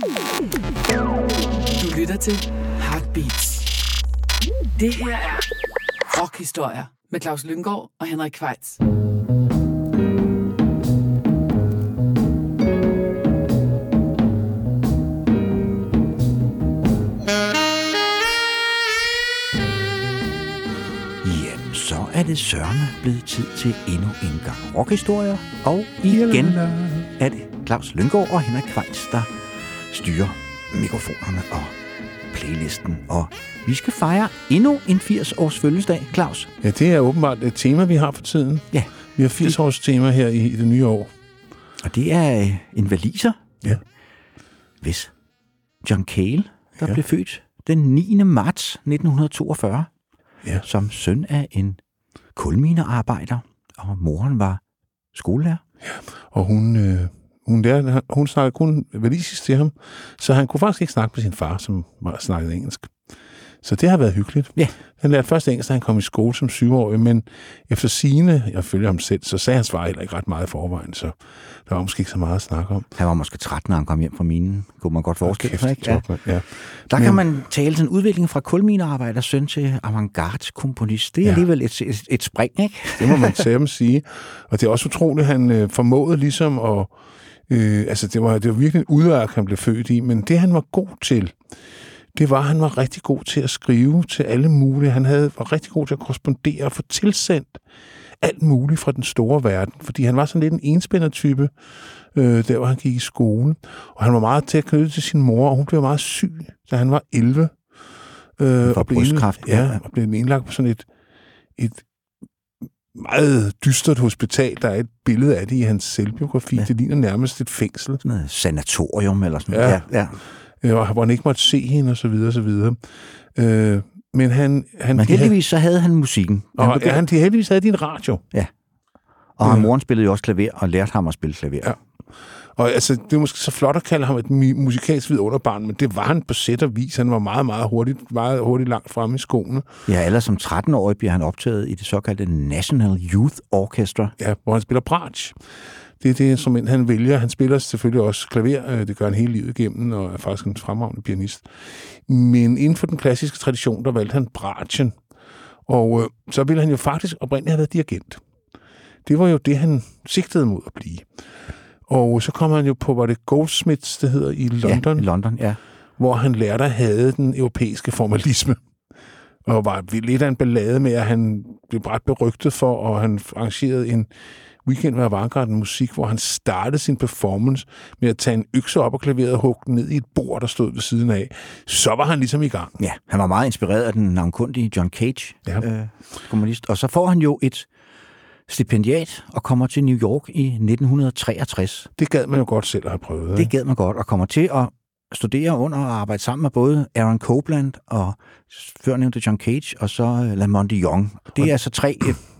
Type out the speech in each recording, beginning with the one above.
Du lytter til Heartbeats. Det her er rockhistorier med Claus Lynggaard og Henrik Queitz. Så er det sørme blevet tid til endnu en gang rockhistorier, og igen er det Claus Lynggaard og Henrik Queitz, der styrer mikrofonerne og playlisten, og vi skal fejre endnu en 80-års fødselsdag, Claus. Ja, det er åbenbart et tema, vi har for tiden. Ja. Vi har 80-års tema her i det nye år. Og det er en waliser, ja. Hvis John Cale, der blev født den 9. marts 1942, som søn af en kulminearbejder, og moren var skolelærer. Ja, og hun snakkede kun walisisk til ham, så han kunne faktisk ikke snakke med sin far, som snakkede engelsk. Så det har været hyggeligt. Ja. Han lærte først engelsk, da han kom i skole som 7-årig, men efter sigende, jeg følger ham selv, så sagde hans far heller ikke ret meget i forvejen, så der var måske ikke så meget at snakke om. Han var måske 13, når han kom hjem fra minen, kunne man godt forestille sig, ikke? Ja. Der kan man tale sådan en udvikling fra kulminearbejder søn til avantgarde-komponist. Det er alligevel et spring, ikke? Det må man sige. Og det er også utroligt, han formåede ligesom at... det var virkelig en udværk, han blev født i, men det, han var god til, det var, at han var rigtig god til at skrive til alle mulige. Han var rigtig god til at korrespondere og få tilsendt alt muligt fra den store verden, fordi han var sådan lidt en enspændertype, der hvor han gik i skole. Og han var meget til at knytte til sin mor, og hun blev meget syg, da han var 11. For brystkræft. Og blev indlagt på sådan et meget dystert hospital. Der er et billede af det i hans selvbiografi. Ja. Det ligner nærmest et fængsel. Sådan et sanatorium eller sådan noget. Ja. Hvor han ikke måtte se hende, og så videre, og så videre. Men heldigvis så havde han musikken. Heldigvis havde de en radio. Ja. Og moren spillede jo også klaver, og lærte ham at spille klaver. Ja. Og altså, det er måske så flot at kalde ham et musikalsk vidunderbarn, men det var han på sæt og vis. Han var meget, meget hurtigt langt fremme i skoene. Ja, allerede som 13-årig bliver han optaget i det såkaldte National Youth Orchestra. Ja, hvor han spiller bratsch. Det er det instrument, han vælger. Han spiller selvfølgelig også klaver. Det gør han hele livet igennem, og er faktisk en fremragende pianist. Men inden for den klassiske tradition, der valgte han bratschen. Og så ville han jo faktisk oprindeligt have været dirigent. Det var jo det, han sigtede mod at blive. Og så kom han jo på, var det Goldsmiths, det hedder, i London. Ja, i London, ja. Hvor han lærte at hade den europæiske formalisme. Og var lidt af en ballade med, at han blev ret berygtet for, og han arrangerede en weekend med avantgarde musik, hvor han startede sin performance med at tage en økse op og klaveret og hugge den ned i et bord, der stod ved siden af. Så var han ligesom i gang. Ja, han var meget inspireret af den navnkundige John Cage, komponist. Og så får han jo et stipendiat og kommer til New York i 1963. Det gad man jo godt selv at have prøvet. Det gad man godt, og kommer til at studere under og arbejde sammen med både Aaron Copland og førnævnte John Cage, og så Lamont Young. Det er altså 3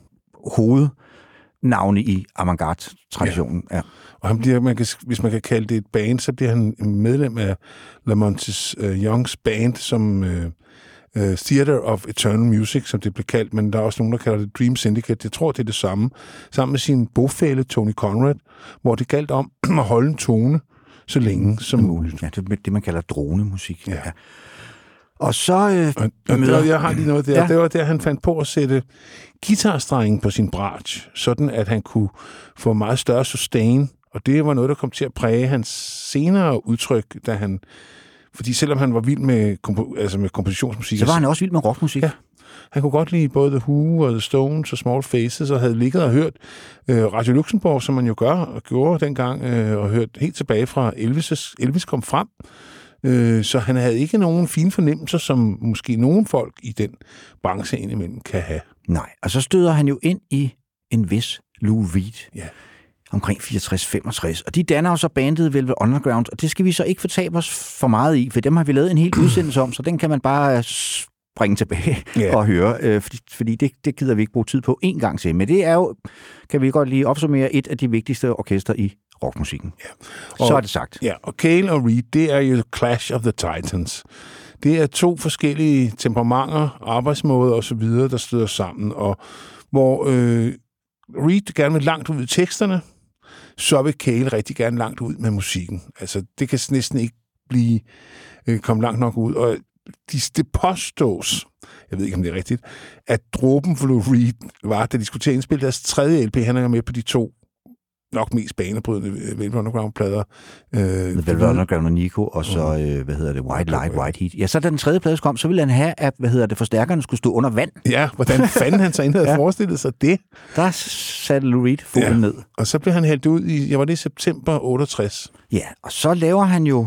hovednavne i avantgarde-traditionen. Ja. Og han bliver, hvis man kan kalde det et band, så bliver han medlem af Lamont Youngs band, som Theater of Eternal Music, som det blev kaldt, men der er også nogen, der kalder det Dream Syndicate. Jeg tror, det er det samme. Sammen med sin bofælle Tony Conrad, hvor det galt om at holde en tone så længe som muligt. Ja, det er det, man kalder dronemusik. Ja. Og så jeg har lige noget der. Ja. Det var der, han fandt på at sætte guitarstrengen på sin bratsch, sådan at han kunne få meget større sustain, og det var noget, der kom til at præge hans senere udtryk, da han... Fordi selvom han var vild med kompositionsmusik... Så var han også vild med rockmusik. Ja. Han kunne godt lide både The Who og The Stones og Small Faces, og havde ligget og hørt Radio Luxembourg, som man jo gjorde dengang, og hørt helt tilbage fra Elvis kom frem. Så han havde ikke nogen fine fornemmelser, som måske nogen folk i den branche indimellem kan have. Nej, og så støder han jo ind i en vis Lou Reed. Ja. Omkring 64-65. Og de danner jo så bandet Velvet Underground, og det skal vi så ikke fortabe os for meget i, for dem har vi lavet en hel udsendelse om, så den kan man bare springe tilbage og høre, fordi det gider vi ikke bruge tid på en gang til. Men det er jo, kan vi godt lige opsummere, et af de vigtigste orkester i rockmusikken. Ja. Så er det sagt. Ja, og Cale og Reed, det er jo Clash of the Titans. Det er 2 forskellige temperamenter, arbejdsmåder og så videre, der støder sammen, og hvor Reed gerne vil langt ud i teksterne, så vil Cale rigtig gerne langt ud med musikken. Altså, det kan næsten ikke komme langt nok ud. Og det påstås, jeg ved ikke, om det er rigtigt, at dråben for Lou Reed var, da de skulle til at indspille deres 3. LP, han er med på de 2 nok mest banebrydende Velvet Underground-plader. Velvet Underground og Nico, og så, White Light, White Heat. Ja, så da den 3. plade kom, så ville han have, at, forstærkerne skulle stå under vand. Ja, hvordan fanden han så havde forestillet sig det? Der satte Lou Reed foden ned. Og så blev han hældt ud i, var det september 68? Ja, og så laver han jo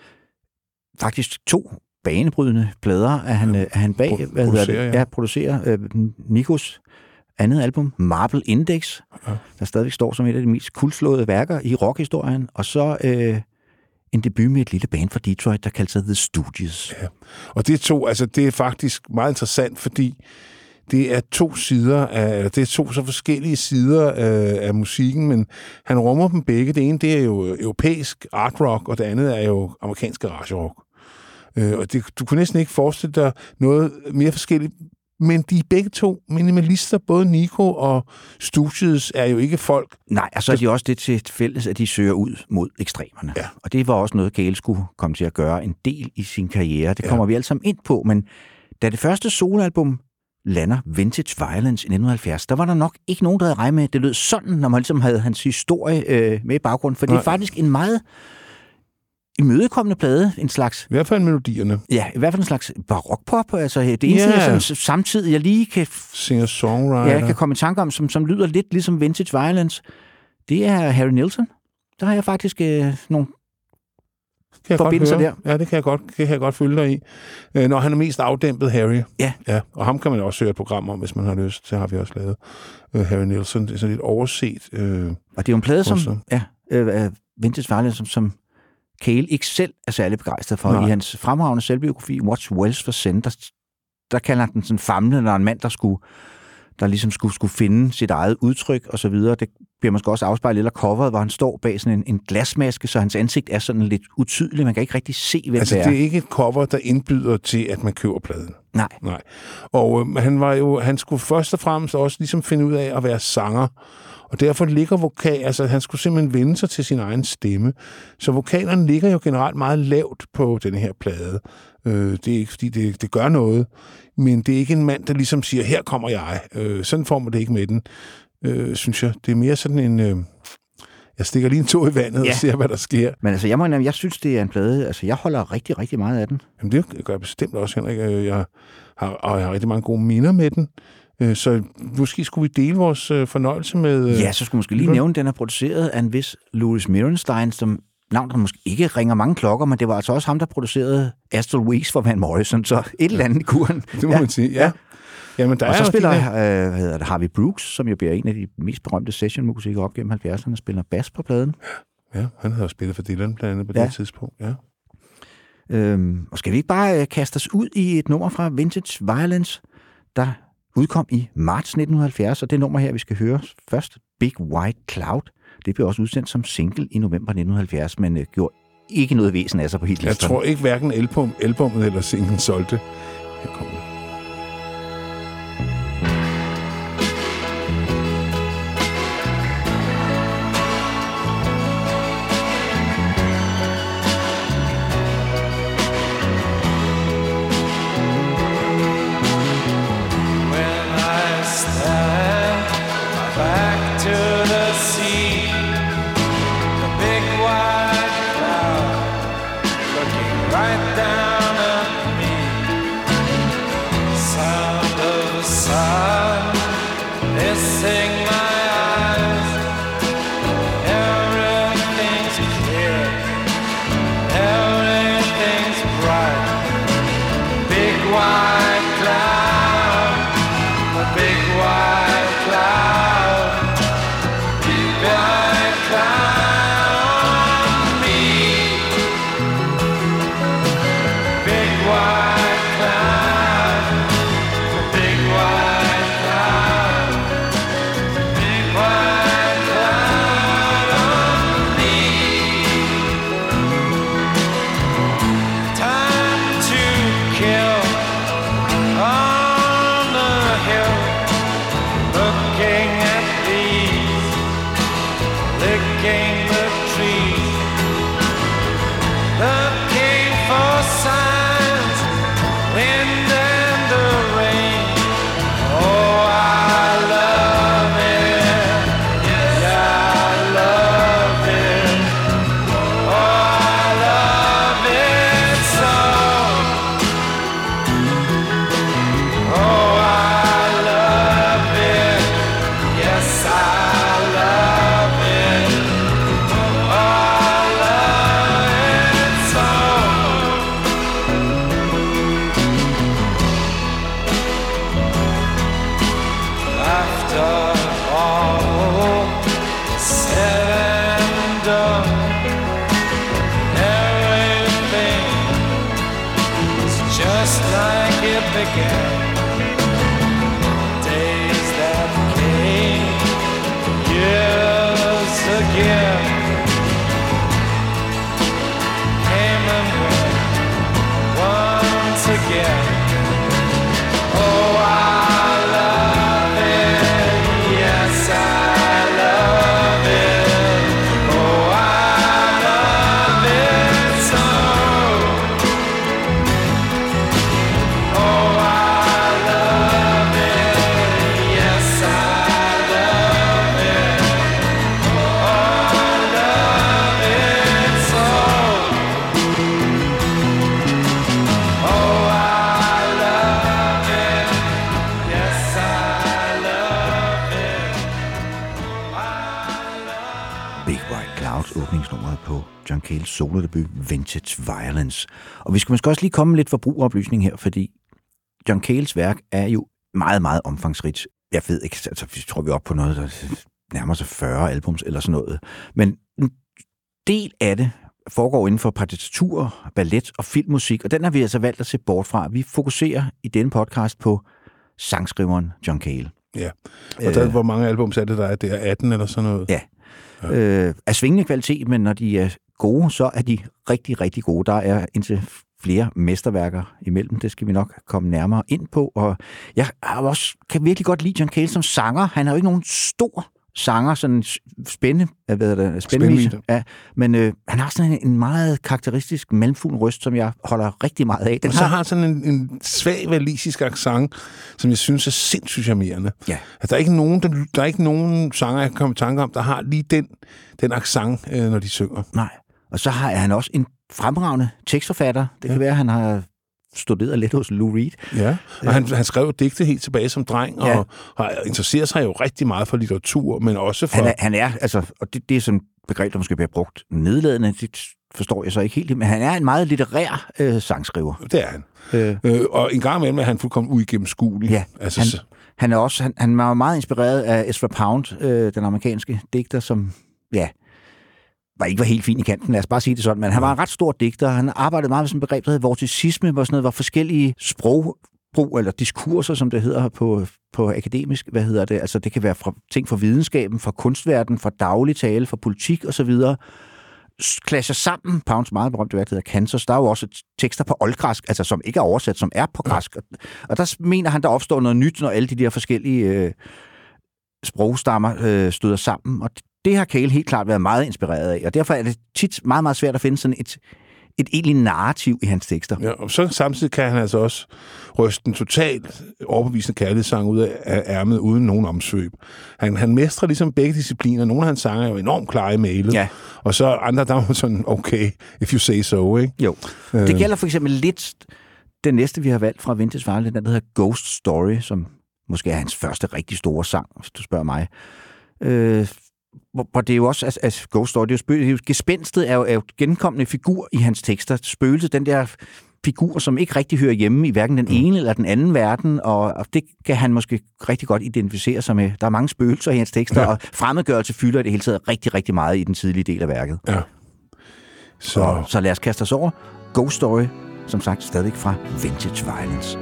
faktisk 2 banebrydende plader, at han bag, producerer Nikos andet album, Marble Index, der stadigvæk står som et af de mest kultslåede værker i rockhistorien, og så en debut med et lille band fra Detroit, der kaldte sig The Stooges. Ja. Og det er faktisk meget interessant, fordi det er 2 så forskellige sider af musikken, men han rummer dem begge. Det ene, det er jo europæisk art rock, og det andet er jo amerikansk garage rock. Og du kunne næsten ikke forestille dig noget mere forskelligt. Men de er begge 2 minimalister, både Nico og Stooges er jo ikke folk. Nej, og så er de også det til fælles, at de søger ud mod ekstremerne. Ja. Og det var også noget, Gale skulle komme til at gøre en del i sin karriere. Det kommer vi alle sammen ind på, men da det første soloalbum lander, Vintage Violence i 1970, der var der nok ikke nogen, der havde regnet med, det lød sådan, når man ligesom havde hans historie med i baggrunden, for det er faktisk en meget imødekommende plade, en slags... I hvert fald melodierne. Ja, i hvert fald en slags barokpop, altså det eneste, sådan, samtidig jeg lige kan... Singer-songwriter. Ja, jeg kan komme i tanke om, som lyder lidt ligesom Vintage Violence, det er Harry Nilsson. Der har jeg faktisk nogle forbindelser der. Ja, det kan jeg godt følge dig i. Når han er mest afdæmpet, Harry. Ja. Og ham kan man også høre et program om, hvis man har lyst. Så har vi også lavet Harry Nilsson. Det er sådan lidt overset. Og det er jo en plade, som... Vintage Violence, som Cale ikke selv er særlig begejstret for. Nej. I hans fremragende selvbiografi, What's Wells for Send, der kalder han den sådan famlende, når en mand, der ligesom skulle finde sit eget udtryk og så videre. Det bliver måske også afspejlet eller coveret, hvor han står bag sådan en glasmaske, så hans ansigt er sådan lidt utydeligt. Man kan ikke rigtig se, hvem det er. Det er ikke et cover, der indbyder til, at man køber pladen. Nej. Og han skulle først og fremmest også ligesom finde ud af at være sanger. Og derfor ligger han skulle simpelthen vende sig til sin egen stemme. Så vokalerne ligger jo generelt meget lavt på denne her plade. Det er ikke, fordi det gør noget, men det er ikke en mand, der ligesom siger, her kommer jeg. Sådan får man det ikke med den, synes jeg. Det er mere sådan en... jeg stikker lige en tå i vandet og ser, hvad der sker. Men altså, jeg synes, det er en plade. Altså, jeg holder rigtig, rigtig meget af den. Jamen, det gør jeg bestemt også, Henrik. Jeg har rigtig mange gode minder med den. Så måske skulle vi dele vores fornøjelse med... Ja, så skulle vi måske lige nævne, at den er produceret af en vis Louis Merenstein, som navn, der måske ikke ringer mange klokker, men det var altså også ham, der producerede Astral Weeks for Van Morrison, så et eller andet i kuren. Det må man sige, ja. Jamen, der og så spiller Harvey Brooks, som jo bliver en af de mest berømte sessionmusikere op gennem 70'erne, spiller bas på pladen. Ja, han havde også spillet for Dylan blandt andet på det tidspunkt, ja. Og skal vi ikke bare kaste os ud i et nummer fra Vintage Violence, der udkom i marts 1970, og det nummer her, vi skal høre først, Big White Cloud. Det blev også udsendt som single i november 1970, men gjorde ikke noget væsen af sig på hitlisterne. Jeg tror ikke, hverken albumet eller singlen solgte. Her kommer det. began. Days that came years again came and went once again. Oh, I love it, yes, I love it. Oh, I love it so. Oh, I love it, yes, I love it. Oh, I love it so. Oh, I love it, yes, I love it. Big White Clouds, åbningsnummeret på John Cales solodebut Vintage Violence. Og vi skal måske også lige komme med lidt forbrugeroplysning her, fordi John Cales værk er jo meget, meget omfangsrigt. Jeg ved ikke, altså vi tror vi er oppe på noget, der nærmer sig 40 albums eller sådan noget. Men en del af det foregår inden for partitur, ballet og filmmusik, og den har vi altså valgt at se bort fra. Vi fokuserer i denne podcast på sangskriveren John Cale. Ja, og der, hvor mange albums er det, der er? Det er 18 eller sådan noget? Ja. Af svingende kvalitet, men når de er gode, så er de rigtig, rigtig gode. Der er indtil flere mesterværker imellem. Det skal vi nok komme nærmere ind på. Og jeg kan virkelig godt lide John Cale som sanger. Han er jo ikke nogen stor sanger, sådan spændende. Ja, men han har sådan en meget karakteristisk mellemfugl røst, som jeg holder rigtig meget af. Og så har sådan en svag walisisk accent, som jeg synes er sindssygt charmerende. Ja. Altså, der er ikke nogen sanger, jeg kan komme i tanke om, der har lige den accent, når de synger. Nej. Og så har han også en fremragende tekstforfatter. Det kan være, at han har studeret lidt hos Lou Reed. Ja, og han skrev digte helt tilbage som dreng, ja. Og har interesseret sig jo rigtig meget for litteratur, men også for... Han er altså, og det er sådan et begreb, der måske bliver brugt nedladende, det forstår jeg så ikke helt, men han er en meget litterær sangskriver. Det er han. Og en gang imellem er han fuldkommen uigennemskuelig. Ja, altså, han var meget inspireret af Ezra Pound, den amerikanske digter, som ikke var helt fin i kanten, lad os bare sige det sådan, men han var en ret stor digter. Han arbejdede meget med sådan et begreb, der hedder vorticisme, hvor sådan noget var forskellige sprogbrug, eller diskurser, som det hedder på akademisk, altså det kan være ting fra videnskaben, fra kunstverdenen, fra daglig tale, fra politik osv., klasser sammen. Pounds meget berømte værk, der hedder Kansas. Der er jo også tekster på oldgræsk, altså som ikke er oversat, som er på græsk. Og der mener han, der opstår noget nyt, når alle de der forskellige sprogstammer støder sammen. Og det har Cale helt klart været meget inspireret af, og derfor er det tit meget, meget svært at finde sådan et egentlig narrativ i hans tekster. Ja, og så samtidig kan han altså også ryste en totalt overbevisende kærlighedssang ud af ærmet uden nogen omsvøb. Han mestrer ligesom begge discipliner. Nogle af hans sange er jo enormt klare i mailet, ja. Og så andre, der var sådan, okay, if you say so, ikke? Jo. Det gælder for eksempel lidt den næste, vi har valgt fra Vintage Violence, den der hedder Ghost Story, som måske er hans første rigtig store sang, hvis du spørger mig. Hvor det er jo også, altså Ghost Story, gespenstet er jo genkommende figur i hans tekster. Spøgelset, den der figur, som ikke rigtig hører hjemme i hverken den ene eller den anden verden, og det kan han måske rigtig godt identificere sig med. Der er mange spøgelser i hans tekster, og fremmedgørelse fylder i det hele taget rigtig, rigtig meget i den tidlige del af værket. Ja. Så lad os kaste os over Ghost Story, som sagt stadig fra Vintage Violence.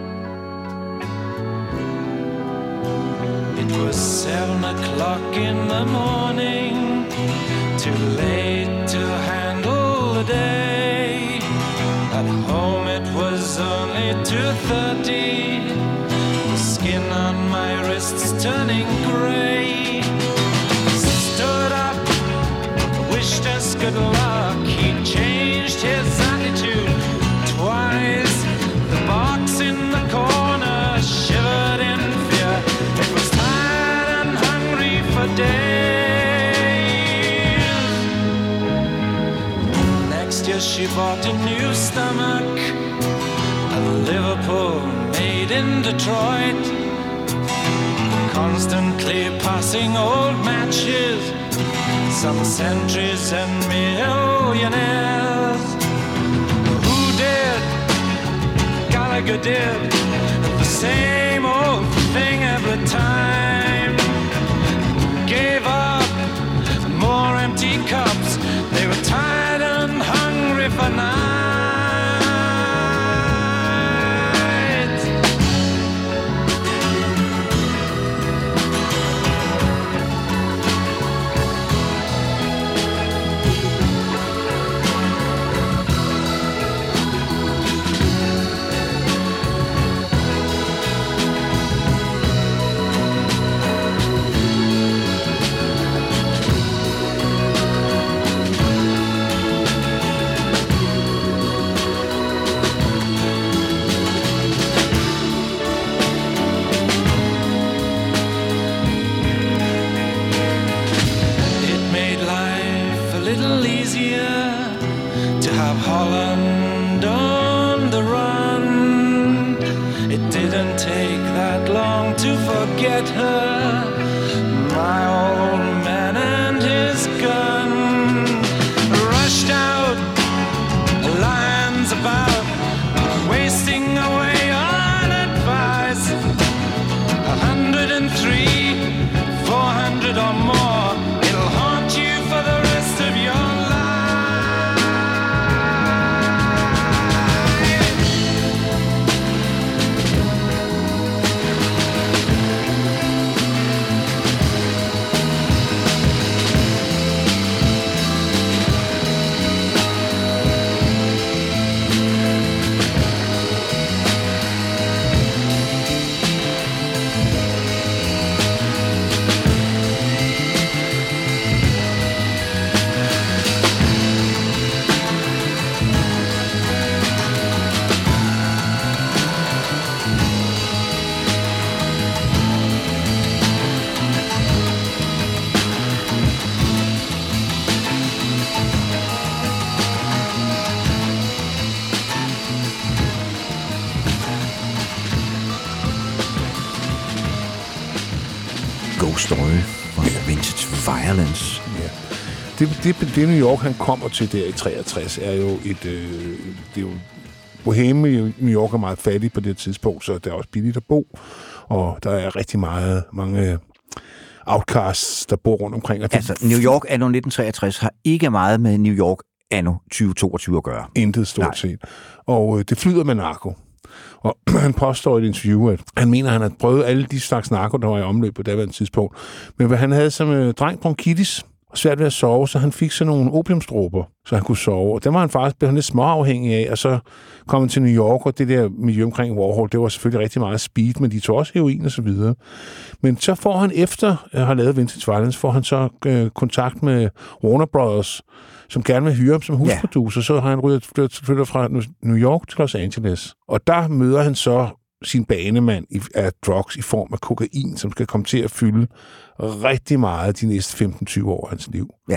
It was 7 o'clock in the morning, too late to handle the day. At home it was only 2:30, the skin on my wrists turning grey. Stood up, wished us good luck, he changed his attitude twice. The box in the corner shivered in fear. It was tired and hungry for days. Next year she bought a new stomach, a Liverpool made in Detroit, constantly passing old matches, some centuries and millionaires. Who did? Gallagher did the same old thing every time. Gave up, more empty cups. They were tired and hungry for night. and on the run. It didn't take that long to forget her. My old man and his gun rushed out, lions about, wasting away on advice. 103, 400 or more, it'll haunt you for the rest of your life. Ghost Story fra Vintage Violence. Ja. Det New York, han kommer til der i 63, er jo et... det er jo Boheme i New York er meget fattig på det tidspunkt, så der er også billigt at bo, og der er rigtig mange outcasts, der bor rundt omkring. Altså, New York anno 1963 har ikke meget med New York anno 2022 at gøre. Intet stort set. Og det flyder med narko. Og han påstår i et interview, at han mener, at han har prøvet alle de slags narko, der var i omløb på daværende tidspunkt. Men han havde som dreng bronkitis og svært ved at sove, så han fik sådan nogle opiumsdråber, så han kunne sove. Og dem var han faktisk blevet lidt småafhængig af, og så kom han til New York, og det der miljø omkring Warhol, det var selvfølgelig rigtig meget speed, men de tog også heroin og så videre. Men så får han efter at have lavet Vintage Violence, får han så kontakt med Warner Brothers, som gerne vil hyre ham som husproducer. Så har han flyttet fra New York til Los Angeles. Og der møder han så sin banemand af drugs i form af kokain, som skal komme til at fylde rigtig meget de næste 15-20 år af hans liv. Ja.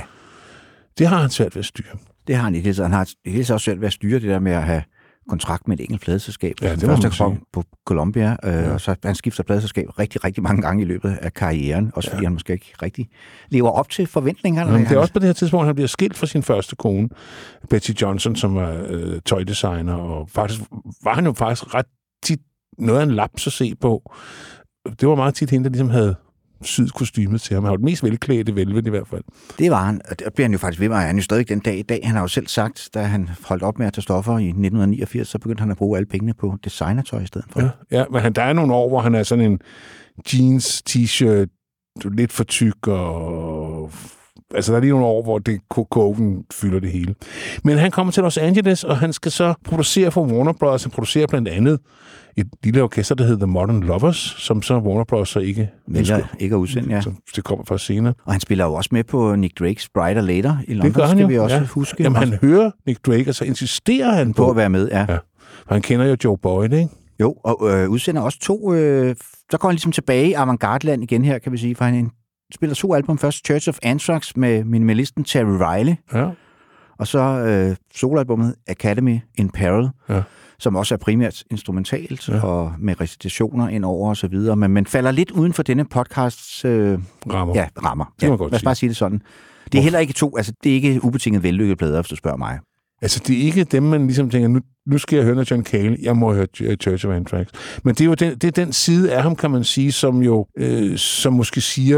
Det har han svært ved at styre. Det har han ikke. Han har helt også svært ved at styre det der med at have kontrakt med et enkelt pladeselskab. Ja, det var først på Columbia, og så han skifter pladeselskab rigtig mange gange i løbet af karrieren, også fordi han måske ikke rigtig lever op til forventningerne. Det er også på det her tidspunkt, han bliver skilt fra sin første kone, Betty Johnson, som var tøjdesigner, og faktisk var han jo faktisk ret tit noget af en laps at se på. Det var meget tit hende, der ligesom havde syet kostymet til ham. Han var den mest velklædte Velvet i hvert fald. Det var han, og det bliver han jo faktisk ved med. Han er jo stadig den dag i dag. Han har jo selv sagt, da han holdt op med at tage stoffer i 1989, så begyndte han at bruge alle pengene på designertøj i stedet for. Ja, men der er nogle år, hvor han er sådan en jeans, t-shirt, lidt for tyk, og altså der er lige nogle år, hvor kogen fylder det hele. Men han kommer til Los Angeles, og han skal så producere for Warner Brothers. Han producerer blandt andet et lille orkester, der hedder The Modern Lovers, som så Warner Bros. Så ikke at udsende, ja. Så det kommer først senere. Og han spiller jo også med på Nick Drakes Brighter Later i London, det gør han skal jo. Vi også huske. Jamen, han hører Nick Drake, og så insisterer han på at være med, ja. For han kender jo Joe Boyd, ikke? Jo, og udsender også to... så går han ligesom tilbage i avantgarde-land igen her, kan vi sige, for han spiller 2 album. Først Church of Anthrax med minimalisten Terry Riley, og så soloalbummet Academy in Peril, som også er primært instrumentalt og med recitationer indover og så videre, men man falder lidt uden for denne podcasts rammer. Ja, rammer. Ja, lad os bare sige det sådan. Det er heller ikke det er ikke ubetinget vellykkede plader, hvis du spørger mig. Altså, det er ikke dem, man ligesom tænker, nu skal jeg høre noget John Cale, jeg må høre Church of Anthrax. Men det er jo det er den side af ham, kan man sige, som jo, som måske siger,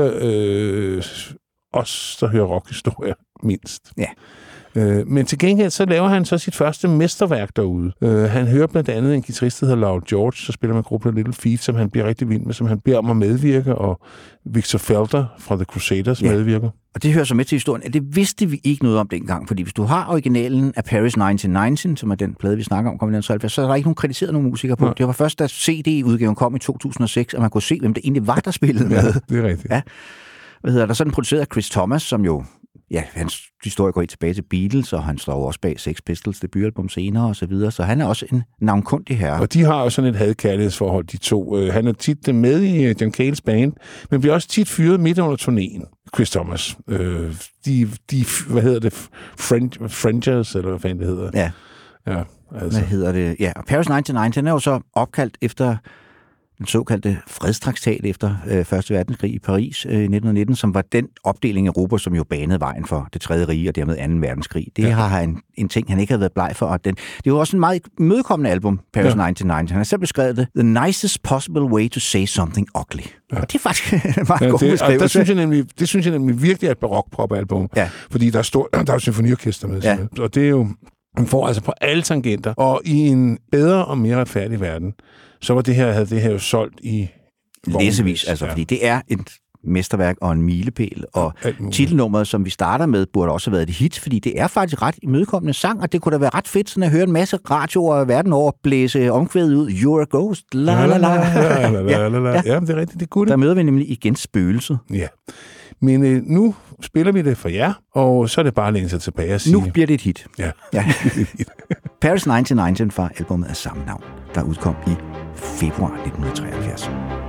os, der hører rockhistorie, mindst. Ja. Men til gengæld, så laver han så sit første mesterværk derude. Han hører blandt andet en guitarist, der hedder Lowell George, så spiller man gruppen Little Feat, som han bliver rigtig vild med, som han beder om at medvirke, og Victor Felder fra The Crusaders medvirker. Og det hører så med til historien, at det vidste vi ikke noget om dengang, fordi hvis du har originalen af Paris 1919, som er den plade, vi snakker om, så er der ikke nogen kritiseret nogen musikere på. Det var først, da CD-udgaven kom i 2006, at man kunne se, hvem det egentlig var, der spillede med. Ja, det er rigtigt. Ja. Hvad hedder der? Sådan produceret af Chris Thomas, som jo, hans historie går helt tilbage til Beatles, og han står også bag Sex Pistols debutalbum senere og så videre, så han er også en navnkundig herre. Og de har jo sådan et hadkærlighedsforhold, de to. Han er tit med i John Cales band, men bliver også tit fyret midt under turnéen. Chris Thomas. De hvad hedder det? Frangers, eller hvad fanden det hedder. Ja. Ja, Altså. Hvad hedder det? Ja, og Paris 99, den er jo så opkaldt efter den såkaldte fredstraktat efter Første Verdenskrig i Paris i 1919, som var den opdeling af Europa, som jo banede vejen for det tredje rige og dermed 2. verdenskrig. Det har han en ting, han ikke havde været bleg for. Og det er jo også en meget imødekommende album, Paris 99. Han har selv beskrevet det, the nicest possible way to say something ugly. Ja. Og det er faktisk en meget god beskrivelse. Det synes jeg nemlig virkelig er et barok-pop-album, fordi der er jo symfoniorkester med. Ja. Og det er jo, man får altså på alle tangenter, og i en bedre og mere retfærdig verden, så havde det her jo solgt i læsevis, altså, fordi det er et mesterværk og en milepæl, og titelnummeret, som vi starter med, burde også have været et hit, fordi det er faktisk ret imødekommende sang, og det kunne da være ret fedt, sådan at høre en masse radioer verden over blæse omkvædet ud, You're a ghost, la la la. Ja, det er rigtigt, det kunne det. Der møder vi nemlig igen spøgelset. Ja, men nu spiller vi det for jer, og så er det bare at læne sig tilbage og sige... Nu bliver det et hit. Ja. Paris 99 fra albumet af samme navn, der udkom i februar 1973.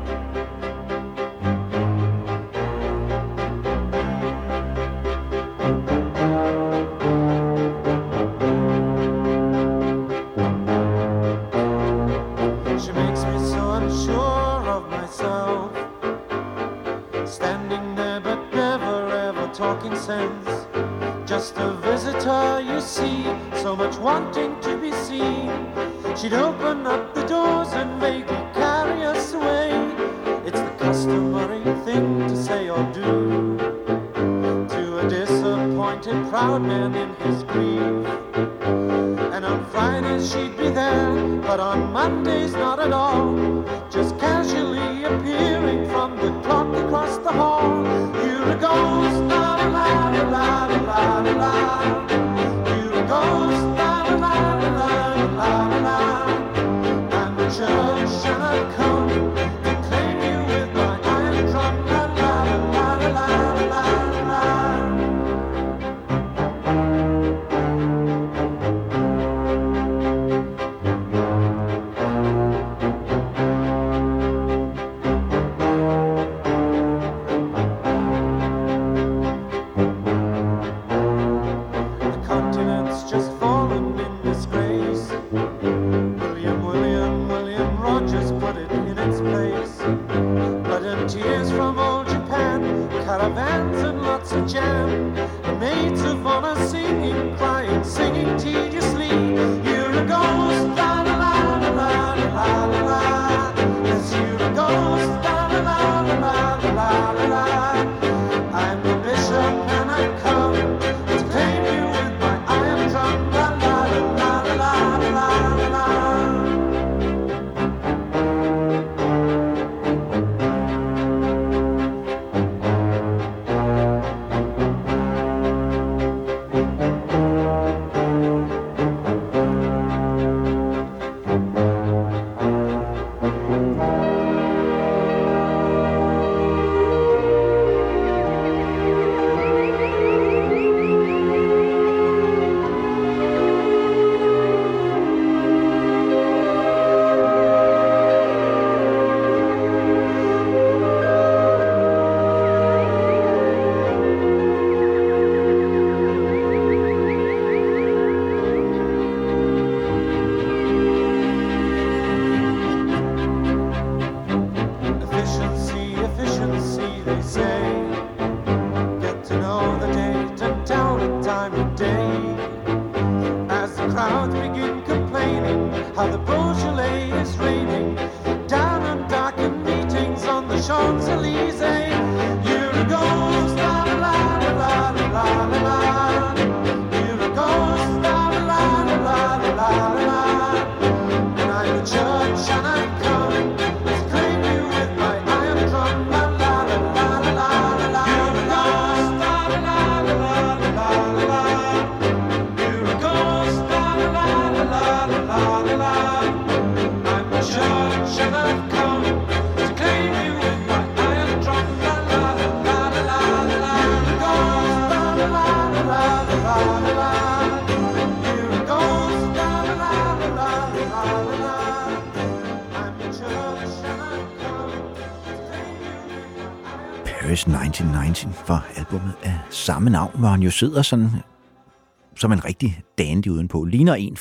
She makes me so unsure of myself, standing there but never ever talking sense. Just a visitor, you see, so much wanting to be seen. She'd open up the doors and vaguely carry us away. It's the customary thing to say or do to a disappointed proud man in his grief. And on Fridays she'd be there, but on Mondays not at all, just casually appearing from the clock across the hall. You're a ghost, la la la la la la la. You're a ghost, la la la la la la la. And the church shall I come to claim you with my iron drum, la la la la la la la. Caravans and lots of jam, and maids of honor singing, crying, singing tediously. You're a ghost, la la la la la la la la. Yes, you're a ghost, la la la la la la la la. I'm the bishop and I come to claim you with my iron drum, la la la la la la la la. Paris 1919 fra albumet af samme navn, hvor han jo sidder sådan som en rigtig dandy udenpå. Ligner en fra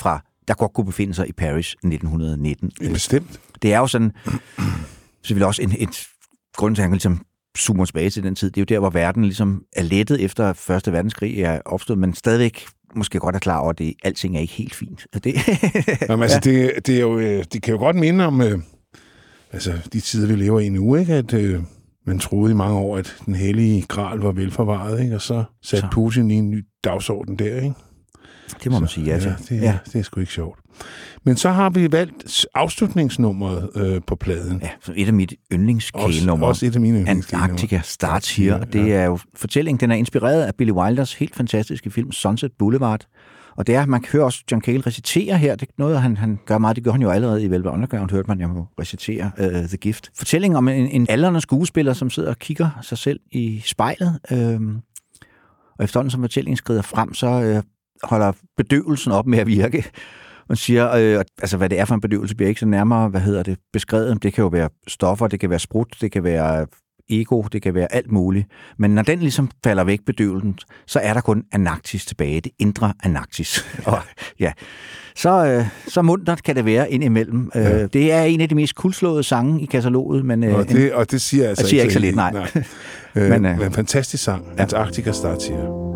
der godt kunne befinde sig i Paris 1919. Bestemt. Det er jo sådan, selvfølgelig også et grund til, at han ligesom zoomer tilbage til den tid. Det er jo der, hvor verden ligesom er lettet efter Første Verdenskrig er opstået, men stadigvæk måske godt er klar over, at alting er ikke helt fint. Det, jamen, altså, det er jo, det kan jo godt minde om de tider, vi lever i nu, ikke? At man troede i mange år, at den hellige gral var velforvaret, ikke? Og så satte Putin i en ny dagsorden der, ikke? Det må man sige, ja til. Det er sgu ikke sjovt. Men så har vi valgt afslutningsnummeret på pladen. Ja, så et af mit yndlingskælenummer. Også et af mine yndlingskælenummer. Antarctica Starts Here. Og det er jo fortællingen, den er inspireret af Billy Wilders helt fantastiske film Sunset Boulevard. Og det er, man kan høre også John Cale recitere her. Det er noget, han gør meget. Det gør han jo allerede i Velvet Underground, hørte man jo recitere The Gift. Fortællingen om en aldrende skuespiller, som sidder og kigger sig selv i spejlet. Og efterhånden, som fortællingen skrider frem, så holder bedøvelsen op med at virke. Man siger, hvad det er for en bedøvelse, bliver ikke så nærmere, beskrevet. Det kan jo være stoffer, det kan være sprut, det kan være ego, det kan være alt muligt. Men når den ligesom falder væk, bedøvelsen, så er der kun Antarktis tilbage, det indre Antarktis. Og ja, så muntert kan det være indimellem. Ja. Det er en af de mest kulslåede sange i kataloget. Men, og det siger altså ikke så lidt, nej. Men en fantastisk sang, Antarctica Starts Here.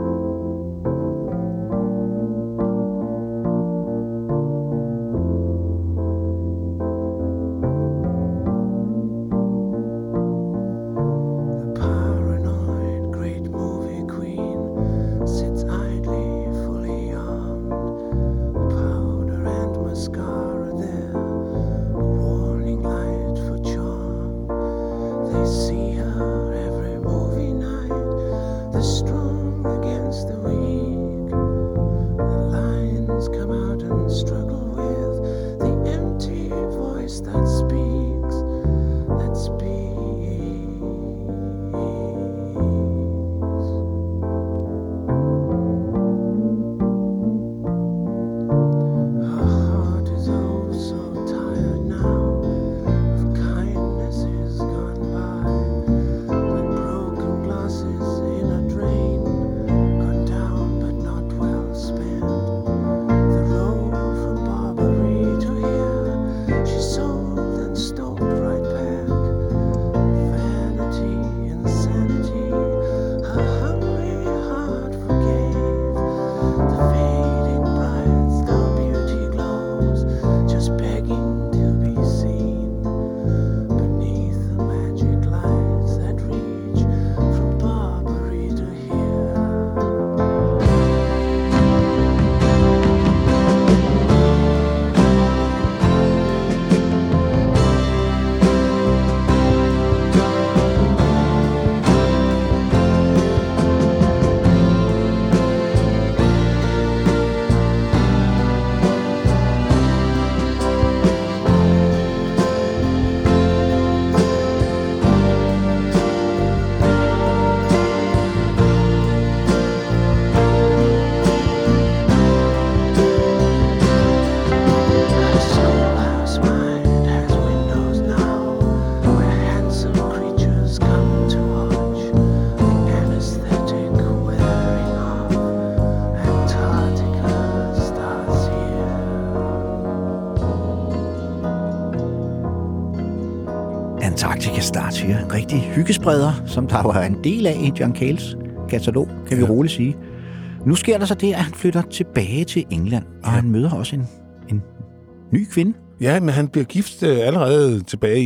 Antarctica Starts Here. En rigtig hyggespreder, som der var en del af i John Cales katalog, kan vi roligt sige. Nu sker der så det, at han flytter tilbage til England, og han møder også en ny kvinde. Ja, men han bliver gift allerede tilbage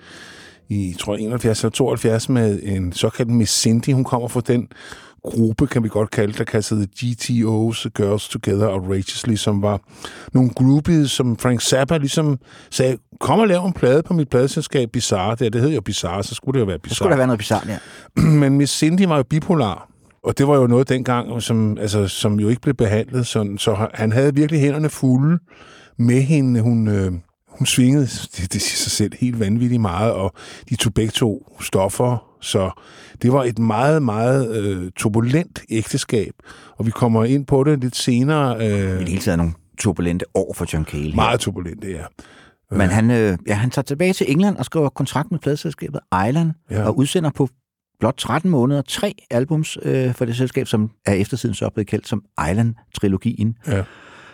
i tror jeg, 71 eller 72 med en såkaldt Miss Cindy. Hun kommer fra den gruppe, kan vi godt kalde, der kaldte GTO's, Girls Together Outrageously, som var nogle groupies, som Frank Zappa ligesom sagde, kom og lav en plade på mit pladeselskab Bizarre. Det hed jo Bizarre, så skulle det jo være Bizarre. Så skulle der være noget bizarre, ja. Men Miss Cindy var jo bipolar, og det var jo noget dengang, som jo ikke blev behandlet sådan, så han havde virkelig hænderne fulde med hende. Hun svingede, det siger sig selv, helt vanvittigt meget, og de tog begge to stoffer, så det var et meget, meget turbulent ægteskab, og vi kommer ind på det lidt senere. I det hele taget nogle turbulente år for John Cale. Meget turbulente, ja. Men han tager tilbage til England og skriver kontrakt med pladeselskabet Island, og udsender på blot 13 måneder 3 albums for det selskab, som er eftertiden så blevet kaldt som Island-trilogien. Ja.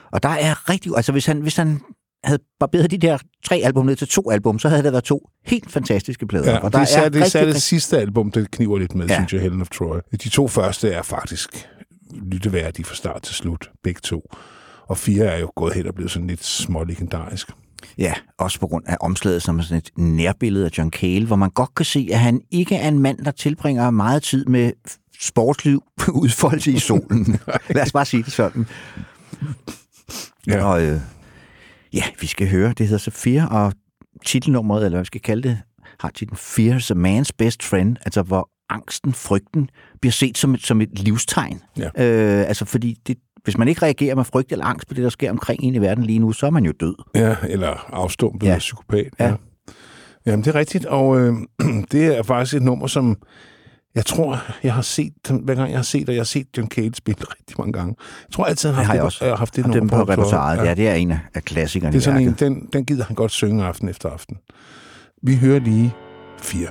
Og der er rigtig... Altså, hvis han havde barberet de der 3 album ned til 2 album, så havde det været 2 helt fantastiske plader. Ja, og der det er det sidste album, det kniver lidt med, synes jeg, Helen of Troy. De 2 første er faktisk lytteværdige fra start til slut, begge 2. Og 4 er jo gået hen og blevet sådan lidt smålegendarisk. Ja, også på grund af omslaget som sådan et nærbillede af John Cale, hvor man godt kan se, at han ikke er en mand, der tilbringer meget tid med sportsliv udfoldelse i solen. Lad os bare sige det sådan. Ja. Og vi skal høre, det hedder så Fear, og titelnummeret, eller hvad vi skal kalde det, har titlen Fear is a man's best friend, altså hvor angsten, frygten bliver set som et livstegn. Ja. Altså fordi hvis man ikke reagerer med frygt eller angst på det, der sker omkring en i verden lige nu, så er man jo død. Ja, eller afstumpet eller psykopat. Ja. Jamen, det er rigtigt, og det er faktisk et nummer, som jeg tror, jeg har set, hver gang jeg har set John Cale spille rigtig mange gange. Jeg tror altid, jeg har haft det nummer på repertoiret. Ja, det er en af klassikerne. Det er sådan en, den gider han godt synge aften efter aften. Vi hører lige 4.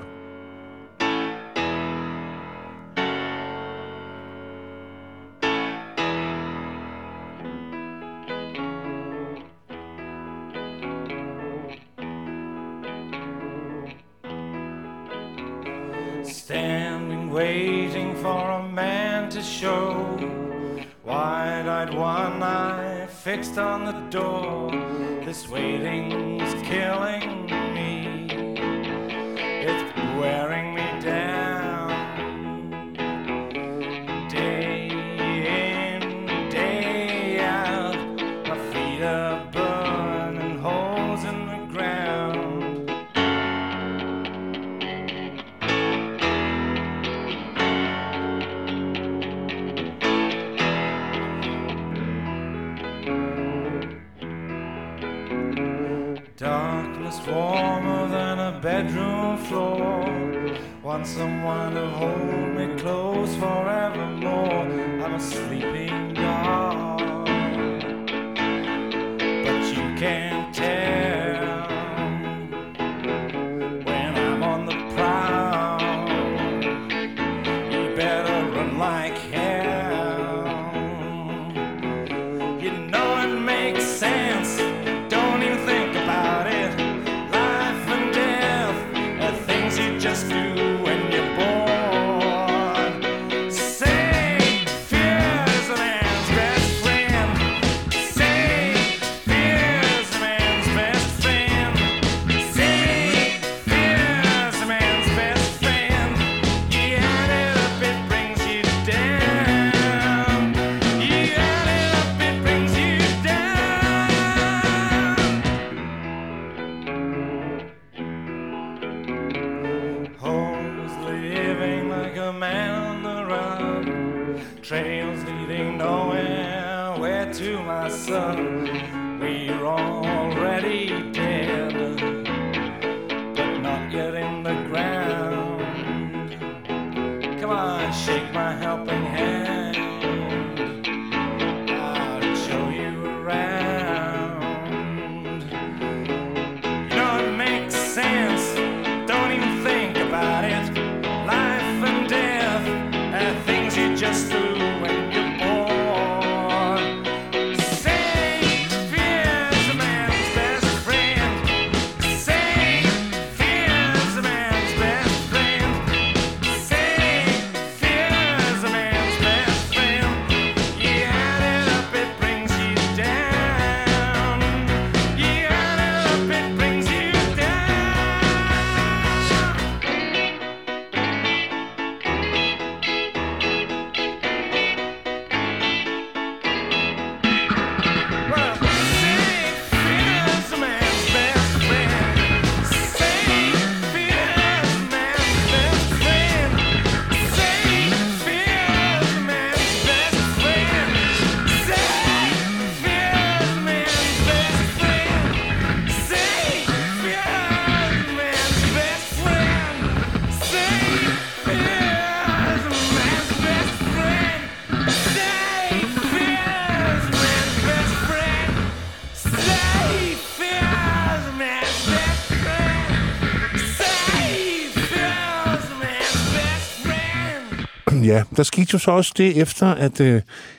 Standing waiting for a man to show, wide-eyed, one eye fixed on the door. This waiting's killing me, it's wearing me down. Day in, day out, my feet are burning holes in the ground. Darkness warmer than a bedroom floor. Want someone to hold me close forevermore. I'm a sleeping dog, but you can't tell when I'm on the prowl. You better run like hell. You know it makes sense. Don't even think about it. Life and death are things you just do when you're born. Say fear is a man's best friend. Say fear is a man's best friend. Say fear is a man's best friend. You add it up, it brings you down. You add it up, it brings you down. Homes living like a man on the run, trails leading nowhere. Where to, my son? We're already dead, but not yet in the ground. Come on, shake my helping hand. I'll show you around. You know it makes sense. Don't even think about it. Life and death are things you just do when you're born. Say fear is a man's best friend. Say fear is a man's best friend. Say fear is a man's best friend. You add it up, it brings you down. You add it up, it brings you down. Well, say fear is a man's best friend. Say fear is a man's best friend. Say fear is a man's best friend. Say fear is a man's best friend. Say fear is a man's best friend. Say fear is a man's best friend. Say fear is a man's best friend. Say fear is a man's best friend. Say fear is a man's best friend. Ja, der skete jo så også det efter, at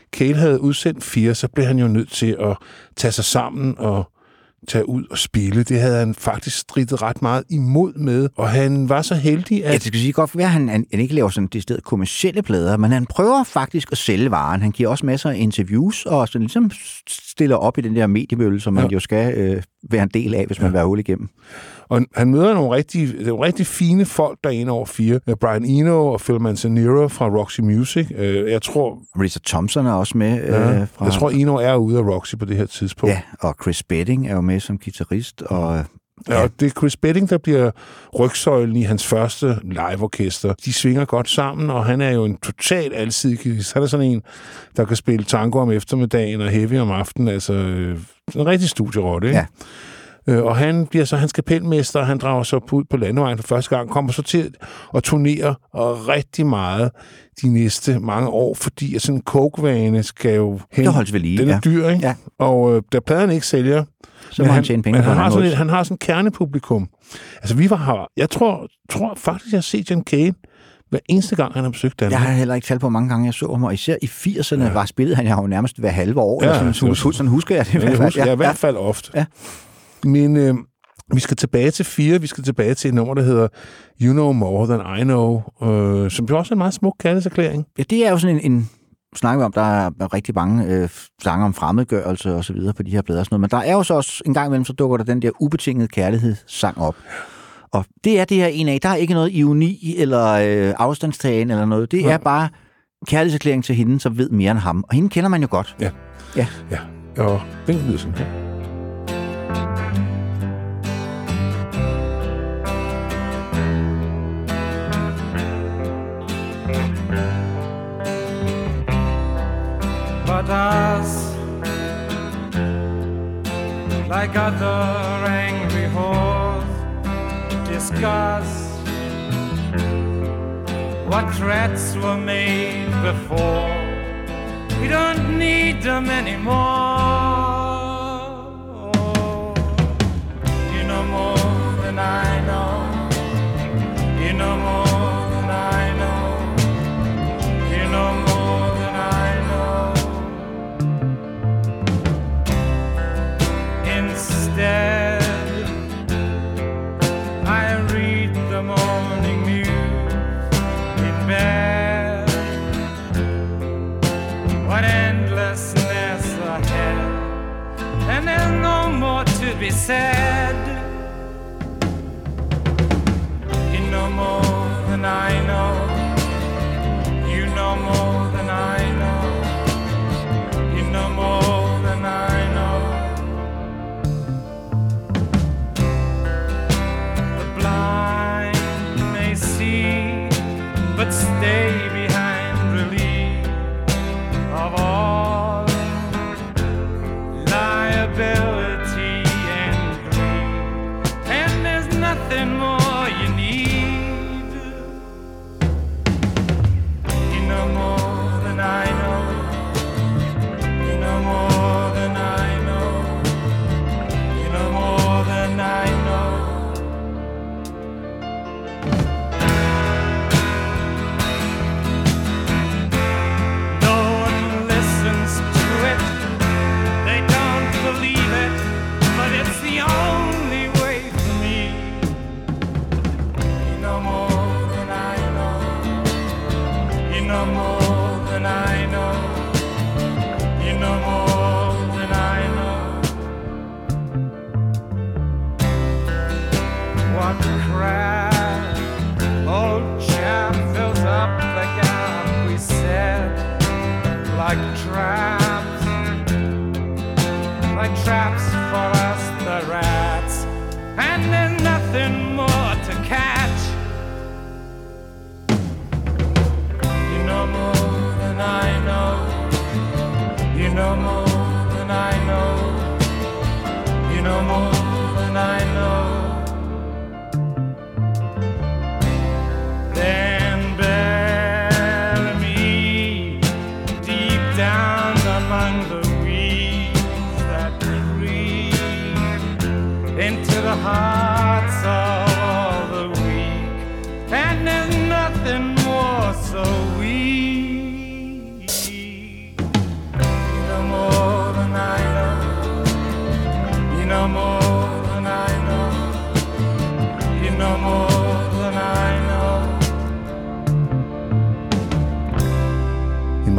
Cale havde udsendt 4, så blev han jo nødt til at tage sig sammen og tage ud og spille. Det havde han faktisk stridet ret meget imod med, og han var så heldig, at... Jeg skal sige godt, at han ikke laver sådan det sted kommercielle plader, men han prøver faktisk at sælge varen. Han giver også masser af interviews, og sådan ligesom stiller op i den der mediemølle, som man jo skal være en del af, hvis man vil hul igennem. Og han møder nogle rigtig fine folk derinde over 4. Brian Eno og Phil Manzanero fra Roxy Music. Jeg tror... Rita Thompson er også med. Fra... Jeg tror, Eno er ude af Roxy på det her tidspunkt. Ja, og Chris Betting er jo med som guitarist. Og det er Chris Betting, der bliver rygsøjlen i hans første liveorkester. De svinger godt sammen, og han er jo en total alsidig guitarist. Han er sådan en, der kan spille tango om eftermiddagen og heavy om aftenen. Altså en rigtig studierotte, ikke? Ja. Og han bliver så hans kapelmester, og han drager så ud på landevejen for første gang, kommer så til at turnere og rigtig meget de næste mange år, fordi sådan en coke-vane skal jo hen. Det holdes ved lige, den er dyr, ikke? Ja. Og da pladen ikke sælger, så må han tjene penge på han har sådan en kernepublikum. Altså vi var her, jeg tror faktisk, jeg har set John Cale hver eneste gang, han har besøgt Danmark. Jeg har heller ikke talt på mange gange, jeg så ham, og især i 80'erne var spillet han jo nærmest hver halve år. Ja, sådan husker jeg det. I hvert fald ofte. Ja. Men vi skal tilbage til 4. Vi skal tilbage til et nummer, der hedder You Know More Than I Know, som jo også er en meget smuk kærlighedserklæring. Ja, det er jo sådan en snakker vi om, der er rigtig mange sange om fremmedgørelse og så videre på de her plader og sådan noget. Men der er jo så også en gang imellem, så dukker der den der ubetingede kærlighedssang op. Og det er det her en af. Der er ikke noget ironi eller afstandstagen eller noget. Det er bare kærlighedserklæring til hende, som ved mere end ham. Og hende kender man jo godt. Ja. Og den lyder sådan her. But us, like other angry horse, discuss what threats were made before. We don't need them anymore. You know more than I know. You know more than I know. You know more. Instead, I read the morning news in bed. What endlessness ahead, and there's no more to be said. You know more than I know. You know more than I know. You know more than I know. But stay behind relief of all liability and greed, and there's nothing more you need. You know more than I know. You know more than I know. You know more than I know. Traps for us, the rats, and there's nothing more to catch. You know more than I know. You know more than I know. You know more than I know. Then bury me deep down among the into the hearts of all the weak, and there's nothing more so weak.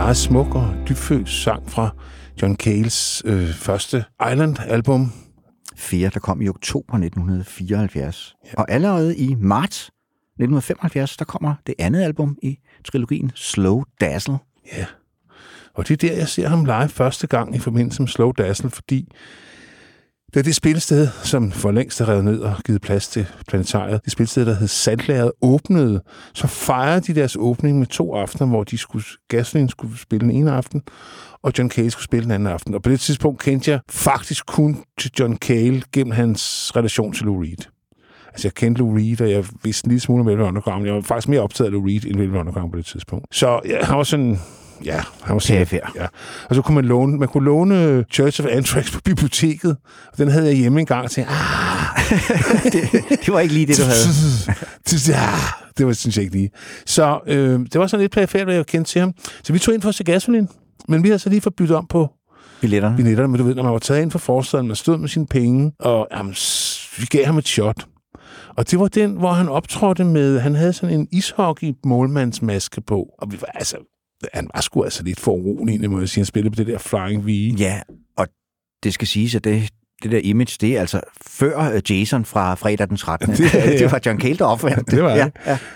meget smuk og dybfølt sang fra John Cales første Island-album. 4, der kom i oktober 1974. Ja. Og allerede i marts 1975, der kommer det andet album i trilogien, Slow Dazzle. Ja, og det er der, jeg ser ham live første gang i forbindelse med Slow Dazzle, fordi det er det spillested, som for længst er revet ned og givet plads til planetariet. Det spillested, der hed Sandlageret, åbnede. Så fejrede de deres åbning med 2 aftener, hvor Gasoline skulle spille den ene aften, og John Cale skulle spille den anden aften. Og på det tidspunkt kendte jeg faktisk kun til John Cale gennem hans relation til Lou Reed. Altså, jeg kendte Lou Reed, og jeg vidste en lille smule om Velvet Underground. Jeg var faktisk mere optaget af Lou Reed end Velvet Underground på det tidspunkt. Så ja, han var sådan... Ja, han var sådan... Ja. Og så kunne man kunne låne Church of Anthrax på biblioteket, og den havde jeg hjemme en gang og tænkte, det var ikke lige det, du havde. Det var, synes jeg ikke lige. Så det var sådan lidt perifært, at jeg kendte til ham. Så vi tog ind for at se Gasoline, men vi havde så lige fået byttet om på billetterne. Men du ved, når man var taget ind for forstaden, man stod med sine penge, og vi gav ham et shot. Og det var den, hvor han optrådte med, han havde sådan en ishockey-målmandsmaske på, og vi var han var sgu altså lidt for urolig, må jeg sige. Han spillede på det der Flying V. Ja, og det skal siges, at det der image, det er altså før Jason fra fredag den 13. Det var John Cale, der opfandt. Det var det.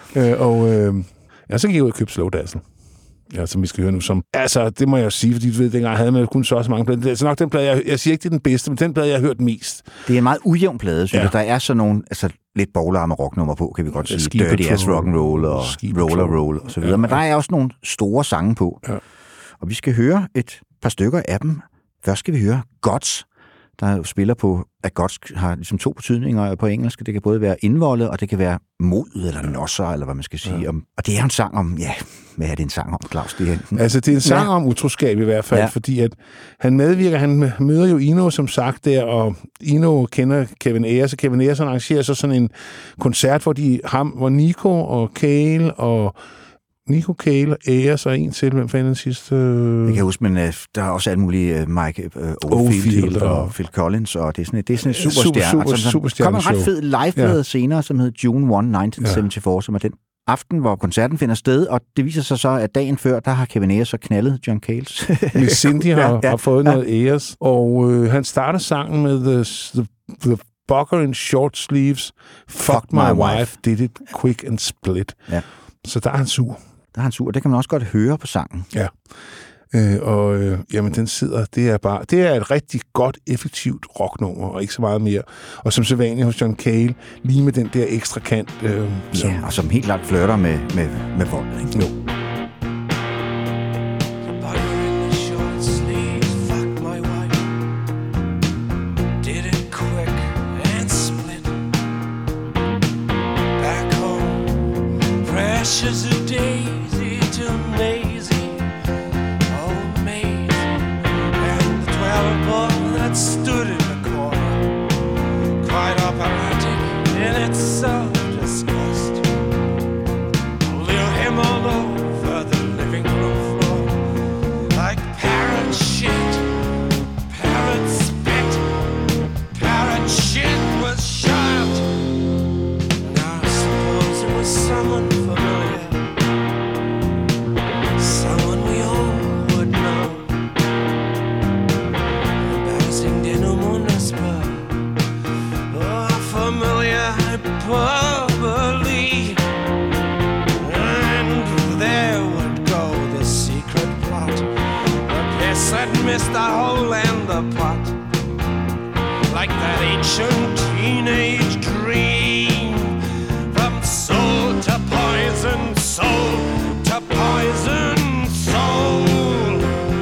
Ja. Så gik jeg ud og købte Slow Dazzle. Ja, som vi skal høre nu. Altså, det må jeg jo sige, fordi du ved, dengang havde man kun så mange plader. Altså nok den plade, jeg siger ikke, det er den bedste, men den plade, jeg har hørt mest. Det er en meget ujævn plade, synes jeg. Der er sådan nogle, altså lidt boglarme rocknummer på, kan vi godt sige. Dirty As Rock'n'Roll og Roller Roll og så videre. Men der er også nogle store sange på. Ja. Og vi skal høre et par stykker af dem. Først skal vi høre Guts, der spiller på, at Guts har ligesom 2 betydninger på engelsk. Det kan både være indvoldet, og det kan være mod eller nosser, eller hvad man skal sige. Ja. Og det er en sang om, hvad er det en sang om, Claus? Det er en sang om utroskab i hvert fald, fordi at han medvirker, han møder jo Eno, som sagt der, og Eno kender Kevin Ayers, og Kevin Ayers arrangerer så sådan en koncert, hvor Nico og Cale og Ayers og en til, hvem fanden den sidste? Jeg kan huske, men der er også alt muligt Mike Oldfield og Phil Collins, og det er sådan et superstjerne. Superstjerne. Der kom en ret fed liveplade senere, som hed June 1, 1974, som er den aften, hvor koncerten finder sted, og det viser sig så, at dagen før, der har Kevin Ayers så knaldet John Cales. Miss Cindy har fået noget Ayers, og han starter sangen med the Bugger in Short Sleeves, Fuck My Wife, Did It Quick and Split. Ja. Så der er han sur. Og det kan man også godt høre på sangen. Ja. Jamen, den sidder, det er et rigtig godt, effektivt rocknummer, og ikke så meget mere. Og som sædvanligt hos John Cale, lige med den der ekstra kant. Og som helt klart flirter med vold, ikke? Jo. Precious a daisy to Maisie, oh Maisie, and the 12 ball that stood in the corner, quite operatic in its self-disgust. Leave him all over the living room floor, like parrot shit, parrot spit, parrot shit was shot. Now I suppose it was someone familiar, someone we all would know. Embarrassing denouement, oh, familiar hyperbole. And there would go the secret plot, the piss that missed the hole and the pot, like that ancient teenage dream. From soul to poison, soul to poison, soul.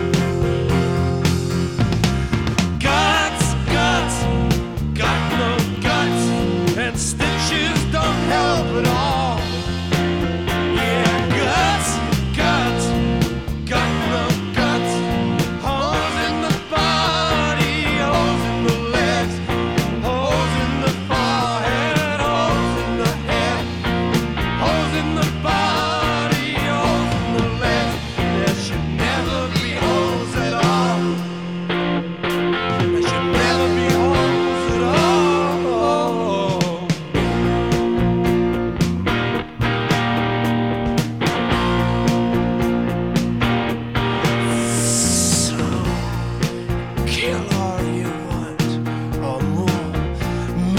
Guts, guts, got no guts, and stitches don't help at all. Yeah, guts, guts, got no guts, holes in the body, holes in the legs, holes in the forehead, holes in the head, holes in the body, holes in the legs. There should never be holes at all. There should never be holes at all.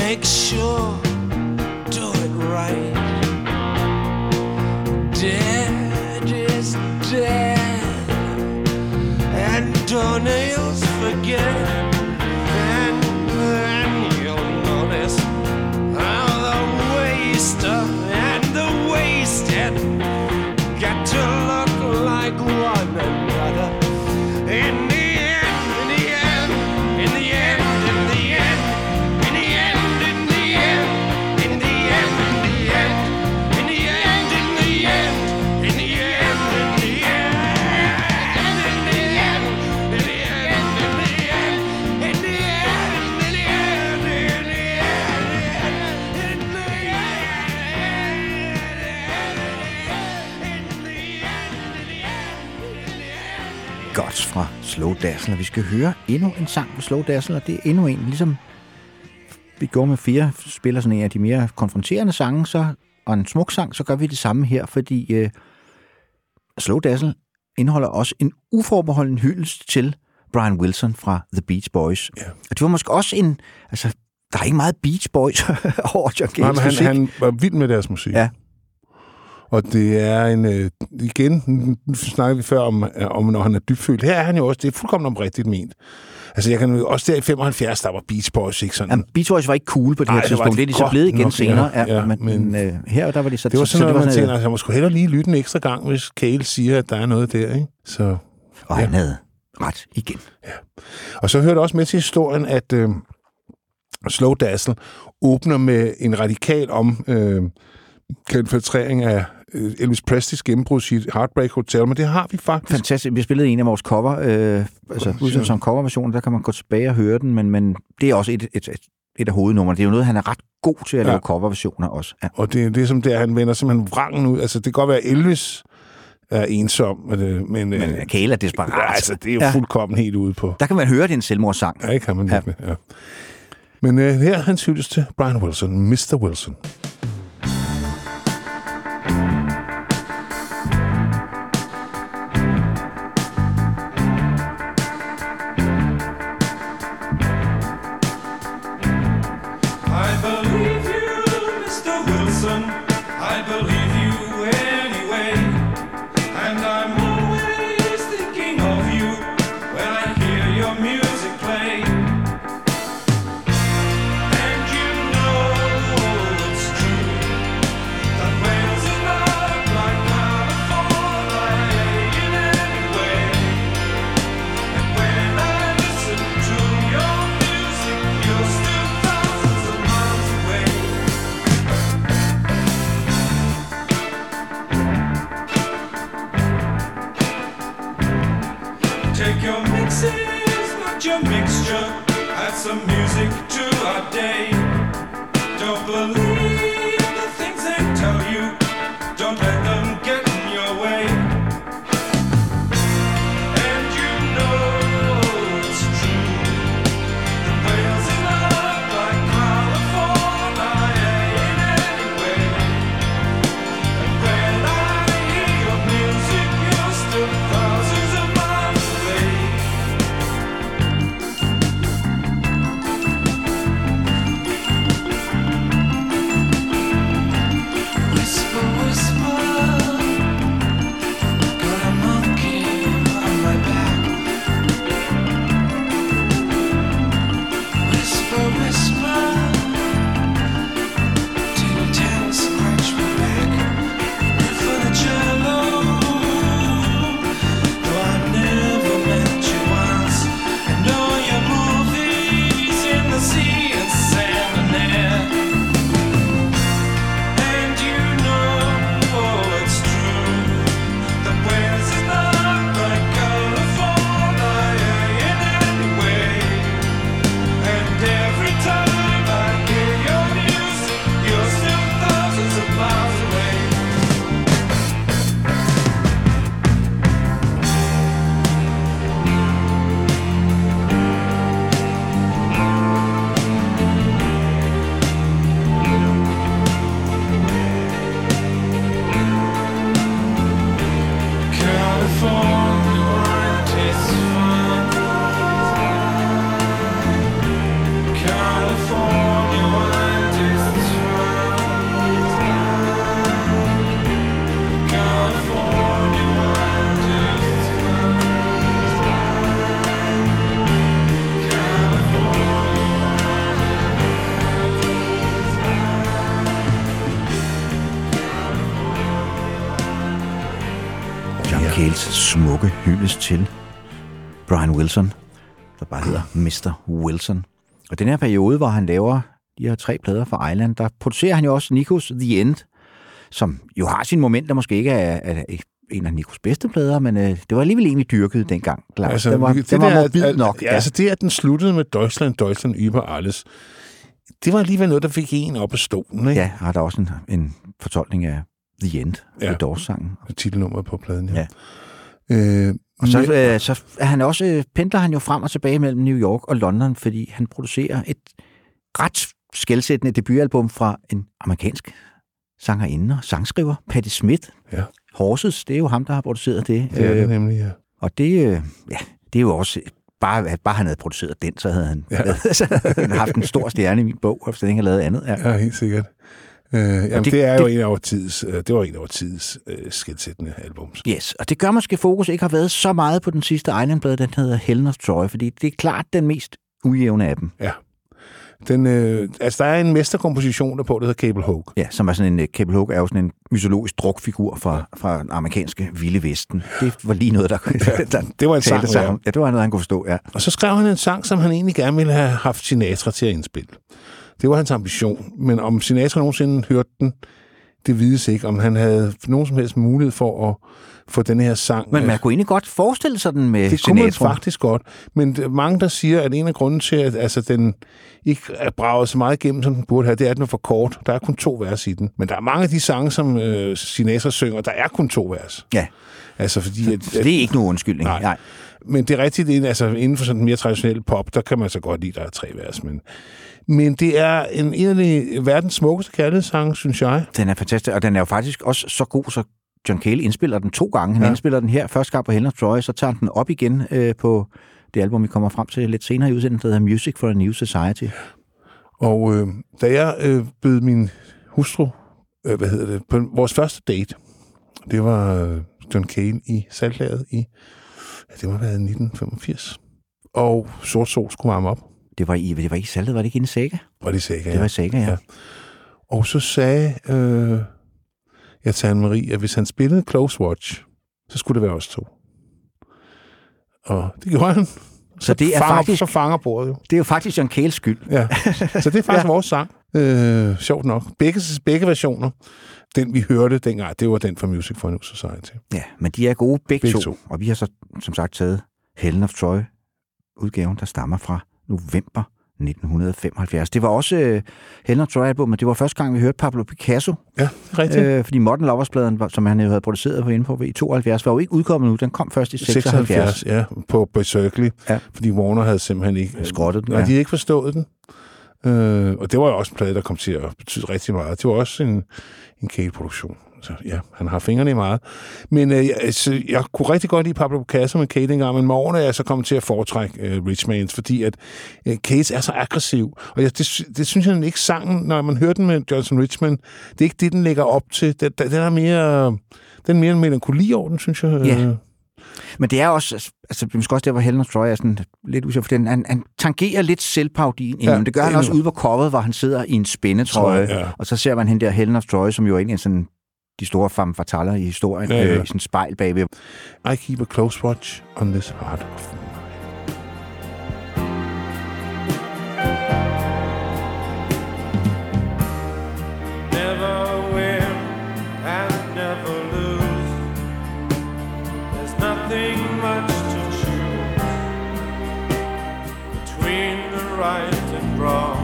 make sure, do it right. Dead is dead, and toenails forget. And then you'll notice how the waster and the wasted get to look like one another. In the end, in the end, in the end, in the end, in the end, in the end, in the end, in the end, in the end, in the end, in the end, in the end, in the end, in the end, in the end, in the Godt fra Slow Dazzle, og vi skal høre endnu en sang med Slow Dazzle, og det er endnu en, ligesom vi går med 4, spiller sådan en af de mere konfronterende sange, så, og en smuk sang, så gør vi det samme her, fordi Slow Dazzle indeholder også en uforbeholden hyldest til Brian Wilson fra The Beach Boys. Yeah. Og det var måske også en, altså, der er ikke meget Beach Boys over John Cales musik. Han var vild med deres musik. Ja. Og det er en, igen, nu snakker vi før om når han er dybfølt. Her er han jo også, det er fuldkommen oprigtigt ment. Altså, jeg kan også der i 75, der var Beach Boys, ikke sådan? Jamen, Beach Boys var ikke cool på det her tidspunkt. Det er de så blevet igen nok, senere. Ja, men her, der var de så... Det var sådan noget, man tænker, altså, jeg må sgu hellere lige lytte en ekstra gang, hvis Cale siger, at der er noget der, ikke? Så, og han havde ret igen. Ja. Og så hørte også med til historien, at Slow Dazzle åbner med en radikal infiltrering af Elvis Presleys gennembrudshit Heartbreak Hotel, men det har vi faktisk. Fantastisk. Vi spillede en af vores cover, udsendt som coverversion, der kan man gå tilbage og høre den, men det er også et af hovednummerne. Det er jo noget, han er ret god til at lave coverversioner også. Ja. Og det er som der, han vender simpelthen vrangen ud. Altså, det kan godt være, Elvis er ensom, men Cale er desperat. Ja, altså, det er jo fuldkommen helt ude på. Der kan man høre, det er en selvmordssang. Ja, det kan man virkelig, ja. Men her er hans hyldest til Brian Wilson, Mr. Wilson. It's Cales smukke hyldest til Brian Wilson, der bare hedder Mr. Wilson. Og den her periode, hvor han laver de her 3 plader for Island, der producerer han jo også Nikos The End, som jo har sine momenter, måske ikke er en af Nikos bedste plader, men det var alligevel egentlig dyrket dengang. Altså, den var mobil nok. Ja. Altså det, at den sluttede med Deutschland über alles, det var alligevel noget, der fik en op af stolen, ikke? Ja, har der også en fortolkning af The End, The Doors-sangen. Titelnummeret på pladen, ja. Og så er han også, pendler han jo frem og tilbage mellem New York og London, fordi han producerer et ret skelsættende debutalbum fra en amerikansk sangerinde og sangskriver, Patti Smith. Ja. Horses, det er jo ham, der har produceret det. Det er det nemlig, ja. Og det er jo også, bare han havde produceret den, så havde han, haft en stor stjerne i min bog, hvis han ikke havde lavet andet. Ja, helt sikkert. Jamen, det er jo en af vores tids skelsættende albums. Yes, og det gør måske, fokus ikke har været så meget på den sidste Island-plade, den hedder Helen of Troy, fordi det er klart den mest ujævne af dem. Ja. Der er en mesterkomposition der på, der hedder Cable Hogue. Ja, som er sådan en, Cable Hogue er jo sådan en mytologisk drukfigur fra den amerikanske vilde vesten. Det var lige noget, der det var en sang, ja. Ja, det var noget, han kunne forstå, ja. Og så skrev han en sang, som han egentlig gerne ville have haft Sinatra til at indspille. Det var hans ambition, men om Sinatra nogensinde hørte den, det vides ikke, om han havde nogen som helst mulighed for at få den her sang. Men man kunne egentlig godt forestille sig den med Sinatra. Det kunne man faktisk godt, men mange, der siger, at en af grunden til, at den ikke er braget så meget igennem, som den burde have, det er, at den er for kort. Der er kun 2 vers i den. Men der er mange af de sange, som Sinatra synger, der er kun 2 vers. Ja. Altså, fordi så det er ikke nogen undskyldning. Nej. Men det er rigtigt, inden for sådan en mere traditionel pop, der kan man så godt lide, der er 3 vers, men det er en af verdens smukkeste kærlighedssange, synes jeg. Den er fantastisk, og den er jo faktisk også så god, så John Cale indspiller den 2 gange. Han indspiller den her første gang på Helen of Troy, så tager han den op igen på det album, vi kommer frem til lidt senere i udsendelsen, der hedder Music for a New Society. Og da jeg bød min hustru, på vores første date, det var John Cale i Saltlageret i, det må have været 1985, og Sort Sol skulle varme op. Det var i Saltet, var det ikke inde i Saga? Var det Saga, Det var i Saga, ja. Og så sagde jeg til Anne-Marie, at hvis han spillede Close Watch, så skulle det være os 2. Og det gjorde han. Så det er faktisk... Så fanger bordet jo. Det er jo faktisk John Cales skyld. Ja, så det er faktisk vores sang. Sjovt nok. Begge versioner. Den, vi hørte dengang, det var den fra Music for a New Society. Ja, men de er gode begge to. Og vi har så, som sagt, taget Helen of Troy-udgaven, der stammer fra november 1975. Det var også Helen of Troy-albumet. Det var første gang, vi hørte Pablo Picasso. Ja, det er rigtigt. Fordi Modern Lovers-pladen, som han havde produceret på Info i 72, var jo ikke udkommet nu. Den kom først i 76. Ja, på Berkeley. Ja. Fordi Warner havde simpelthen ikke... skrottet den. Nej, de havde ikke forstået den. Og det var jo også en plade, der kom til at betyde rigtig meget. Det var også en Cale-produktion. Så ja, han har fingrene i meget. Men jeg kunne rigtig godt lide Pablo Picasso med Cale dengang, men med årene er jeg så kommet til at foretrække Richmans, fordi at Cale er så aggressiv. Og det synes jeg ikke sangen, når man hører den med Johnson Richman, det er ikke det, den lægger op til. Den er mere en melankoli over den, synes jeg. Ja. Men det er også, altså måske også der, hvor Helen of Troy er sådan lidt usikker, for han tangerer lidt selvparodien. Ja, det gør han også ude på coveret, hvor han sidder i en spændetrøje, og så ser man hende der Helen of Troy, som jo egentlig er sådan de store femme fatale i historien, i sådan en spejl bagved. I keep a close watch on this heart of mine. Never win and never lose. There's nothing much to choose between the right and wrong.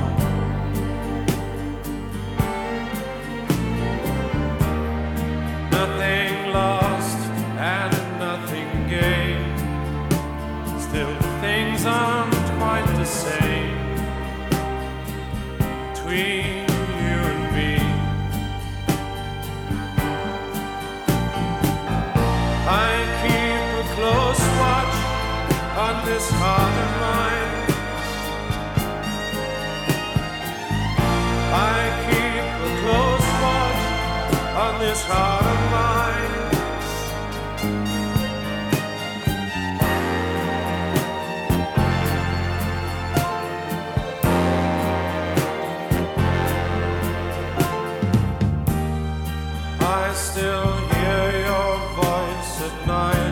Nothing lost and nothing gained. Still things aren't quite the same between you and me. I keep a close watch on this heart of mine. I keep a close watch on this heart of mine. I still hear your voice at night.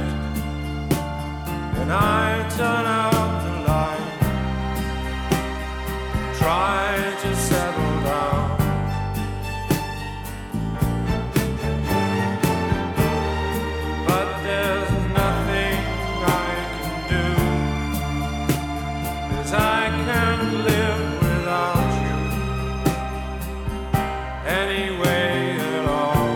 when I turn out the light, try to settle down. But there's nothing I can do, 'cause I can't live without you anyway at all.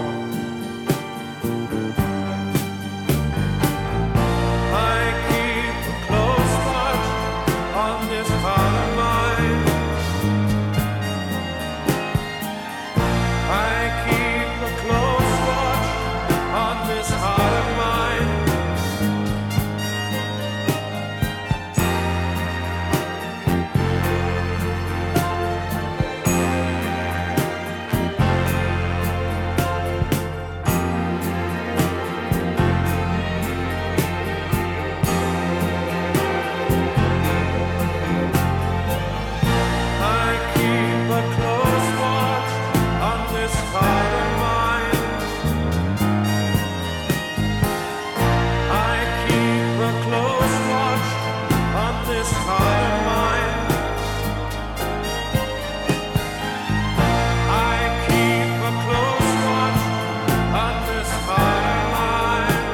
I keep a close watch on this heart of mine. I keep a close watch on this heart of mine. I keep a close watch on this heart of mine. I keep a close watch on this heart of mine. I keep a close watch on this heart of mine.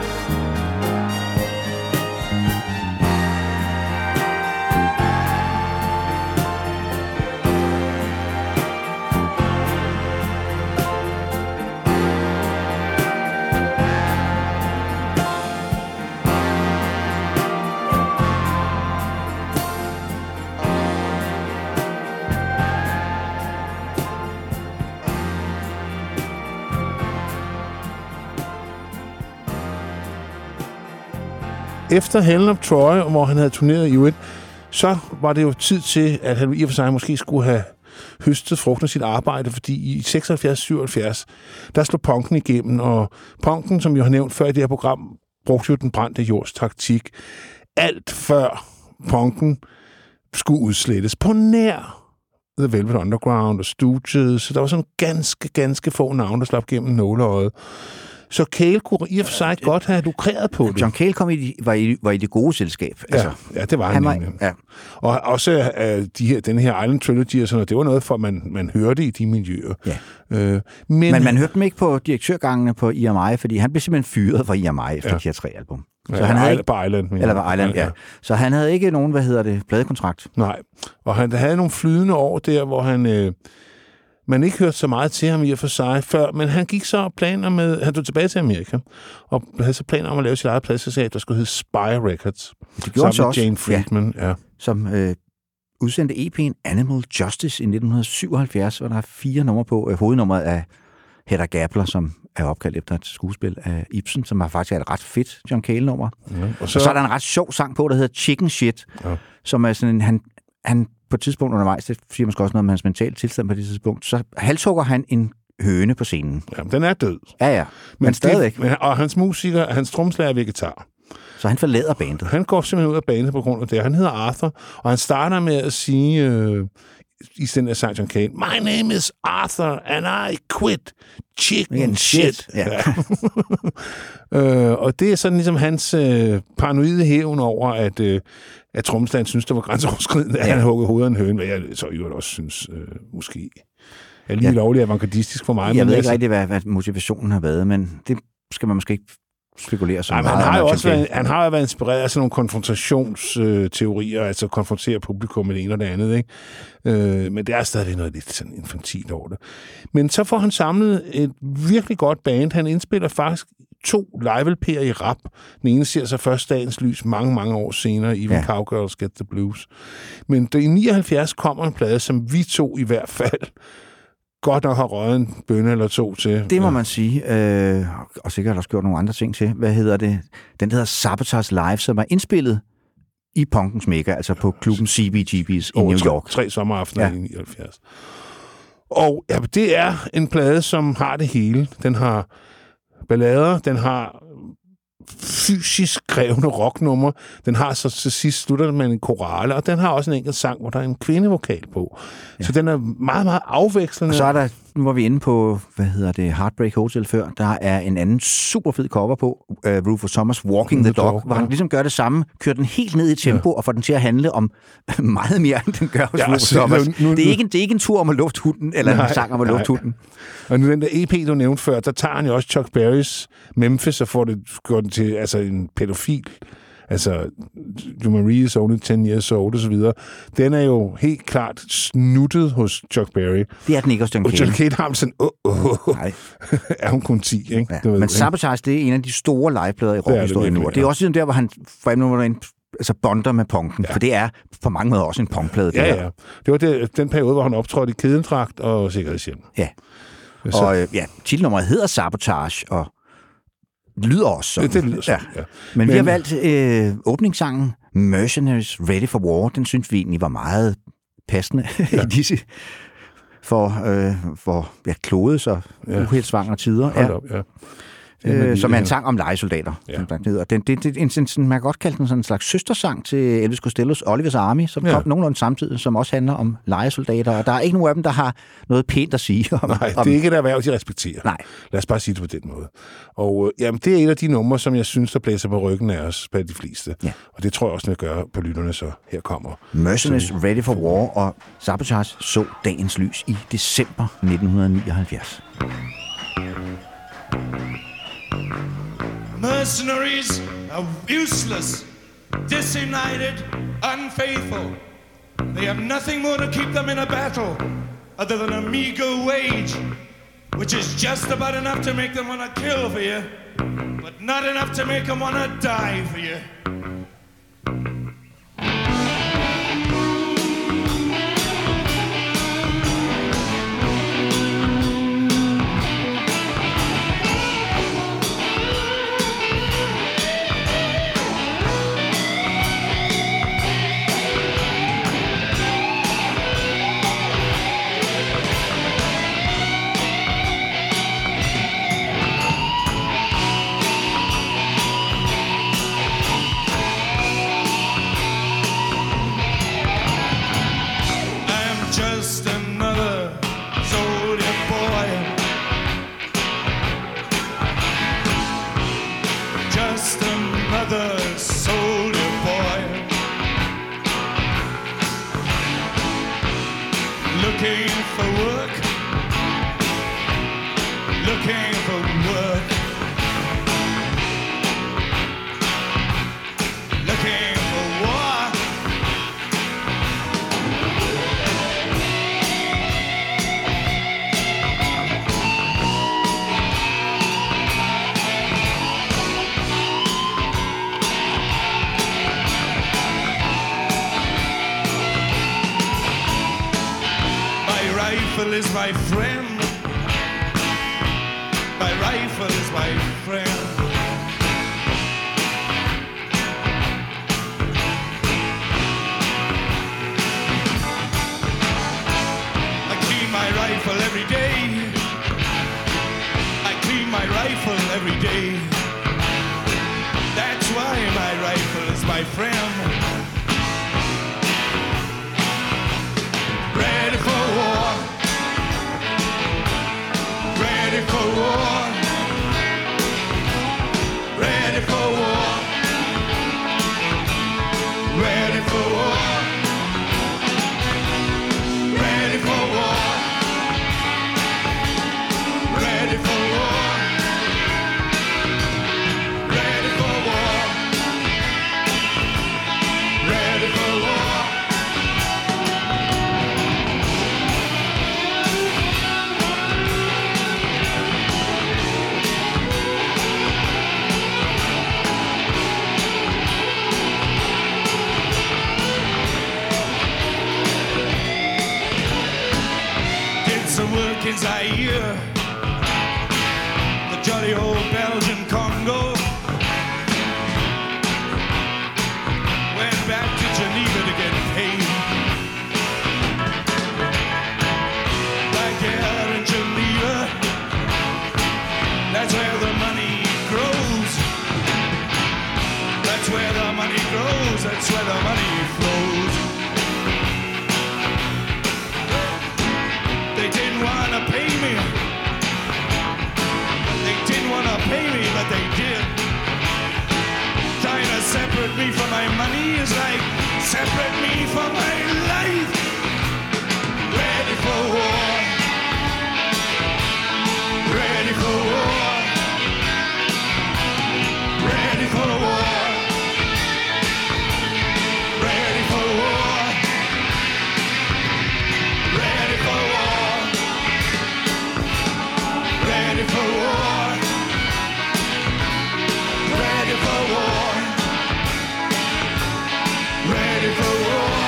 Efter Helen of Troy, hvor han havde turneret i U1, så var det jo tid til, at han i og for sig måske skulle have høstet frugten af sit arbejde, fordi i 76-77, der slog punken igennem, og punken, som jeg har nævnt før i det her program, brugte jo den brændte jords taktik. Alt før punken skulle udslettes på nær The Velvet Underground og Stooges, så der var sådan ganske få navne, der slap gennem nåleøjet. Så Cale kunne i og for sig godt have lukreret på det. John Cale var i det gode selskab. Altså, ja, det var han. Ja. Og også den her Island Trilogy og sådan noget, det var noget for, man hørte i de miljøer. Ja. Men man hørte dem ikke på direktørgangene på EMI, fordi han blev simpelthen fyret fra EMI efter de her 3 album. Så han havde ikke, på Island. Eller på Island, ja. Så han havde ikke nogen, pladekontrakt. Nej, og han havde nogle flydende år der, hvor man ikke hørte så meget til ham i og for sig før, men han gik så planer med, han tog tilbage til Amerika, og havde så planer om at lave sit eget pladsselskab, der skulle hedde Spy Records. Det gjorde så også. Jane Friedman, ja. Som udsendte EP'en Animal Justice i 1977, hvor der er 4 numre på. Hovednummeret af Hedda Gabler, som er opkaldt efter et skuespil af Ibsen, som har faktisk et ret fedt John Cale-nummer. Ja, og så er der en ret sjov sang på, der hedder Chicken Shit, som er sådan han på et tidspunkt undervejs, det siger måske også noget om hans mentale tilstand på det tidspunkt, så halshugger han en høne på scenen. Jamen, den er død. Ja, men stadigvæk. Og hans musiker, hans tromslager er vegetar. Så han forlader bandet. Han går simpelthen ud af bandet på grund af det. Han hedder Arthur, og han starter med at sige i den der sang John Cale, My name is Arthur, and I quit chicken shit. Ja. Og det er sådan ligesom hans paranoide hævn over, at trommeslageren synes, det var grænseoverskridende, at han huggede hovedet af en høne, hvad jeg så i øvrigt også synes måske er lige lovligt avantgardistisk for mig. Jeg ved ikke rigtig, hvad motivationen har været, men det skal man måske ikke spekulere så meget. Han har jo været inspireret af sådan nogle konfrontationsteorier, altså konfrontere publikum med det ene og det andet, ikke? Men det er stadig noget lidt sådan infantilt over det. Men så får han samlet et virkelig godt band. Han indspiller faktisk 2 live-LP'er i rap. Den ene ser så først dagens lys mange år senere, Even Cowgirls Get the Blues. Men i 79 kommer en plade, som vi to i hvert fald godt nok har røget en bønne eller 2 til. Det må man sige. Og sikkert også gjort nogle andre ting til. Hvad hedder det? Den hedder Sabotage Live, som er indspillet i punkens mega, altså på klubben CBGB's i New York. 3 sommeraftener i 79. Og ja, det er en plade, som har det hele. Den har ballader, den har fysisk skrevne rocknummer, den har så til sidst slutter med en korale, og den har også en enkelt sang, hvor der er en kvindevokal på. Ja. Så den er meget afvekslende. Og så er der nu var vi inde på, Heartbreak Hotel før. Der er en anden super fed cover på, Rufus Thomas' Walking the Dog, hvor han ligesom gør det samme, kører den helt ned i tempo og får den til at handle om meget mere, end den gør hos Rufus Thomas. Det er ikke en tur om at lufte hunden, eller en sang om at lufte hunden. Og nu den der EP, du nævnte før, der tager han jo også Chuck Berrys Memphis og går den til en pædofil. Altså, Marie is only 10 years old, og så videre. Den er jo helt klart snuttet hos Chuck Berry. Det er den ikke hos John Cale. Og John Cale har sådan, er hun kun 10, ikke? Ja. Men Sabotage, det er en af de store liveplader i rockhistorien nu. Og det er også sådan der, hvor han for eksempel bonder med punken, for det er på mange måder også en punkplade. Ja. Det var den periode, hvor han optrådte i kedeldragt og sikkerhedshjem. Ja. Og titelnummeret hedder Sabotage, og lyder også sådan. Det lyder sådan, ja. Men vi har valgt åbningssangen Mercenaries Ready for War. Den synes vi egentlig var meget passende i disse for klodes og uheldsvangre tider. Hold op, ja. Som er en sang om lejesoldater. Man kan godt kalde den sådan en slags søstersang til Elvis Costellos Oliver's Army, som kom nogenlunde samtidig, som også handler om lejesoldater. Og der er ikke nogen af dem, der har noget pænt at sige om. Nej, det er ikke et erhverv, de respekterer. Nej. Lad os bare sige det på den måde. Og det er et af de numre, som jeg synes, der blæser på ryggen af os på de fleste. Ja. Og det tror jeg også, at gør på lytterne, så her kommer. Mercenaries Ready for War og Sabotage så dagens lys i december 1979. Mercenaries are useless, disunited, unfaithful. They have nothing more to keep them in a battle other than a meager wage, which is just about enough to make them want to kill for you, but not enough to make them want to die for you. Is my friend. My rifle is my friend. I clean my rifle every day. I clean my rifle every day. That's why my rifle is my friend. Ready for war. Ready for war. Ready for war. Ready for war. Ready for war. Ready for war. Ready for war. Ready for war. In Zaire, the jolly old Belgian Congo, went back to Geneva to get paid. Back there in Geneva, that's where the money grows. That's where the money grows. That's where the money flows. They didn't want want to pay me. They didn't want to pay me, but they did. Trying to separate me from my money is like separate me from my life. Ready for war. Ready for war. Ready for war. Ready for war. Ready for war. Ready for war. Ready for war. Ready for war.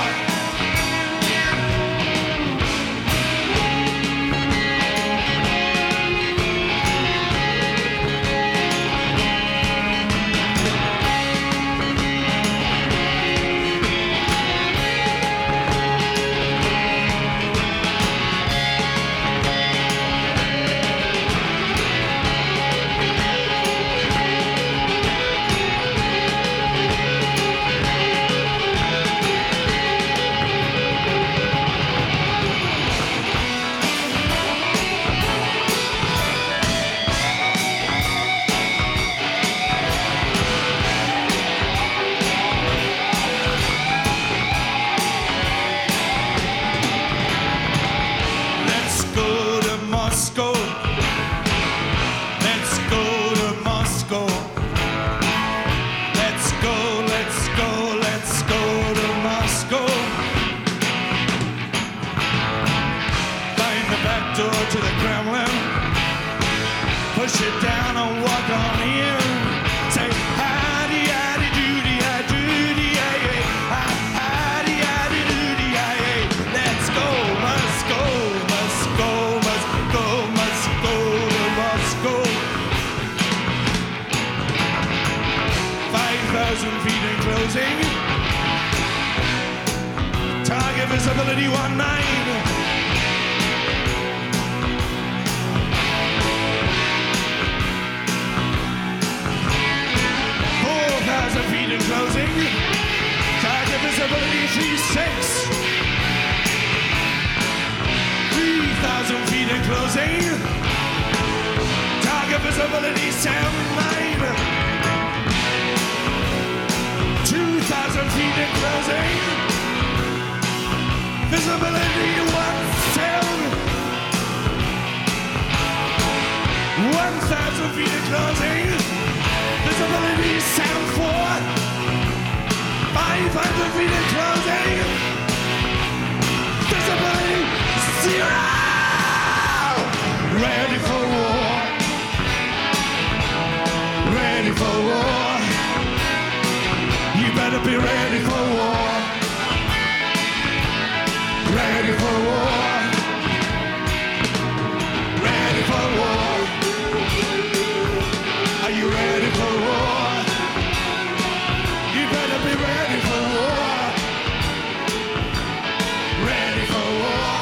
Push it down and walk on in. Say, howdy, howdy, doody, doody, howdy, howdy, doody, let's go, must go, must go, must go, must go, must go. 5,000 feet in closing. Target visibility 19. Feet in closing. Target visibility 36. 3,000 feet in closing. Target visibility 79. 2,000 feet in closing. Visibility 17. 1,000 feet in closing. Visibility 74. 500 feet in closing. Visibility 0. Ready for war. Ready for war. You better be ready for war. Ready for war. Ready for war. Are you ready for war? You better be ready for war. Ready for war.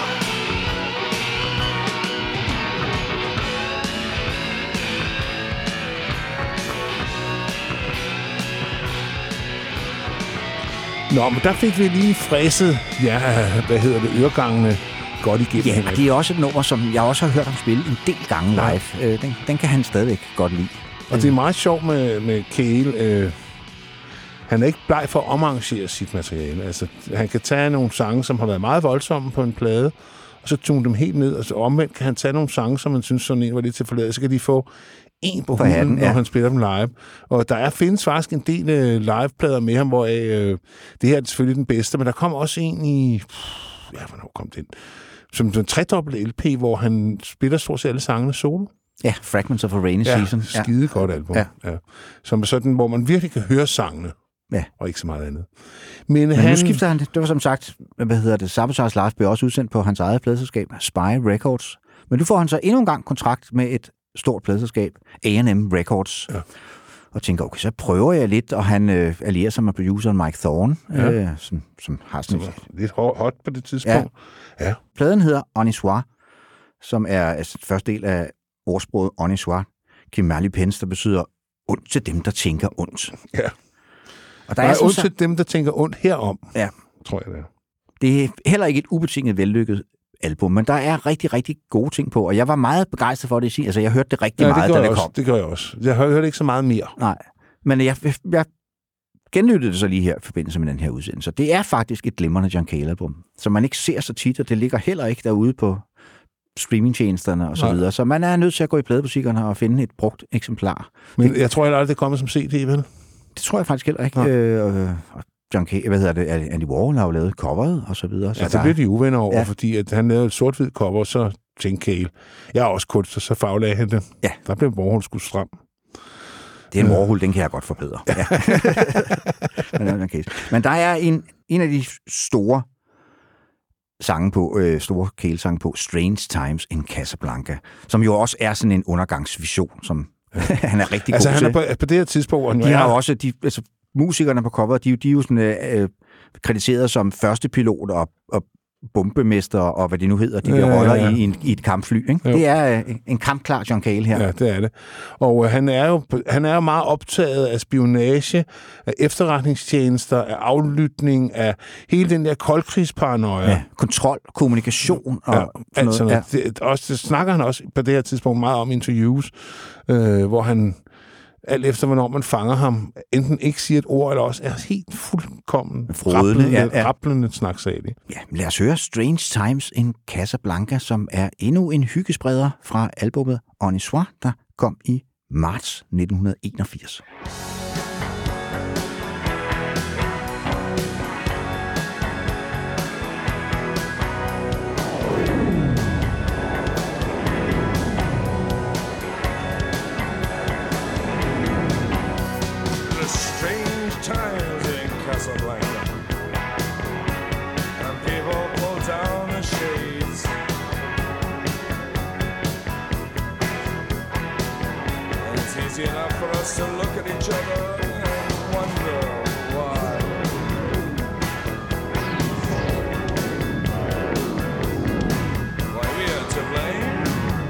Nå, men der fik vi lige fræset, øregangene godt igennem. Ja, og det er også et nummer, som jeg også har hørt ham spille en del gange live. Den kan han stadigvæk godt lide. Og det er meget sjovt med Cale. Han er ikke bleg for at omarrangere sit materiale. Altså, han kan tage nogle sange, som har været meget voldsomme på en plade, og så tune dem helt ned. Og så omvendt kan han tage nogle sange, som man synes sådan en var lidt til forladet. Så kan de få en på huden, når han spiller dem live. Og der findes faktisk en del liveplader med ham, hvor det her er selvfølgelig den bedste, men der kom også en i... hvornår kom den? Som en tredobbelt LP, hvor han spiller stort set alle sangene solo. Ja, Fragments of a Rainy Season. Skide godt album. Ja. Som sådan, hvor man virkelig kan høre sangene. Ja. Og ikke så meget andet. Men nu skifter han, det var som sagt, Sabotage Live blev også udsendt på hans eget pladeselskab, Spy Records. Men nu får han så endnu en gang kontrakt med et stort pladeselskab, A&M Records. Ja. Og tænker, okay, så prøver jeg lidt, og han allierer sig med produceren Mike Thorne, som har sådan lidt hot på det tidspunkt. Ja. Pladen hedder On Soir, som er første del af ordsproget On Soir, Kimalipens, der betyder ondt til dem, der tænker ondt. Ja. Og der er ondt til dem, der tænker ondt herom, tror jeg det er. Det er heller ikke et ubetinget vellykket album, men der er rigtig, rigtig gode ting på, og jeg var meget begejstret for det. Altså, jeg hørte det rigtig meget, da det kom. Det gør jeg også. Jeg hørte ikke så meget mere. Nej, men jeg genlyttede det så lige her i forbindelse med den her udsendelse. Det er faktisk et glimrende John Cale-album, som man ikke ser så tit, og det ligger heller ikke derude på streamingtjenesterne og så videre. Så man er nødt til at gå i pladebutikkerne og finde et brugt eksemplar. Men jeg tror heller aldrig, det kommer som CD, vel? Det tror jeg faktisk heller ikke. John Cale, Andy Warhol har jo lavet coveret og så videre. Så det blev de uvenner over, fordi at han lavede et sort-hvid cover, så tænkte Cale, jeg er også kunstner, så faglagde han det. Ja. Der blev Warhol sgu stram. Det er en Warhol, den kan jeg godt forbedre. Ja. Men der er en af de store sange på, store Cale-sange på, Strange Times in Casablanca, som jo også er sådan en undergangsvision, som han er rigtig god til. Altså han er på det her tidspunkt... De har jo også, musikerne på coveret, de er jo sådan krediteret som første pilot og bombemester og hvad det nu hedder, de der roller i et kampfly. Ikke? Det er en kampklar John Cale her. Ja, det er det. Og han er jo meget optaget af spionage, af efterretningstjenester, af aflytning, af hele den der koldkrigsparanoia. Ja, kontrol, kommunikation og alt sådan noget. Det snakker han også på det her tidspunkt meget om interviews, hvor han alt efter, hvornår man fanger ham, enten ikke siger et ord, eller også er helt fuldkommen rablende snaksalig. Ja, lad os høre Strange Times in Casablanca, som er endnu en hyggespreder fra albumet On y Soir, der kom i marts 1981. Enough for us to look at each other and wonder why. Why we are to blame?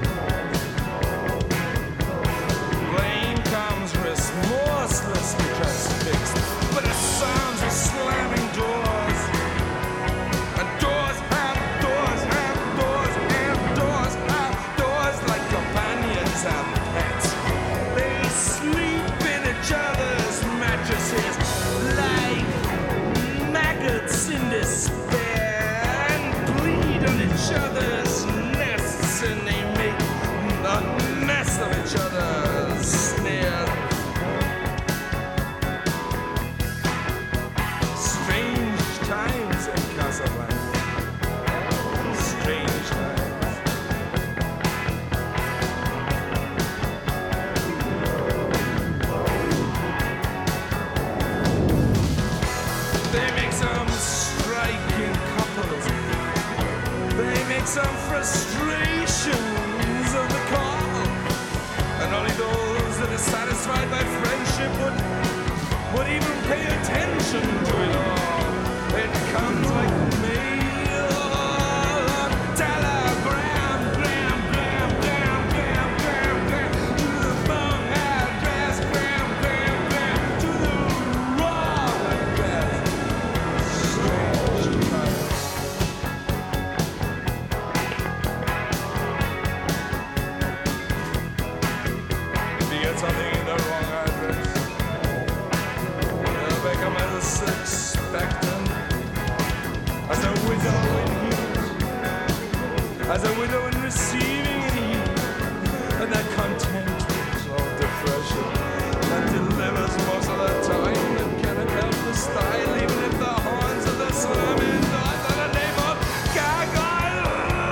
Blame comes remorselessly transfixed, but it sounds of slamming doors. And doors have doors have doors have doors have doors like companions have pets. Sleep in each other's mattresses like maggots in despair, and bleed on each other's nests, and they make a mess of each other's snares. Strange times in Casablanca. Strange times. Some frustrations of the call, and only those that are satisfied by friendship would even pay attention to it all. It comes like mail, telegram, gram, gram, gram, gram, gram, gram, to the wrong address, gram, gram, gram, to the wrong address. Strange times. Something in the wrong address. They'll become as expectant as a widow in heat, as a widow in receiving heat, and that contentment of depression that delivers most of the time, that cannot help the style, even if the horns of the slamming doors are the name of gargoyle.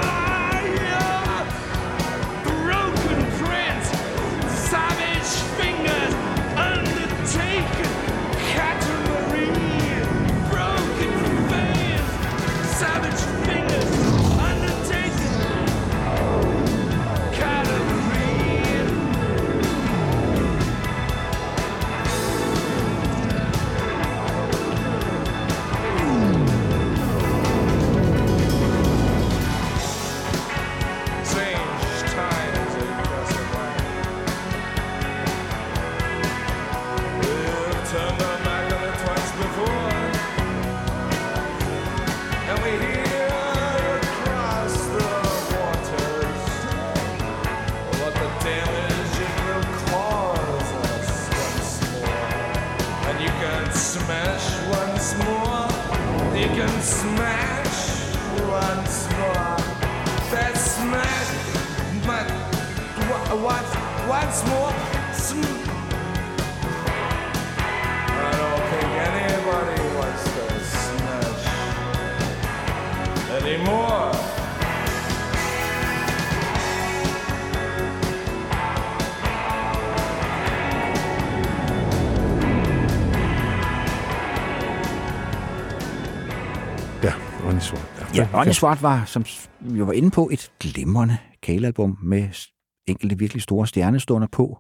Broken prince, savage fingers, undertaken, Catamarie, broken veins, savage fingers, undertaken, smash once more. That smash, but once more. I don't think anybody wants to smash anymore. Ja, Ronny Svart. Ja, Ronny Svart var, som vi var inde på, et glimrende Kale-album med enkelte virkelig store stjernestunder på.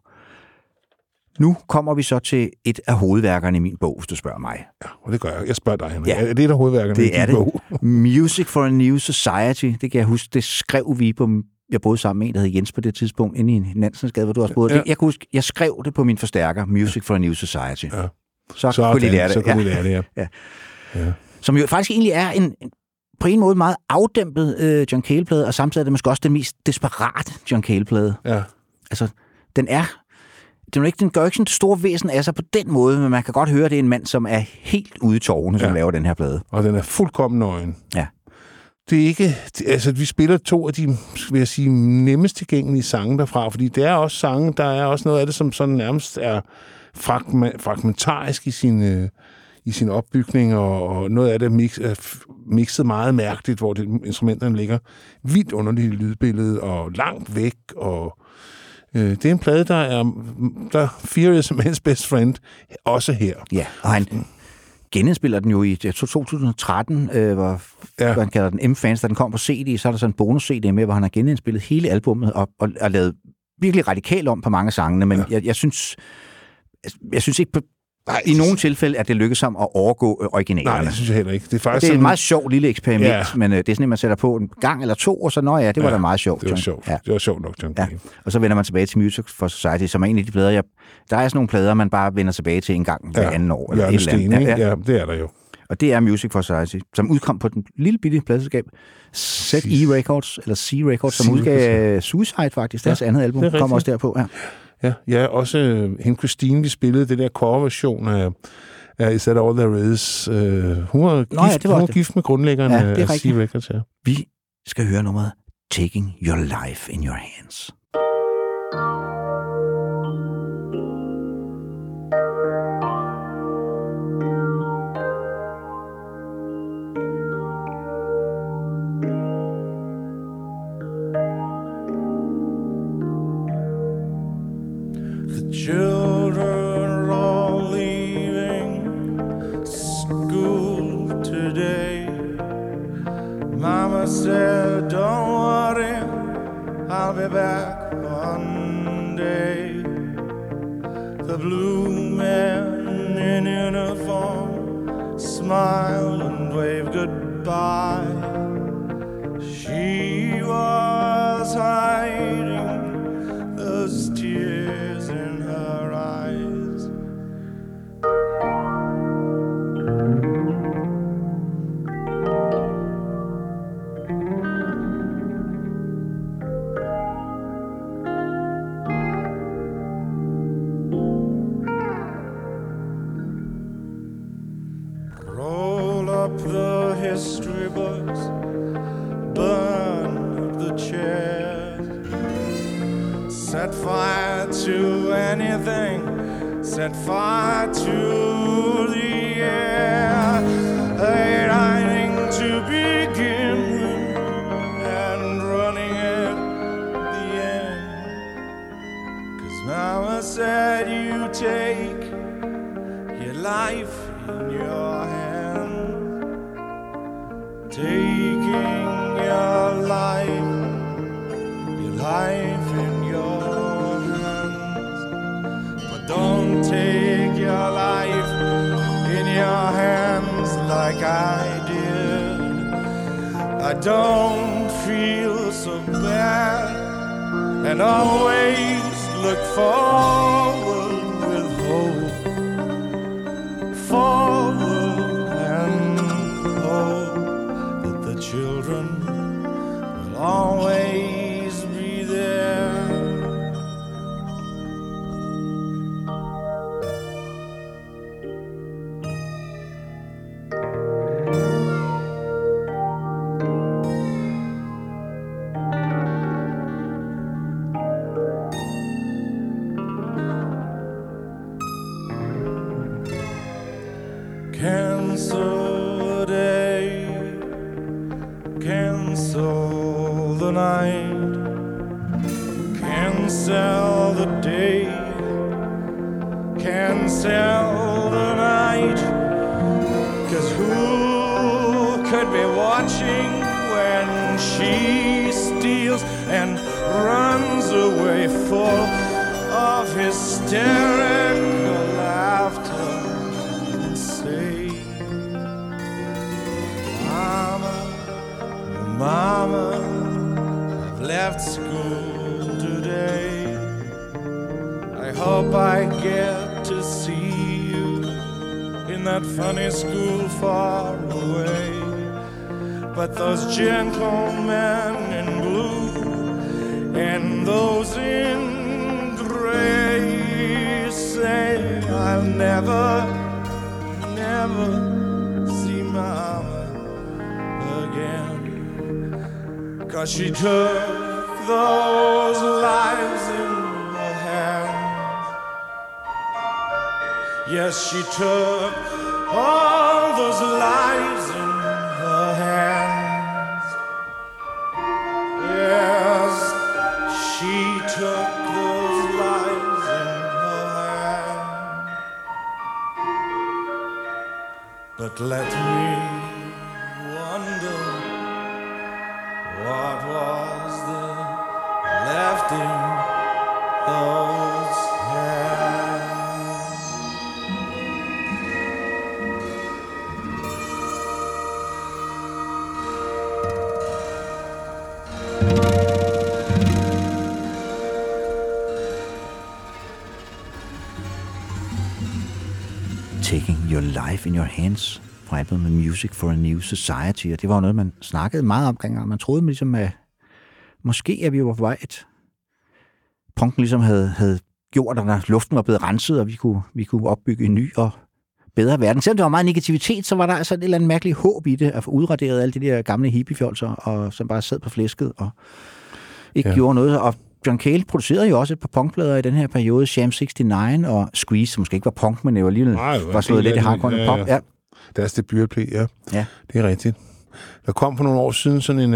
Nu kommer vi så til et af hovedværkerne i min bog, hvis du spørger mig. Ja, og det gør jeg. Jeg spørger dig, Henrik. Ja. Er det et af hovedværkerne i din bog? Music for a New Society. Det kan jeg huske, det skrev vi på... Jeg boede sammen med en, der hed Jens på det tidspunkt, inde i Nansensgade, hvor du også boede. Ja. Jeg kan huske, jeg skrev det på min forstærker, Music for a New Society. Ja. Så kunne de lære det. Så kunne de lære det, ja. Ja. Som jo faktisk egentlig er en på en måde meget afdæmpet John Cale-plade, og samtidig er det måske også den mest desperate John Cale-plade. Ja. Altså, den gør ikke sådan et stort væsen af sig på den måde, men man kan godt høre, at det er en mand, som er helt ude i tårne, som laver den her plade. Og den er fuldkommen nøgen. Ja. Det er ikke... Altså, vi spiller to af de, vil jeg sige, nemmest tilgængelige sange derfra, fordi det er også sange, der er også noget af det, som sådan nærmest er fragmentarisk i sin opbygning, og noget af det er mixet meget mærkeligt, hvor instrumenterne ligger vildt underligt i lydbilledet og langt væk, og det er en plade, der Fear is a Man's Best Friend, også her. Ja, og han genindspiller den jo i 2013, hvor han kalder den M-Fans, da den kom på CD, så er der sådan en bonus-CD med, hvor han har genindspillet hele albummet og lavet virkelig radikalt om på mange af sangene, men jeg synes ikke i nogle tilfælde, at det lykkes ham at overgå originalerne. Nej, det synes jeg heller ikke. Det er et meget sjovt lille eksperiment, men det er sådan, at man sætter på en gang eller to, og så det var da meget sjovt. Det var sjovt. Ja. Det var sjovt nok, John Cale. Ja. Og så vender man tilbage til Music for Society, som er en af de plader, der er sådan nogle plader, man bare vender tilbage til en gang hver anden år. Eller et eller andet. Ja, det er der jo. Og det er Music for Society, som udkom på den lille bitte pladeselskab ZE Records, eller C Records, som udgav Suicide faktisk, deres andet album, kommer også derpå. Ja, også hende Christine, vi spillede det der coverversion af Is That All There Is. Hun var gift med grundlæggeren af C Records. Ja. Vi skal høre nummeret Taking Your Life in Your Hands. Children are all leaving school today. Mama said, don't worry, I'll be back one day. The blue man in uniform smiled and waved goodbye. She was hiding those tears in her eyes. Roll up the history books, burn up the chairs, set fire to anything, set fire to the air. Ain't hiding to begin with and running at the end. 'Cause Mama said you take your life in your hands, taking your life in your hands. But don't take your life in your hands like I did. I don't feel so bad and always look forward with hope. Forward and hope that the children will always be there. sell the day, can sell the night. 'Cause who could be watching when she steals and runs away full of hysterical laughter and say, Mama, Mama, I've left school today. I hope I get to see you in that funny school far away. But those gentlemen in blue and those in gray say I'll never, never see Mama again. 'Cause she took those lives in her hands. Yes, she took all those lives in her hands. Yes, she took those lives in her hands. But let me wonder, what was there left in those hands? Taking Your Life in Your Hands fra albumet Music for a New Society, og det var jo noget, man snakkede meget omkring, og man troede ligesom, at måske er vi jo på vej, at punken ligesom havde gjort, at luften var blevet renset, og vi kunne opbygge en ny og bedre verden. Selvom det var meget negativitet, så var der altså et eller andet mærkeligt håb i det, at få udraderet alle de der gamle hippiefjolser, og som bare sad på flæsket og ikke gjorde noget. Og John Cale producerede jo også et par punkplader i den her periode, Sham 69 og Squeeze, som måske ikke var punk, men det var alligevel var slået lidt i hardcore pop. Ja. Deres debut-LP, ja. Det er rigtigt. Der kom for nogle år siden sådan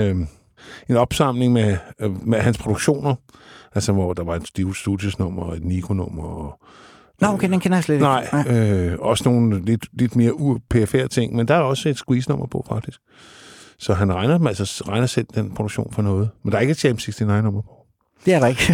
en opsamling med hans produktioner, altså hvor der var et Steve Studios-nummer og et Nico-nummer. Og, nå, okay, den kender jeg slet ikke. Nej, også nogle lidt mere perifære ting, men der er også et Squeeze-nummer på, faktisk. Så han regner selv den produktion for noget. Men der er ikke et Sham 69-nummer på. Det er rigtigt.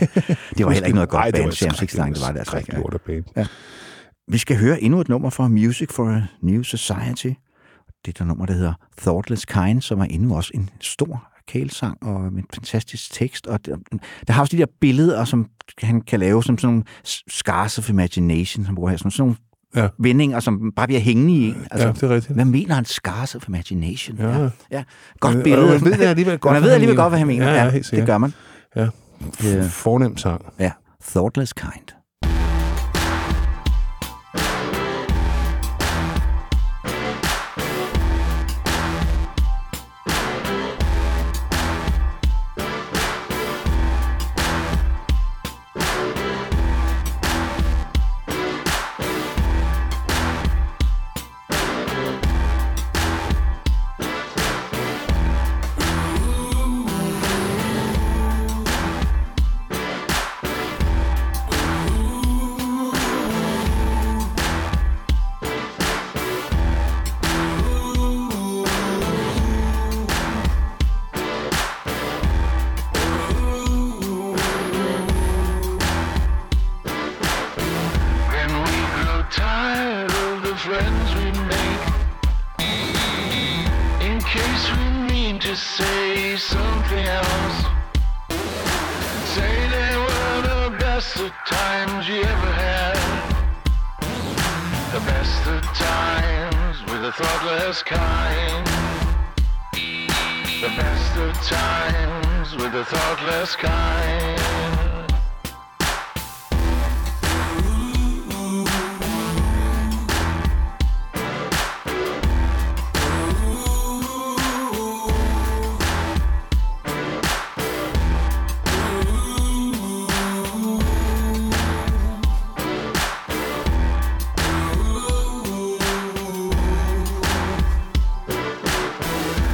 Det var heller ikke noget godt band, Sham 69, det var det altså ikke. Ja. Vi skal høre endnu et nummer fra Music for a New Society. Det er der nummer, der hedder Thoughtless Kind, som er endnu også en stor Cale-sang og en fantastisk tekst. Og der har også de der billeder, som han kan lave som sådan nogle scars of imagination, som bruger her, sådan nogle vendinger, som bare bliver hængende i en. Altså, det er rigtigt. Hvad mener han? Scars of imagination? Ja. Godt billede. Man ved alligevel godt, hvad han mener. Ja, det gør man. Ja. Fornemt sang. Ja. Thoughtless Kind.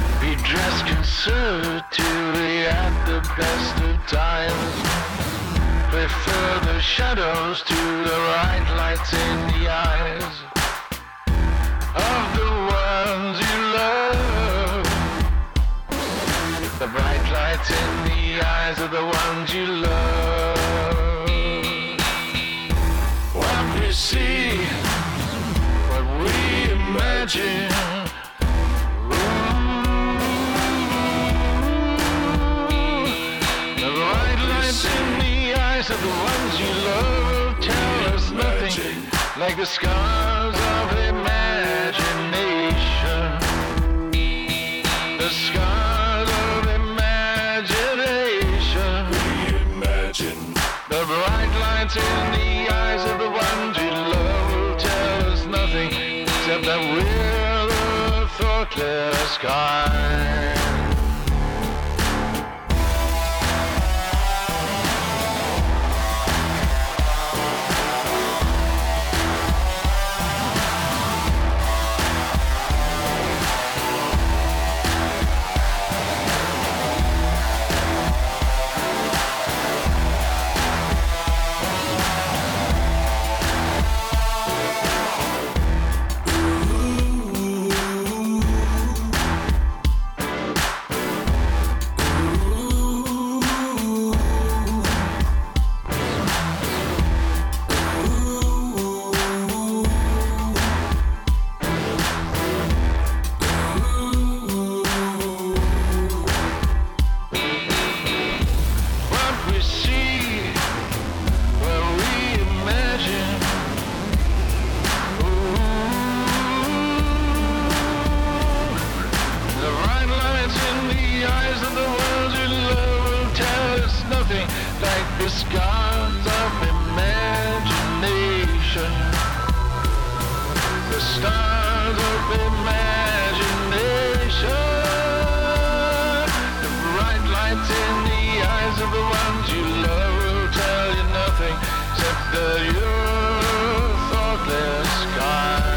Conservatively at the best of times. prefer the shadows to the bright lights in the eyes of the ones you love. The bright lights in the eyes of the ones you love. What we see, what we imagine. The bright lights in the eyes of the ones you love tell us nothing, like the scars of imagination. The scars of imagination. Reimagine. The bright lights in the eyes of the ones you love tell us nothing, except that we're the thoughtless kind. The scars of imagination. The stars of imagination. The bright lights in the eyes of the ones you love will tell you nothing except that you're thoughtless kind.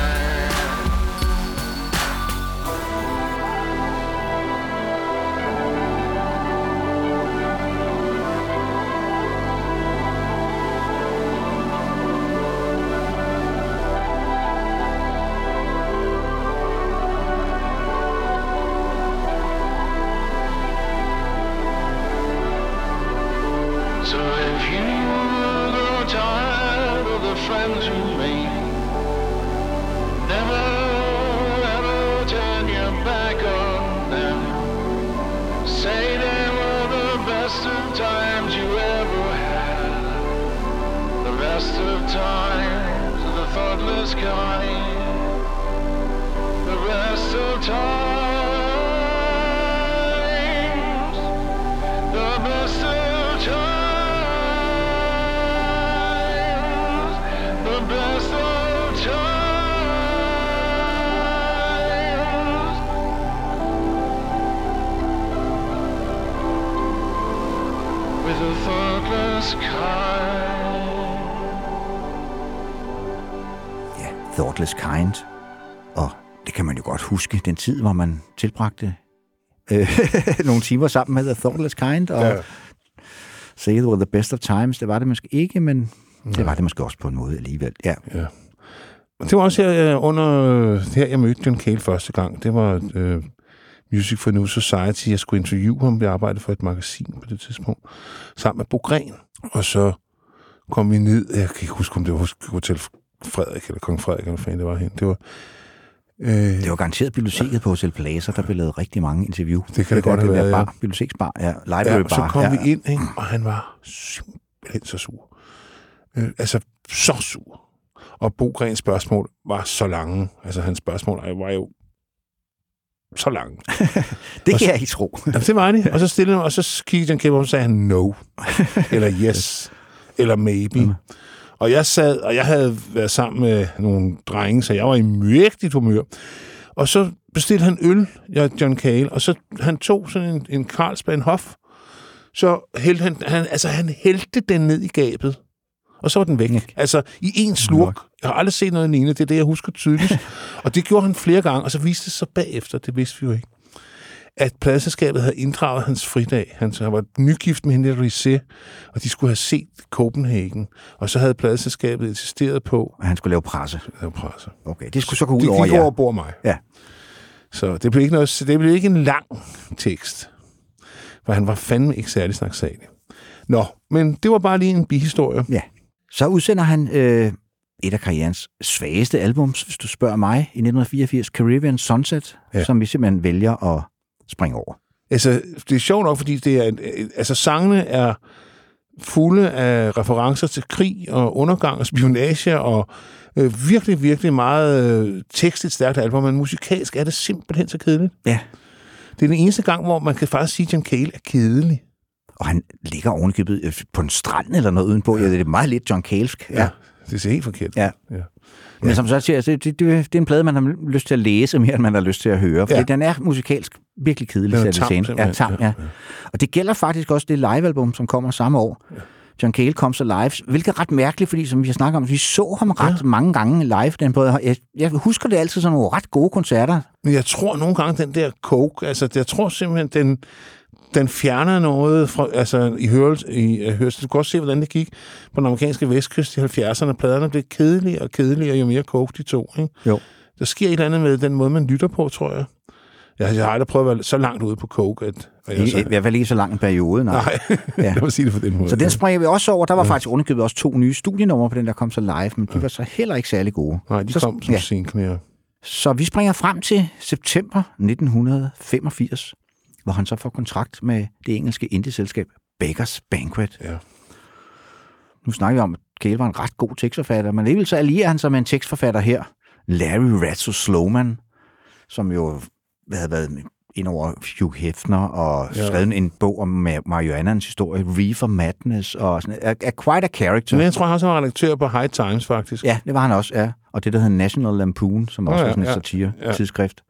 So if you grow tired of the friends you made, never ever turn your back on them. Say they were the best of times you ever had. The best of times of the thoughtless kind. The best of times. The best of times. Ja, Thoughtless Kind. Og det kan man jo godt huske, den tid, hvor man tilbragte nogle timer sammen med The Thoughtless Kind, og Say It Were The Best of Times. Det var det måske ikke, men det var det måske også på en måde alligevel. Ja. Det var også her jeg mødte John Cale første gang. Det var Music for New Society. Jeg skulle interviewe ham. Jeg arbejdede for et magasin på det tidspunkt. Sammen med Bo Gren. Og så kom vi ned. Jeg kan ikke huske, om det var Hotel Frederik eller Kong Frederik, eller hvad fanden det var hen. Det var garanteret biblioteket på Hotel Plaza, der blev lavet rigtig mange interview. Det kan det godt have været, bar, biblioteksbar, library bar. Så kom vi ind, ikke? Og han var simpelthen så sur. Altså, så sur. Og Bo Grens spørgsmål var så lange. Altså, hans spørgsmål var jo så lange. Det kan jeg ikke tro. Jamen, det var det. Og så stillede han, og så kiggede John Cale, og så sagde han no. Eller yes. Eller maybe. Og jeg sad, og jeg havde været sammen med nogle drenge, så jeg var i mægtigt humør. Og så bestilte han øl, John Cale, og så han tog sådan en Carlsberg Hof, så hældte han hældte den ned i gabet, og så var den væk. Altså, i en slurk. Jeg har aldrig set noget lignende, det er det, jeg husker tydeligt. Og det gjorde han flere gange, og så viste det sig bagefter, det vidste vi jo ikke, at pladeselskabet havde inddraget hans fridag. Han var nygift med hende Risset, og de skulle have set Copenhagen. Og så havde pladeselskabet insisteret på... at han skulle lave presse. Okay, det skulle så gå ud over jer. Det gik over bord mig. Ja. Så det blev ikke en lang tekst. For han var fandme ikke særlig snaksalig. Nå, men det var bare lige en bihistorie. Ja. Så udsender han et af karrierens svageste albums, hvis du spørger mig, i 1984, Caribbean Sunset, som vi simpelthen vælger at springe over. Altså, det er sjovt nok, fordi det er, sangene er fulde af referencer til krig og undergang og spionage og virkelig, virkelig meget tekstigt stærkt album, men musikalsk er det simpelthen så kedeligt. Ja. Det er den eneste gang, hvor man kan faktisk sige, at John Cale er kedelig. Og han ligger ovenikøbet på en strand eller noget udenpå. Ja, det er meget lidt John Calesk. Ja, det ser helt forkert. Ja. Men som sagt, det er en plade, man har lyst til at læse mere, end man har lyst til at høre. Fordi den er musikalsk virkelig kedelig. Den er tam, ja. Og det gælder faktisk også det livealbum, som kommer samme år. Ja. John Cale kom så live, hvilket er ret mærkeligt, fordi som vi har snakket om, vi så ham ret mange gange live. Jeg husker det altid som nogle ret gode koncerter. Men jeg tror nogle gange, den der coke, altså jeg tror simpelthen, den fjerner noget fra, altså i hørelse. Du kan også se, hvordan det gik på den amerikanske vestkyst i 70'erne. Pladerne blev kedeligere, jo mere coke de tog. Ikke? Jo. Der sker et eller andet med den måde, man lytter på, tror jeg. Jeg har aldrig prøvet at være så langt ude på coke, at... I hvert fald ikke så lang en periode, nej. Lad mig sige det på den måde. Så den springer vi også over. Der var faktisk underkøbet også 2 nye studienumre på den, der kom så live, men de var så heller ikke særlig gode. Nej, de kom som senknære. Så vi springer frem til september 1985, hvor han så får kontrakt med det engelske indie-selskab Beggars Banquet. Ja. Nu snakker vi om, at Cale var en ret god tekstforfatter, men alligevel så allierer han sig med en tekstforfatter her, Larry Ratso Sloman, som jo havde været ind over Hugh Hefner og skrevet en bog om Marihuana's historie, Reefer Madness og sådan er quite a character. Men jeg tror, han også var redaktør på High Times, faktisk. Ja, det var han også, ja. Og det, der hedder National Lampoon, som også er sådan et satire-tidsskrift.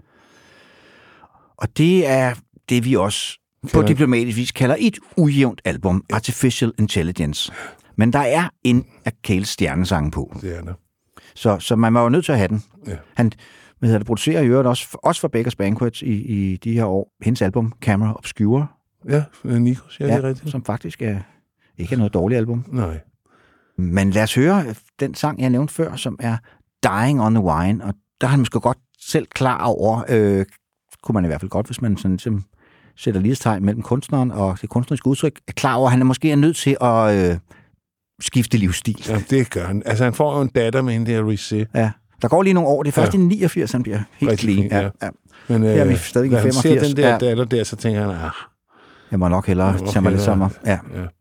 Og det er det, vi også på diplomatisk vis kalder et ujævnt album, Artificial Intelligence. Men der er en af Cales stjernesange på. Det er der. Så man var jo nødt til at have den. Ja. Han producerer i øvrigt også for Beggars Banquet i de her år. Hendes album, Camera Obscura. Ja, Nikos, det er rigtigt. Som faktisk ikke er noget dårligt album. Nej. Men lad os høre den sang, jeg nævnte før, som er Dying on the Wine, og der er han måske godt selv klar over, kunne man i hvert fald godt, hvis man sådan ligesom sætter lighedstegn mellem kunstneren og det kunstneriske udtryk, er klar over, at han måske er nødt til at skifte livsstil. Ja, det gør han. Altså, han får jo en datter med hende der Risset. Ja. Der går lige nogle år. Det er først i 89, han bliver helt clean. Ja. Men her er vi stadig i 85. Når han ser den der datter der, så tænker han, jeg må nok hellere tage mig lidt sommer. Ja.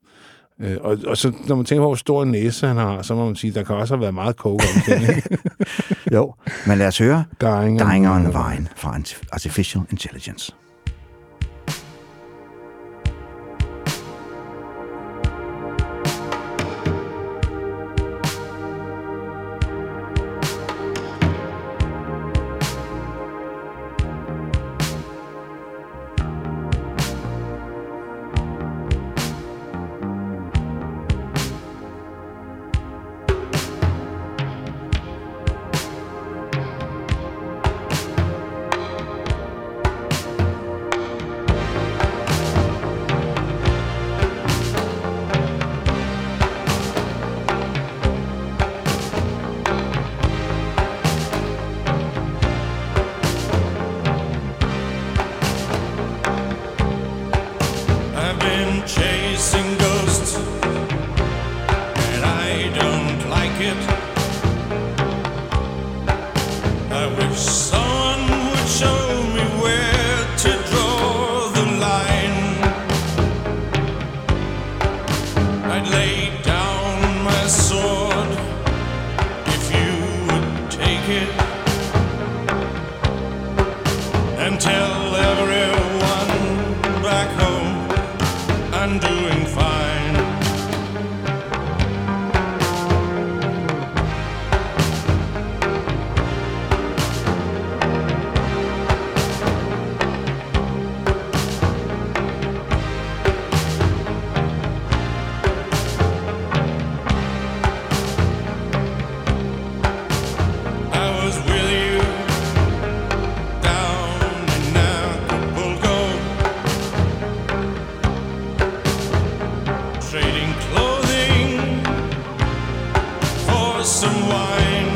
Og så, når man tænker på, hvor stor en næse han har, så må man sige, der kan også have været meget coke om den. Jo, men lad os høre Dying on the Vine fra Artificial Intelligence. some wine,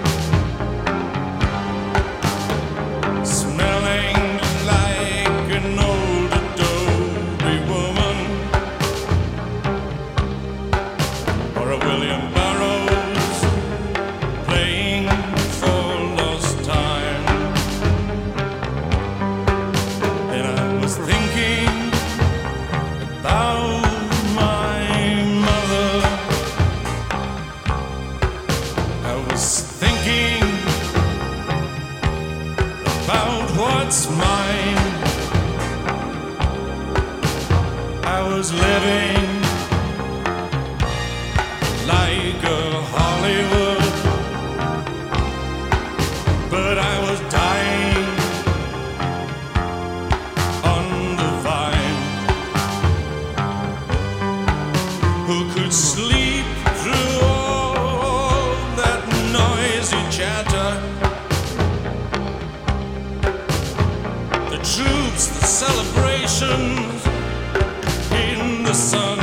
smelling like an old adobe woman, or a William Burroughs playing for lost time. And I was thinking about my mother. I was thinking about what's mine. I was living like a Hollywood, but I was dying on the vine. Who could sleep through all that noisy chatter? The troops, the celebrations in the sun.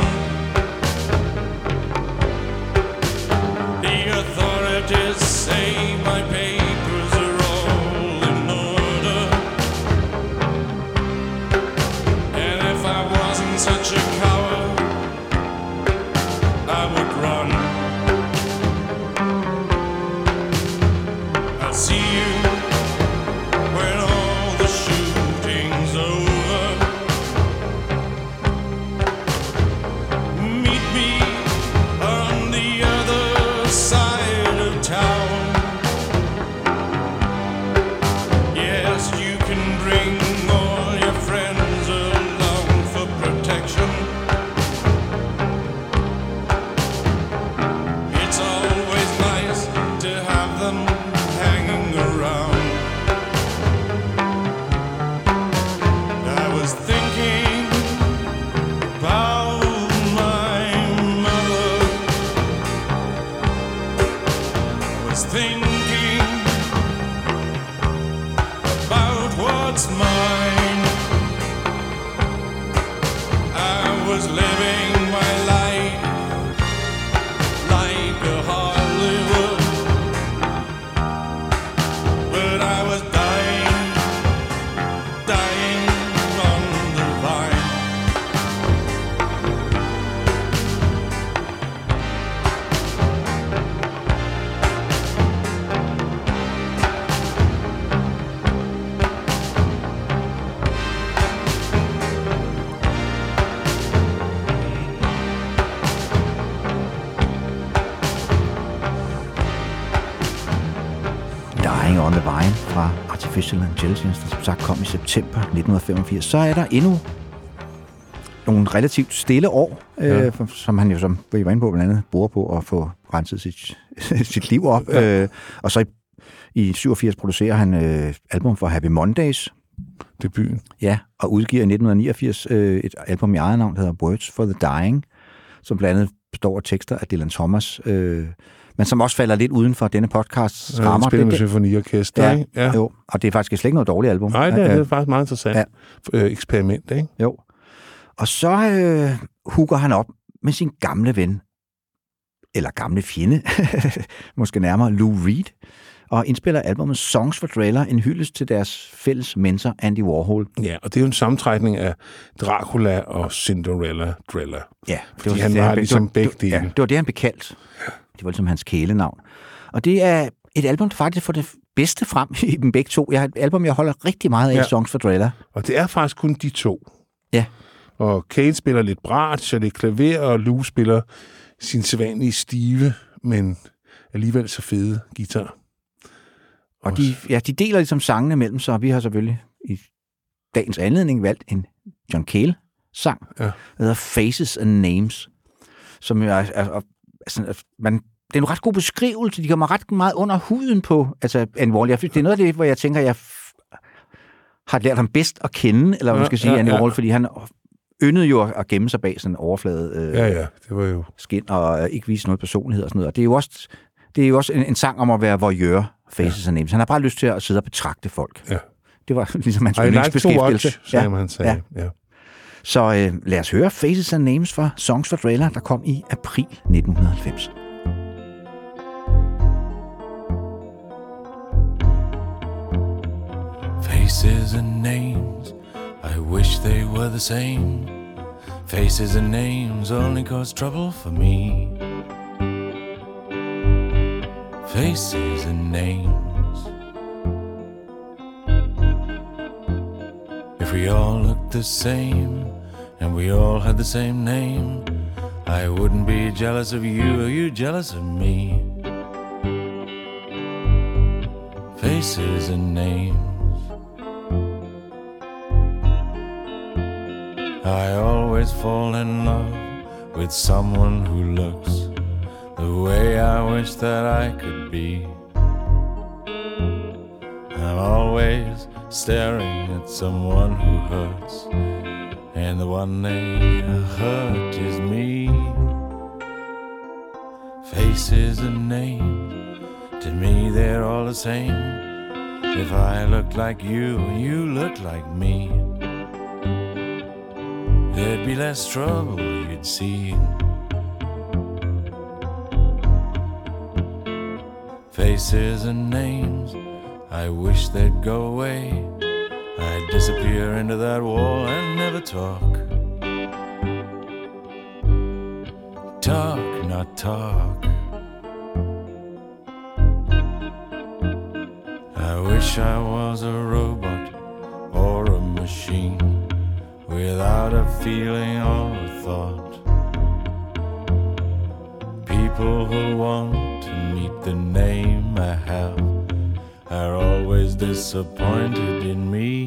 The authorities say my papers are all in order, and if I wasn't such a coward, I would run. I'll see you when all the shooting's over. Meet me on the other side of town. Yes, you can bring all your friends along for protection. It's always nice to have them hanging around. I was thinking about my mother. I was thinking about what's mine. I was living my life like a Hollywood, but I was dying, dying on the vine. Dying on the Vine fra Artificial Intelligence, der som sagt kom i september 1985. Så er der endnu nogle relativt stille år, som han jo, som vi var inde på, blandt andet bruger på at få renset sit liv op. Ja. Og så i 87 producerer han album for Happy Mondays. Debuten. Ja, og udgiver i 1989 et album i eget navn, der hedder Words for the Dying, som blandt andet består af tekster af Dylan Thomas, men som også falder lidt uden for denne podcasts rammer. Spiller med symfoniorkester, ja, ikke? Ja. Jo, og det er faktisk slet ikke noget dårligt album. Nej, det er faktisk meget interessant. Ja. Eksperiment, ikke? Jo. Og så hooker han op med sin gamle ven, eller gamle fjende, måske nærmere Lou Reed, og indspiller albumet Songs for Drella, en hyldest til deres fælles mentor Andy Warhol. Ja, og det er jo en sammentrækning af Dracula og Cinderella Drella. Ja, fordi han var ligesom begge dele. Ja, det var det, han blev kaldt. Det var ligesom hans kælenavn. Og det er et album, der faktisk får det bedste frem i dem begge to. Jeg har et album, jeg holder rigtig meget af, Songs for Drella. Og det er faktisk kun de to. Ja. Og Kate spiller lidt bratsch og lidt klaver, og Lou spiller sin sædvanlige stive, men alligevel så fede guitar. Og de deler ligesom sangene mellem sig, og vi har selvfølgelig i dagens anledning valgt en John Cale-sang, der hedder Faces and Names, som er det er en ret god beskrivelse. De kommer ret meget under huden på Andy Warhol. Det er noget af det, hvor jeg tænker, jeg har lært ham bedst at kende, eller hvad man skal sige, Andy Warhol, fordi han yndede jo at gemme sig bag sådan en overflade det var jo skin, og ikke vise noget personlighed og sådan noget. Og det er jo også en sang om at være voyeur, Faces and Names. Han har bare lyst til at sidde og betragte folk. Ja. Det var ligesom hans yndlingsbeskæftigelse. Han sagde. Ja. Så lad os høre Faces and Names fra Songs for Drella, der kom i april 1990. Faces and names, I wish they were the same. Faces and names only cause trouble for me. Faces and names. If we all looked the same and we all had the same name, I wouldn't be jealous of you or you jealous of me. Faces and names. I always fall in love with someone who looks the way I wish that I could be. I'm always staring at someone who hurts, and the one they hurt is me. Faces and names, to me they're all the same. If I look like you and you look like me, there'd be less trouble, you'd see. Faces and names, I wish they'd go away. I'd disappear into that wall and never talk. Talk, not talk. I wish I was a robot or a machine, without a feeling or a thought. People who want to meet the name I have are always disappointed in me.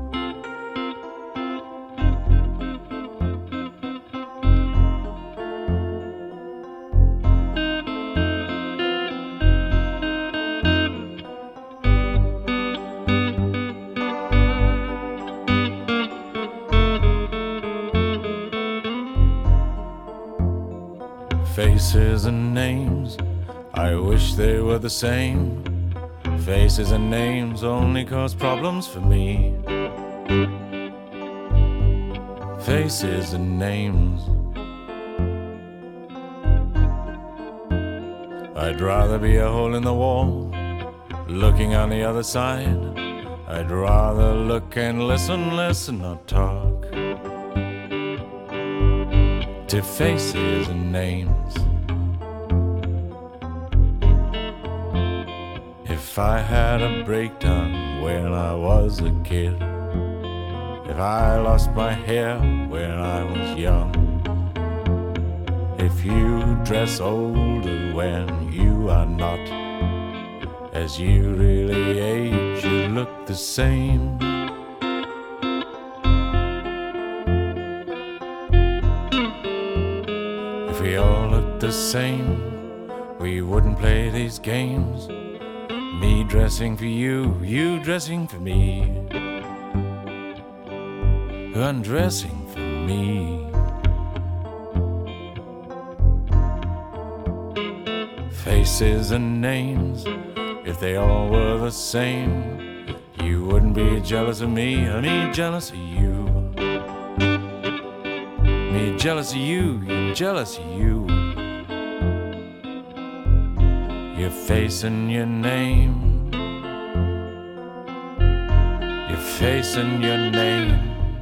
Faces and names, I wish they were the same. Faces and names only cause problems for me. Faces and names. I'd rather be a hole in the wall, looking on the other side. I'd rather look and listen, not talk. To faces and names. If I had a breakdown when I was a kid, if I lost my hair when I was young, if you dress older when you are not, as you really age, you look the same. If we all looked the same, we wouldn't play these games. Me dressing for you, you dressing for me, undressing for me. Faces and names, if they all were the same, you wouldn't be jealous of me, or me jealous of you. Me jealous of you, you jealous of you. Your face and your name, your face and your name.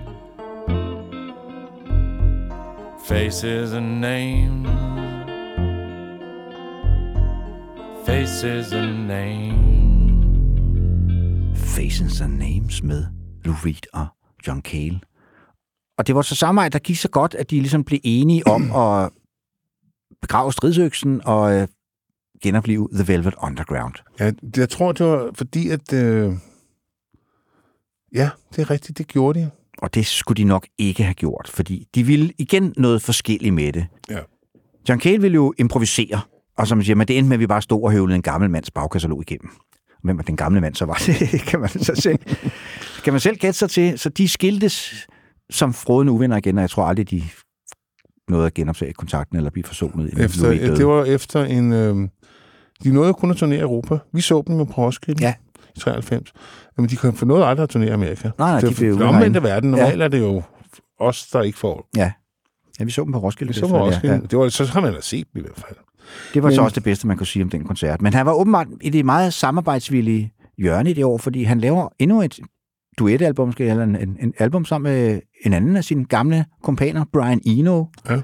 Faces and names, faces and names. Faces and Names med Lou Reed og John Cale. Og det var så samarbejde, der gik så godt, at de ligesom blev enige om at begrave stridsøksen og genoplive The Velvet Underground. Ja, jeg tror, det var fordi, at... Ja, det er rigtigt, det gjorde de. Og det skulle de nok ikke have gjort, fordi de ville igen noget forskelligt med det. Ja. John Cale ville jo improvisere, og som man siger, men det endte med, at vi bare stod og høvlede en gammel mands bagkatalog igennem. Hvem var den gamle mand så var det? kan man selv gætte sig til. Så de skiltes som frådende uvenner igen, og jeg tror aldrig, de nåede at genoptage kontakten eller blive forsonet. Det var efter en... De nåede kun at turnere i Europa. Vi så dem med på Roskilde i 93. Men de kunne få noget aldrig at turnere i Amerika. Nej, de blev omvendt af verden. Normalt er det jo os, der ikke får... Ja, vi så dem på Roskilde. Vi så på Roskilde. Ja. Det var, så har man da set dem i hvert fald. Det var så også det bedste, man kunne sige om den koncert. Men han var åbenbart i det meget samarbejdsvillige hjørne i det år, fordi han laver endnu et duetalbum, eller en album sammen med en anden af sine gamle kompaner, Brian Eno,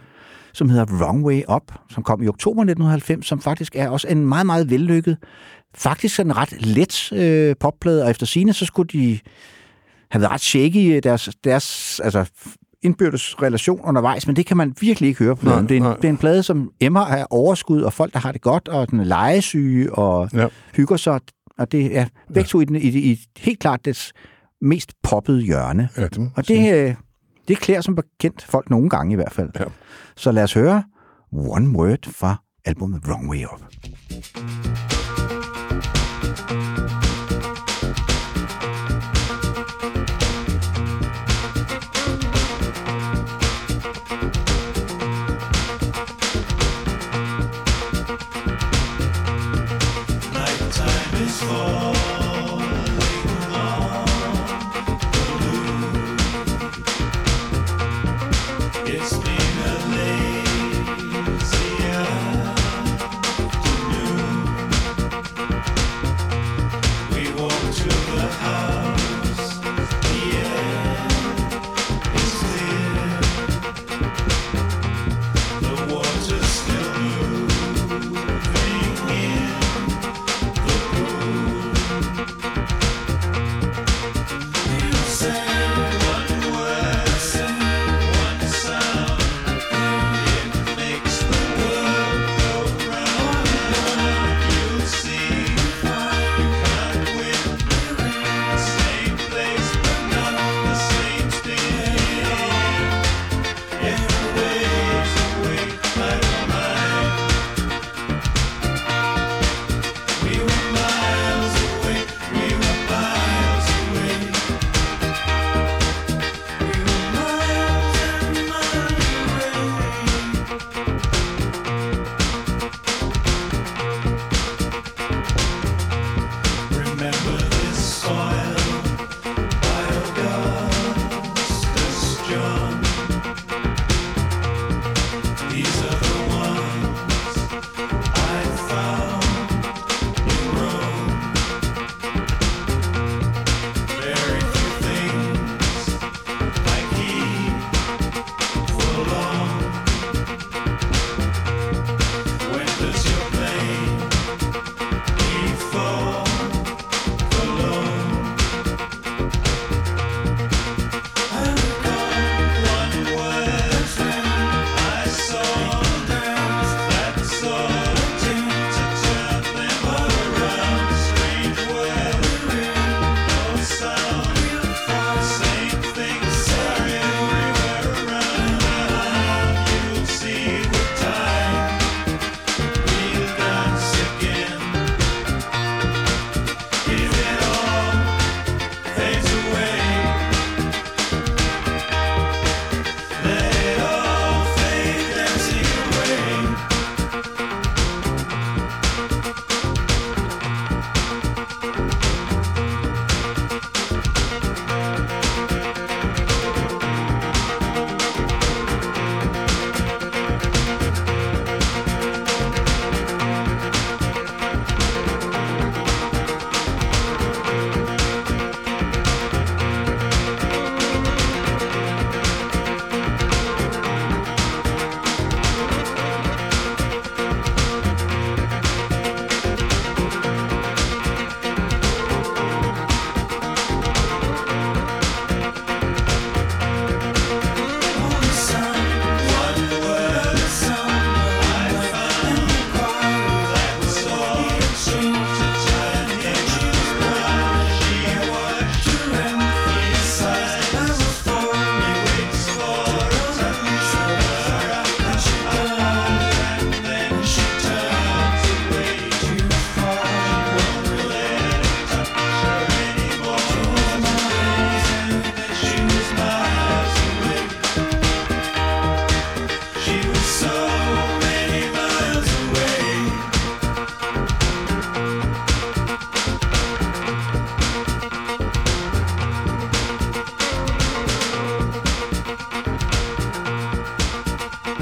som hedder Wrong Way Up, som kom i oktober 1990, som faktisk er også en meget, meget vellykket, faktisk en ret let popplade, og efter sigende, så skulle de have været ret shaky i deres altså indbyrdes relation undervejs, men det kan man virkelig ikke høre på pladen. Det er en plade, som emmer af overskud, og folk, der har det godt, og den er legesyge, og hygger sig, og det er begge to i helt klart dets mest poppede hjørne. Ja, og det klæder som bekendt folk nogle gange i hvert fald. Ja. Så lad os høre One Word fra albumet Wrong Way Up.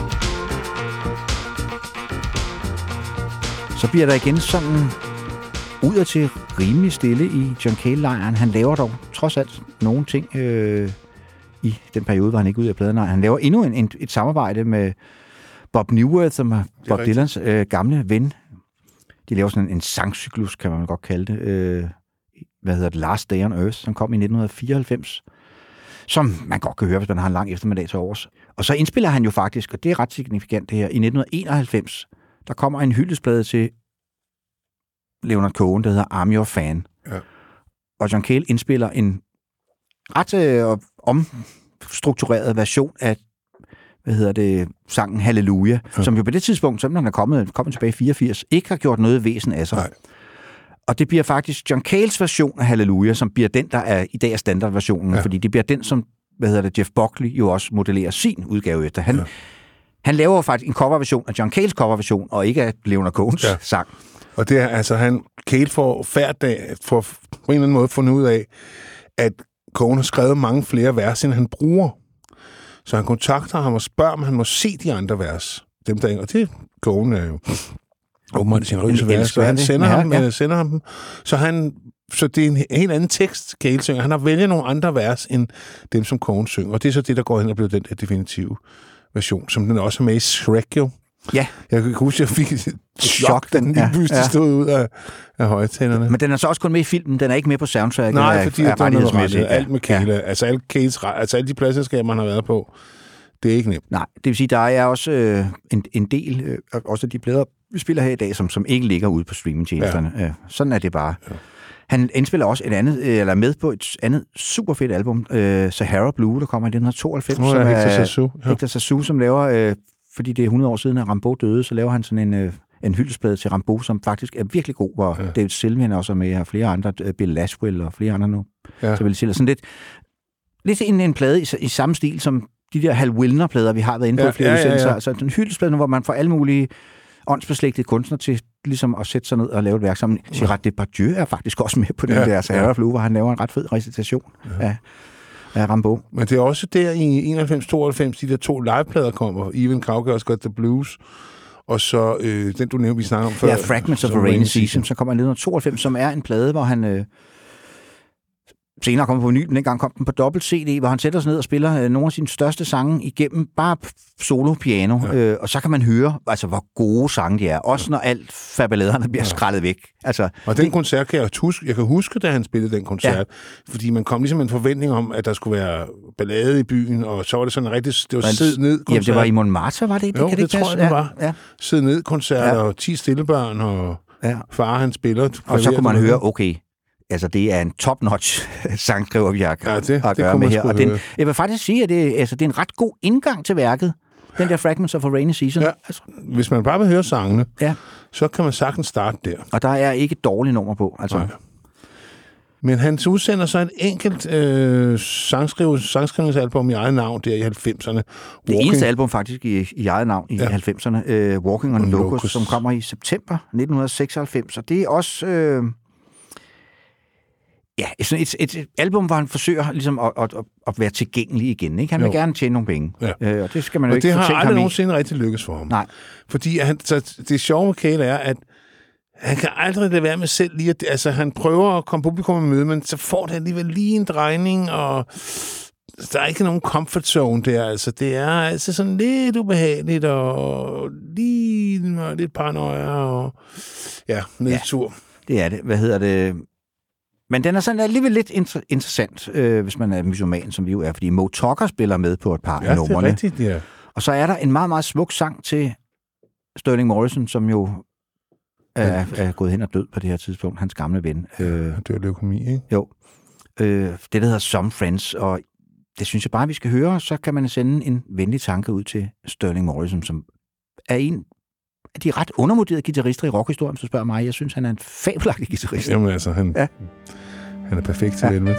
Så bliver der igen sådan udadtil rimelig stille i John Cale-lejren. Han laver dog trods alt nogle ting i den periode, hvor han ikke ud af pladenlejren. Han laver endnu et samarbejde med Bob Newhart, som er Bob Dylans gamle ven. De laver sådan en sangcyklus, kan man godt kalde det. Last Day on Earth, som kom i 1994. Som man godt kan høre, hvis man har en lang eftermiddag til overs. Og så indspiller han jo faktisk, og det er ret signifikant det her, i 1991, der kommer en hyldestplade til Leonard Cohen, der hedder I'm Your Fan. Ja. Og John Cale indspiller en ret omstruktureret version af sangen Halleluja, som jo på det tidspunkt, som den er kommet tilbage i 84, ikke har gjort noget væsen af sig. Nej. Og det bliver faktisk John Cales version af Halleluja, som bliver den, der er i dag er standardversionen, fordi det bliver den, som Jeff Buckley jo også modellerer sin udgave efter. Han laver jo faktisk en coverversion af John Cales coverversion, og ikke af Leonard Cohens sang. Og det er altså, Cale får på en eller anden måde fundet ud af, at Cohen har skrevet mange flere vers, end han bruger. Så han kontakter ham og spørger, om han må se de andre vers. Dem der, og det Cohen er jo åbenbart sin rysevers, så han sender ham dem. Så det er en helt anden tekst, Cale synger. Han har vælget nogle andre vers, end dem, som Cohen synger. Og det er så det, der går hen og bliver den der definitive version, som den også er med i Shrek, jo. Ja. Jeg kan huske, at jeg fik et chok, da den lige pludselig stod ud af højtalerne. Men den er så også kun med i filmen, den er ikke med på soundtrack. Nej, fordi det er noget alt med Cale. Ja. Altså alle de pladselskaber, man har været på, det er ikke nemt. Nej, det vil sige, der er også en del, også de plader, vi spiller her i dag, som ikke ligger ude på streamingtjenesterne. Ja. Sådan er det bare. Ja. Han indspiller også et andet, eller med på et andet super fedt album, Sahara Blue, der kommer i 1992, som er Hector Sassou, som laver, fordi det er 100 år siden, at Rimbaud døde, så laver han sådan en hyldestplade til Rimbaud, som faktisk er virkelig god, hvor David Sylvian også er med, og flere andre, Bill Laswell og flere andre nu. Ja. Så vil jeg sige, sådan lidt en plade i samme stil, som de der Hal Wilner-plader, vi har været inde på flere udsendelser. Altså en hyldestplade, hvor man får alle mulige åndsbeslægtede kunstnere til ligesom at sætte sig ned og lave et værk sammen. Gerard Depardieu er faktisk også med på den der Sahara Blue, hvor han laver en ret fed recitation af Rimbaud. Men det er også der i 91-92, de der 2 liveplader kommer. Even Cowgirls Got the Blues, og så den, du nævnte, vi snakker om før. Ja, Fragments of a Rainy Season, som kommer i 1992, som er en plade, hvor han senere kommer på vinyl, men dengang kom den på dobbelt CD, hvor han sætter sig ned og spiller nogle af sine største sange igennem, bare solo piano, og så kan man høre, altså hvor gode sange de er, også når alt faballaderne bliver skrællet væk. Altså, og den koncert kan jeg kan huske, da han spillede den koncert, fordi man kom ligesom med en forventning om, at der skulle være ballade i byen, og så var det sådan en rigtig, det var sid ned koncert. Jamen, det var i Montmartre, var det ikke? Jo, det tror jeg, det var. Ja. Sid ned koncert, og 10 stillebørn, og far, han spiller. Og så kunne man høre, okay, altså, det er en top-notch sangskriver, vi har at gøre med her. Og jeg vil faktisk sige, at det er en ret god indgang til værket, den der Fragments of a Rainy Season. Ja. Altså, hvis man bare vil høre sangene, så kan man sagtens starte der. Og der er ikke et dårligt nummer på. Altså. Nej. Men han udsender så et enkelt sangskrivningsalbum i eget navn der i 90'erne. Det eneste album faktisk i eget navn i 90'erne, Walking on Locust, som kommer i september 1996. Og det er også... et album, hvor han forsøger ligesom at være tilgængelig igen. Ikke? Han vil gerne tjene nogle penge. Ja. Og det skal man jo ikke fortænke ham i. Og det har aldrig nogensinde rigtig lykkes for ham. Nej. Fordi det sjove med Cale er, at han kan aldrig lade være med selv lige at... Altså, han prøver at komme publikum i møde, men så får det alligevel lige en drejning, og der er ikke nogen comfort zone der. Altså, det er altså sådan lidt ubehageligt, og lige lidt paranoia, og nedtur. Det er det. Men den er sådan alligevel lidt interessant, hvis man er musulman, som vi jo er, fordi Moe Tucker spiller med på et par af numrene. Det er rigtigt, ja. Og så er der en meget, meget smuk sang til Sterling Morrison, som jo er gået hen og død på det her tidspunkt, hans gamle ven. Det er leukemi, ikke? Jo. Det, der hedder Some Friends, og det synes jeg bare, vi skal høre, så kan man sende en venlig tanke ud til Sterling Morrison, som er en af de ret undervurderede guitarister i rockhistorien, så spørger mig. Jeg synes, han er en fabelagtig guitarist. Jamen altså, han er perfekt til Velvet.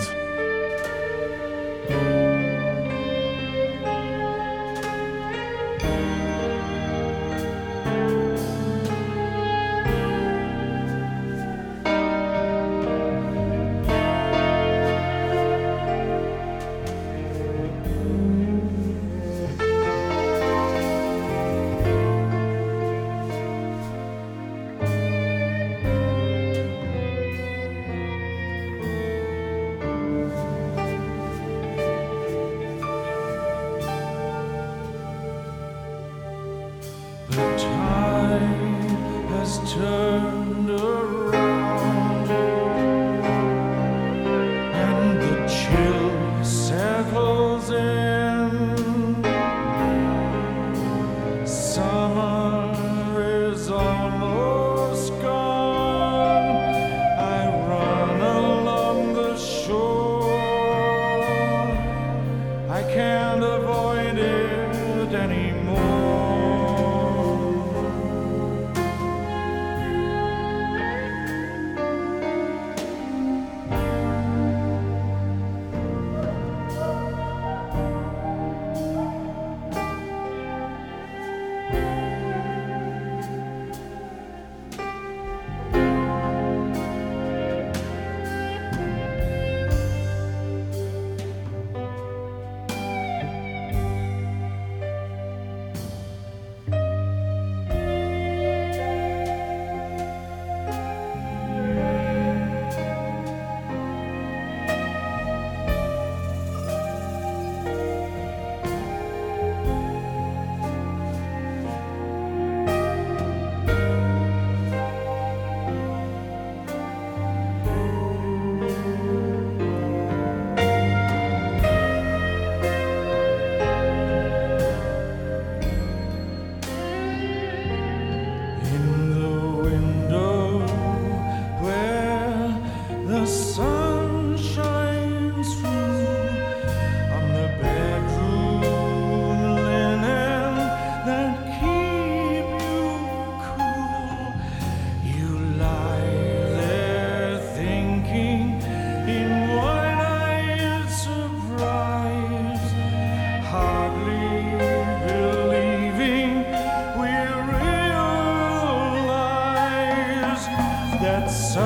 that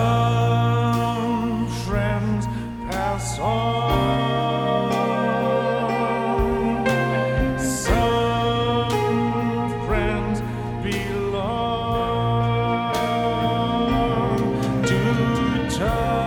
some friends pass on, some friends belong to time.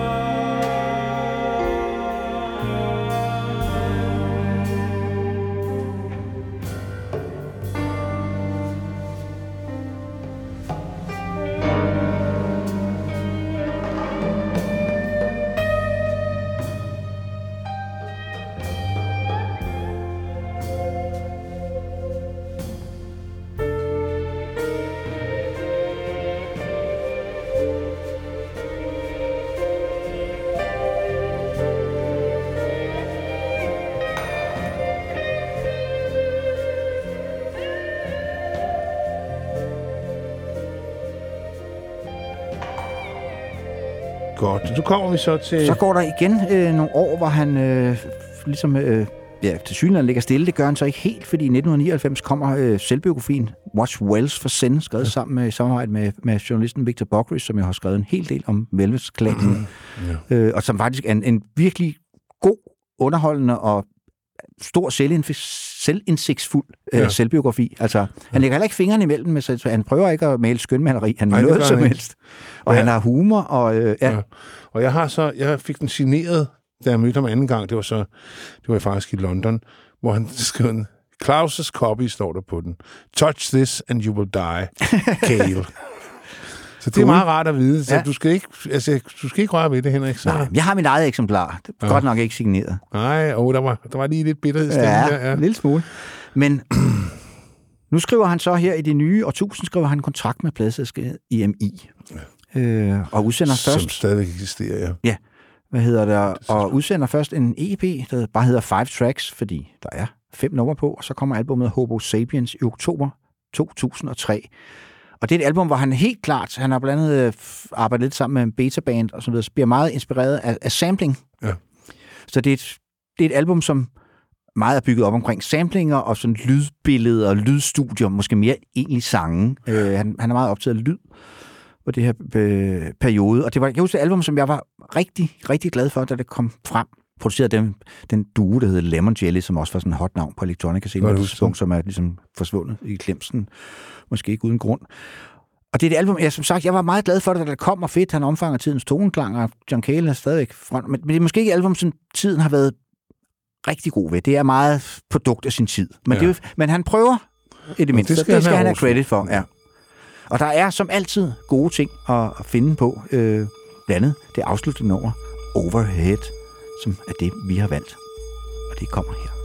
Godt. Så kommer vi så til... Så går der igen nogle år, hvor han ligesom... til synligheden ligger stille. Det gør han så ikke helt, fordi i 1999 kommer selvbiografien Watch Wells for Send, skrevet sammen med samarbejde med journalisten Victor Bockris, som jeg har skrevet en hel del om Velvets-klanen. Og som faktisk er en virkelig god, underholdende og stor selvindsigtsfuld selvbiografi. Altså, han lægger heller ikke fingrene imellem, men han prøver ikke at male skønmaleri. Han vil noget som helst. Og han har humor. Og jeg fik den signeret, da jeg mødte ham anden gang. Det var faktisk i London, hvor han skrev en Claus' copy, står der på den. Touch this and you will die, Cale. Så det er meget rart at vide. Så du skal ikke røre ved det, Henrik. Så. Nej, jeg har mit eget eksemplar. Det er godt nok ikke signeret. Nej, der var lige lidt bitterhed i stemmen der. Ja, en lille smule. Men nu skriver han så her i det nye årtusind, skriver han en kontrakt med pladeselskabet EMI. Og udsender først... Som stadig eksisterer, ja. Og udsender først en EP, der bare hedder 5 Tracks, fordi der er 5 numre på, og så kommer albumet Homo Sapiens i oktober 2003. Og det er et album, hvor han helt klart, han har blandt andet arbejdet lidt sammen med en betaband og så videre, så bliver meget inspireret af sampling. Ja. Så det er et album, som meget er bygget op omkring samplinger og sådan lydbilleder og lydstudier, måske mere egentlig sange. Han er meget optaget af lyd på det her periode. Og det var jo et album, som jeg var rigtig, rigtig glad for, da det kom frem. Producerede den duo, der hedder Lemon Jelly, som også var sådan en hot navn på Electronica-scenen, som er ligesom forsvundet i glemsen. Måske ikke uden grund. Og det er et album, som sagt, jeg var meget glad for det, da det kom, og fedt. Han omfanger tidens toneklang, og John Cale er stadigvæk front. Men det er måske ikke et album, som tiden har været rigtig god ved. Det er meget produkt af sin tid. Men han prøver i det mindste. Det skal han have credit for, ja. Og der er som altid gode ting at finde på. Blandt andet det afsluttende nummer Overhead, som er det, vi har valgt. Og det kommer her.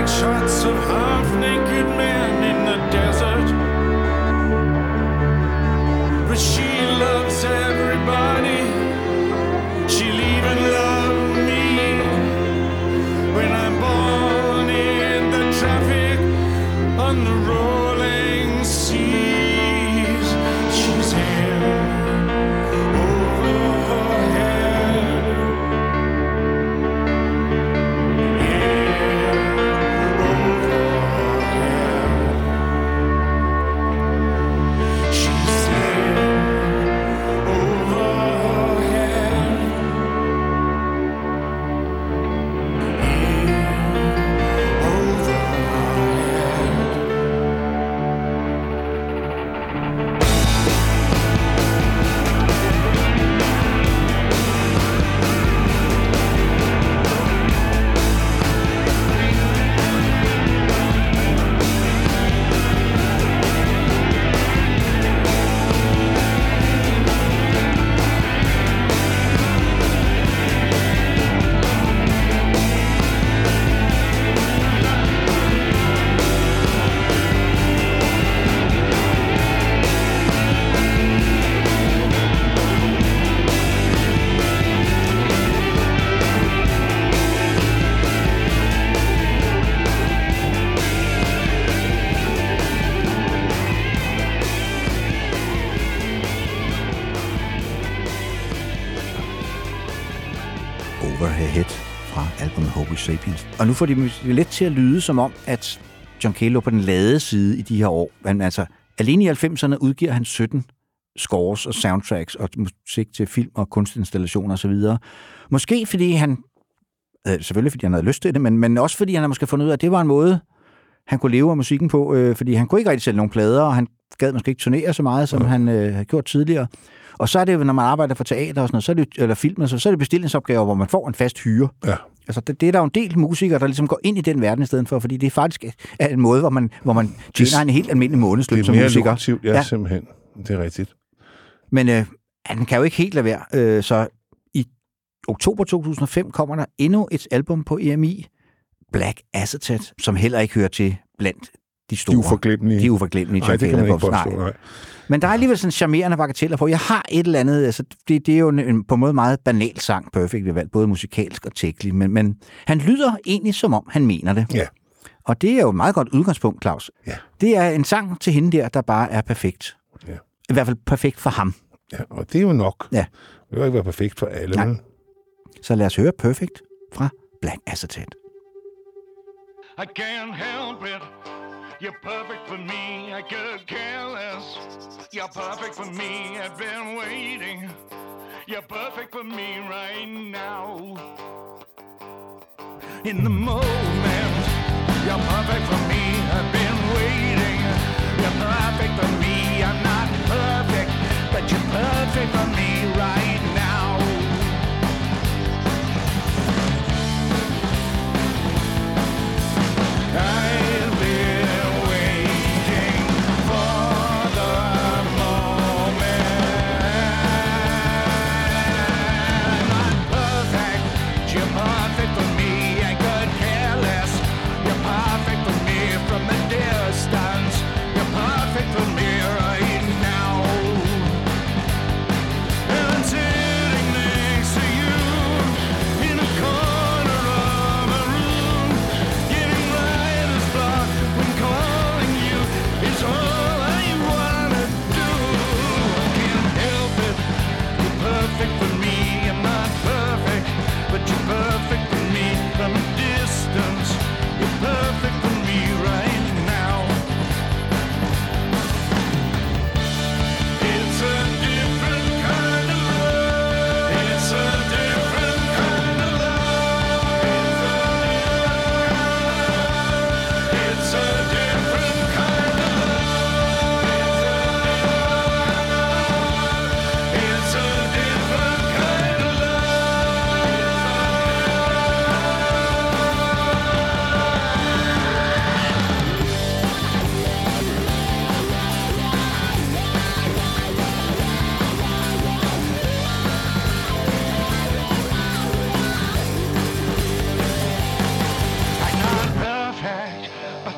take shots of half-naked men in the desert. But she loves everybody. She'll even love me when I'm born in the traffic on the rolling seas. She's here over her head. Yeah, over her head. She's here over her head. Yeah, over her head. Over Her Head fra albumet Homo Sapiens. Og nu får de lidt til at lyde som om, at John Cale lå på den lade side i de her år. Men altså, alene i 90'erne udgiver han 17 scores og soundtracks og musik til film og kunstinstallationer osv. Måske fordi han, selvfølgelig fordi han havde lyst til det, men også fordi han har måske fundet ud af, at det var en måde, han kunne leve af musikken på, fordi han kunne ikke rigtig sælge nogle plader, og han gad måske ikke turnere så meget, som han havde gjort tidligere. Og så er det jo, når man arbejder for teater og sådan noget, så er det, eller film, så er det bestillingsopgaver, hvor man får en fast hyre. Ja. Altså, det er der jo en del musikere, der ligesom går ind i den verden i stedet for, fordi det er faktisk en måde, hvor man tjener en helt almindelig månedsløn som musiker. Det er mere lukrativt, ja, simpelthen. Det er rigtigt. Men han kan jo ikke helt lade være. Så i oktober 2005 kommer der endnu et album på EMI, Black Acetate, som heller ikke hører til blandt de store. De uforglemmelige. Nej, det kan man ikke påstå, nej. Men der er alligevel sådan charmerende bagateller på. Jeg har et eller andet, altså det er jo på en måde meget banal sang, Perfect ved valg, både musikalsk og teknisk, men han lyder egentlig som om, han mener det. Ja. Og det er jo et meget godt udgangspunkt, Claus. Ja. Det er en sang til hende der bare er perfekt. Ja. I hvert fald perfekt for ham. Ja, og det er jo nok. Ja. Det vil ikke være perfekt for alle. Nej. Så lad os høre Perfect fra Black Acetate. I can't help it. You're perfect for me. I could care less. You're perfect for me. I've been waiting. You're perfect for me right now. In the moment, you're perfect for me. I've been waiting. You're perfect for me. I'm not perfect, but you're perfect for me right now. I've been waiting for the moment. I'm perfect, you're perfect for me. I could care less. You're perfect for me from a distance. You're perfect for me right now. And I'm sitting next to you in a corner of a room, getting writer's block when calling you is all I wanna do. I can't help it. You're perfect for me. I'm not perfect, but you're perfect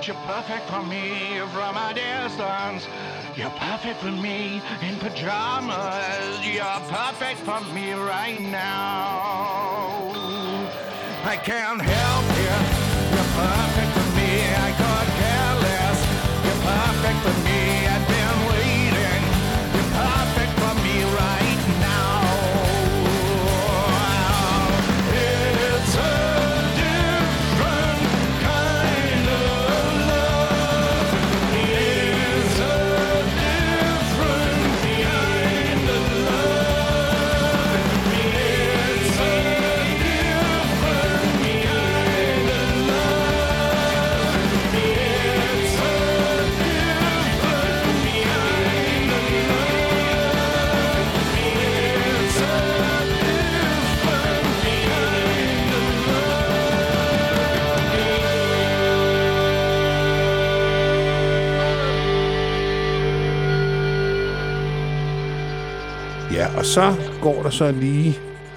You're perfect for me from a distance. You're perfect for me in pajamas. You're perfect for me right now. I can't help you. You're perfect for me. I could care less. You're perfect for me. I've been waiting. You're perfect for me right now. It's a different kind of love. It's a different kind of love. It's a different kind of love. It's a Ja, og så går der så lige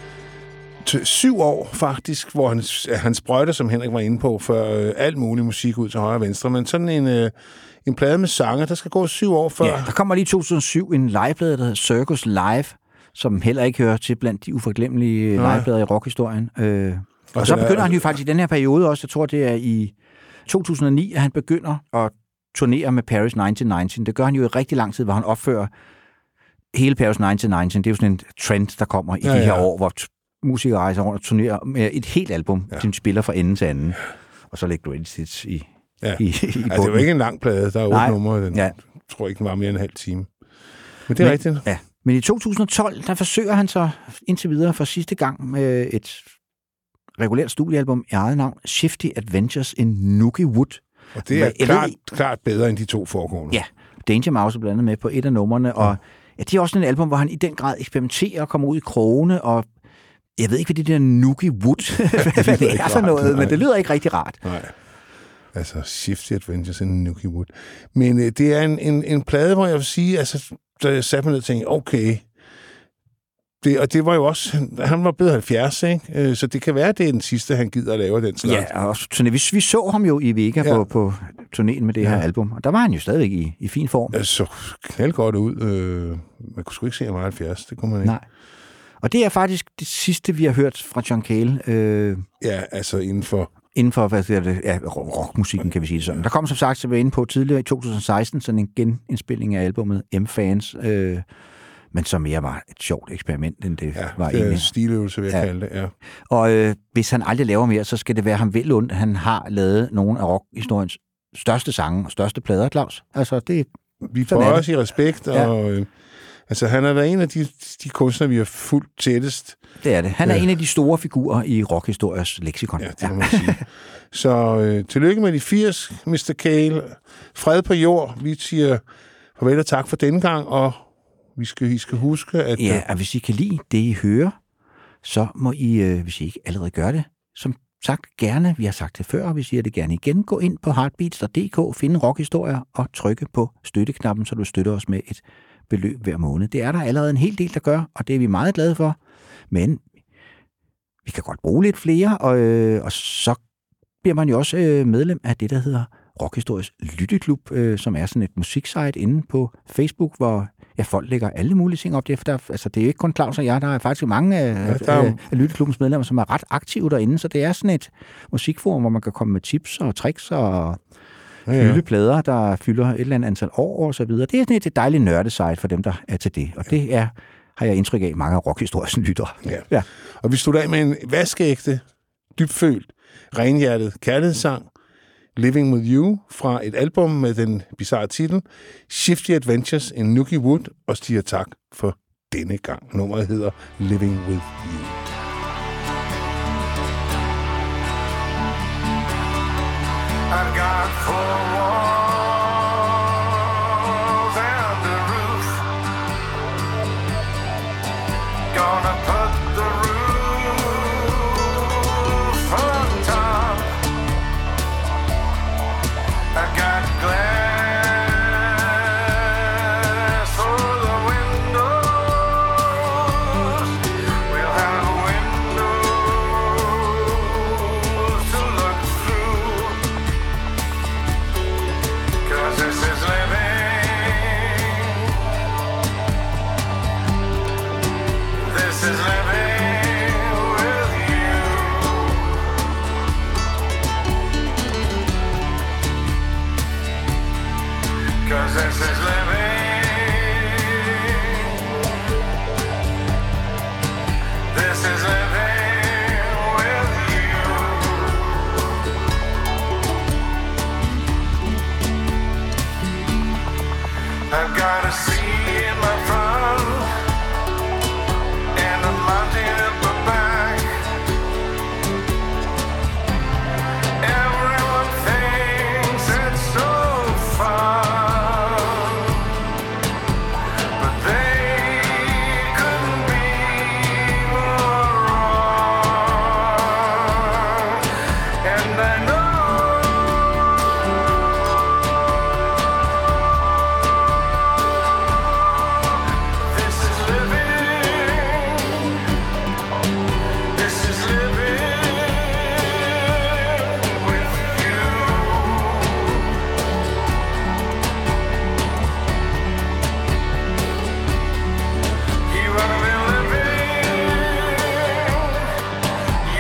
7 år faktisk, hvor han sprøjter, som Henrik var inde på, før alt mulig musik ud til højre og venstre. Men sådan en plade med sange, der skal gå 7 år før. Ja, der kommer lige i 2007 en liveplade, der hedder Circus Live, som heller ikke hører til blandt de uforglemmelige liveplader i rockhistorien. Og så begynder han jo faktisk i den her periode også, jeg tror det er i 2009, at han begynder at turnere med Paris 1919. Det gør han jo i rigtig lang tid, hvor han opfører hele Paris 1919. Det er jo sådan en trend, der kommer i de her år, hvor musikere rejser rundt og turnerer med et helt album, som de spiller fra ende til anden. Og så lægger du et hits i det er jo ikke en lang plade, der er 8 numre. Jeg tror ikke, den var mere end en halv time. Men det er rigtigt. Ja. Men i 2012, der forsøger han så indtil videre for sidste gang med et regulært studiealbum i eget navn, Shifty Adventures in Noogie Wood. Og det er klart bedre end de 2 foregående. Ja, Danger Mouse er blandt andet med på et af numrene, og det er også en album, hvor han i den grad eksperimenterer og kommer ud i krogene, og jeg ved ikke, hvad det der Noogie Wood hvad det er for noget, men det lyder ikke rigtig rart. Nej. Altså, Shifty Adventures in Noogie Wood. Men det er en plade, hvor jeg vil sige, altså, da jeg satte mig ned og tænkte, okay, og det var jo også, han var blevet 70, ikke? Så det kan være, at det er den sidste, han gider at lave den slags. Ja, og vi så ham jo i Vega på turnéen med det her album, og der var han jo stadigvæk i fin form. Det så knaldgodt ud. Man kunne sgu ikke se ham 70, det kunne man ikke. Nej. Og det er faktisk det sidste, vi har hørt fra John Cale. Ja, altså inden for hvad hedder det, rockmusikken, kan vi sige det sådan. Der kom som sagt, så vi inde på tidligere i 2016, sådan en genindspilning af albumet M-Fans, men som mere var et sjovt eksperiment, end det var egentlig. Ja, stiløvelse, vil jeg kalde det, ja. Og hvis han aldrig laver mere, så skal det være ham vel ondt. Han har lavet nogle af rockhistoriens største sange og største plader, Claus. Altså, det vi får også i respekt, og altså, han har været en af de kunstnere, vi har fulgt tættest. Det er det. Han er en af de store figurer i rockhistoriers leksikon. Ja, det må man sige. Så tillykke med de 80, Mr. Cale. Fred på jord. Vi siger farvel og tak for denne gang, og I skal huske, at... Ja, og hvis I kan lide det, I hører, så må I, hvis I ikke allerede gør det, som sagt gerne, vi har sagt det før, og vi siger det gerne igen, gå ind på heartbeats.dk, finde rockhistorier og trykke på støtteknappen, så du støtter os med et beløb hver måned. Det er der allerede en hel del, der gør, og det er vi meget glade for. Men vi kan godt bruge lidt flere, og så bliver man jo også medlem af det, der hedder Rockhistorisk Lytteklub, som er sådan et musiksite inde på Facebook, hvor folk lægger alle mulige ting op. Det er jo ikke kun Claus og jeg, der er faktisk mange af Lytteklubbens medlemmer, som er ret aktive derinde, så det er sådan et musikforum, hvor man kan komme med tips og tricks og hylde plader, der fylder et eller andet antal år og så videre. Det er sådan et dejligt nørdesite for dem, der er til det, og det har jeg indtryk af mange rockhistoriske lyttere. Ja. Og vi slutter af med en vaskeægte, dybfølt, renhjertet kærlighedssang, Living With You, fra et album med den bizarre titel, Shifty Adventures in Noogie Wood, og siger tak for denne gang. Nummeret hedder Living With You. I've got 4 walls and a roof. Gonna put the roof on top. I've got glass for the windows. We'll have windows to look through.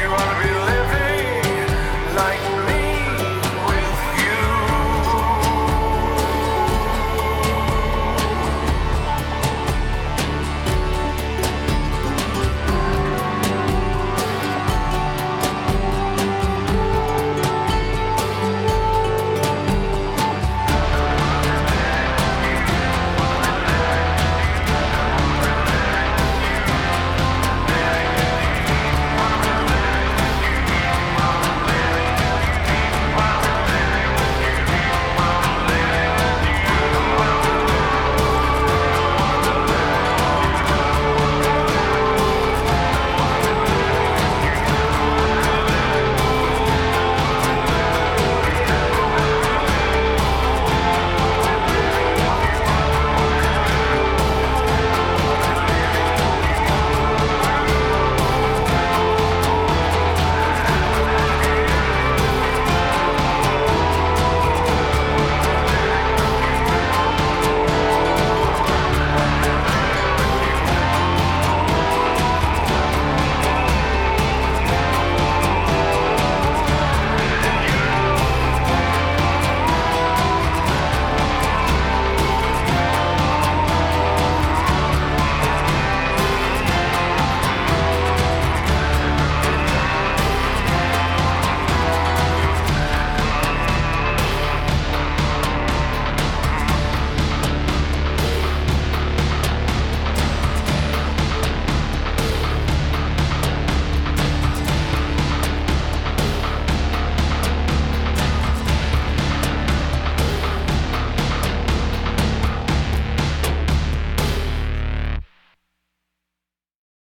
wanna be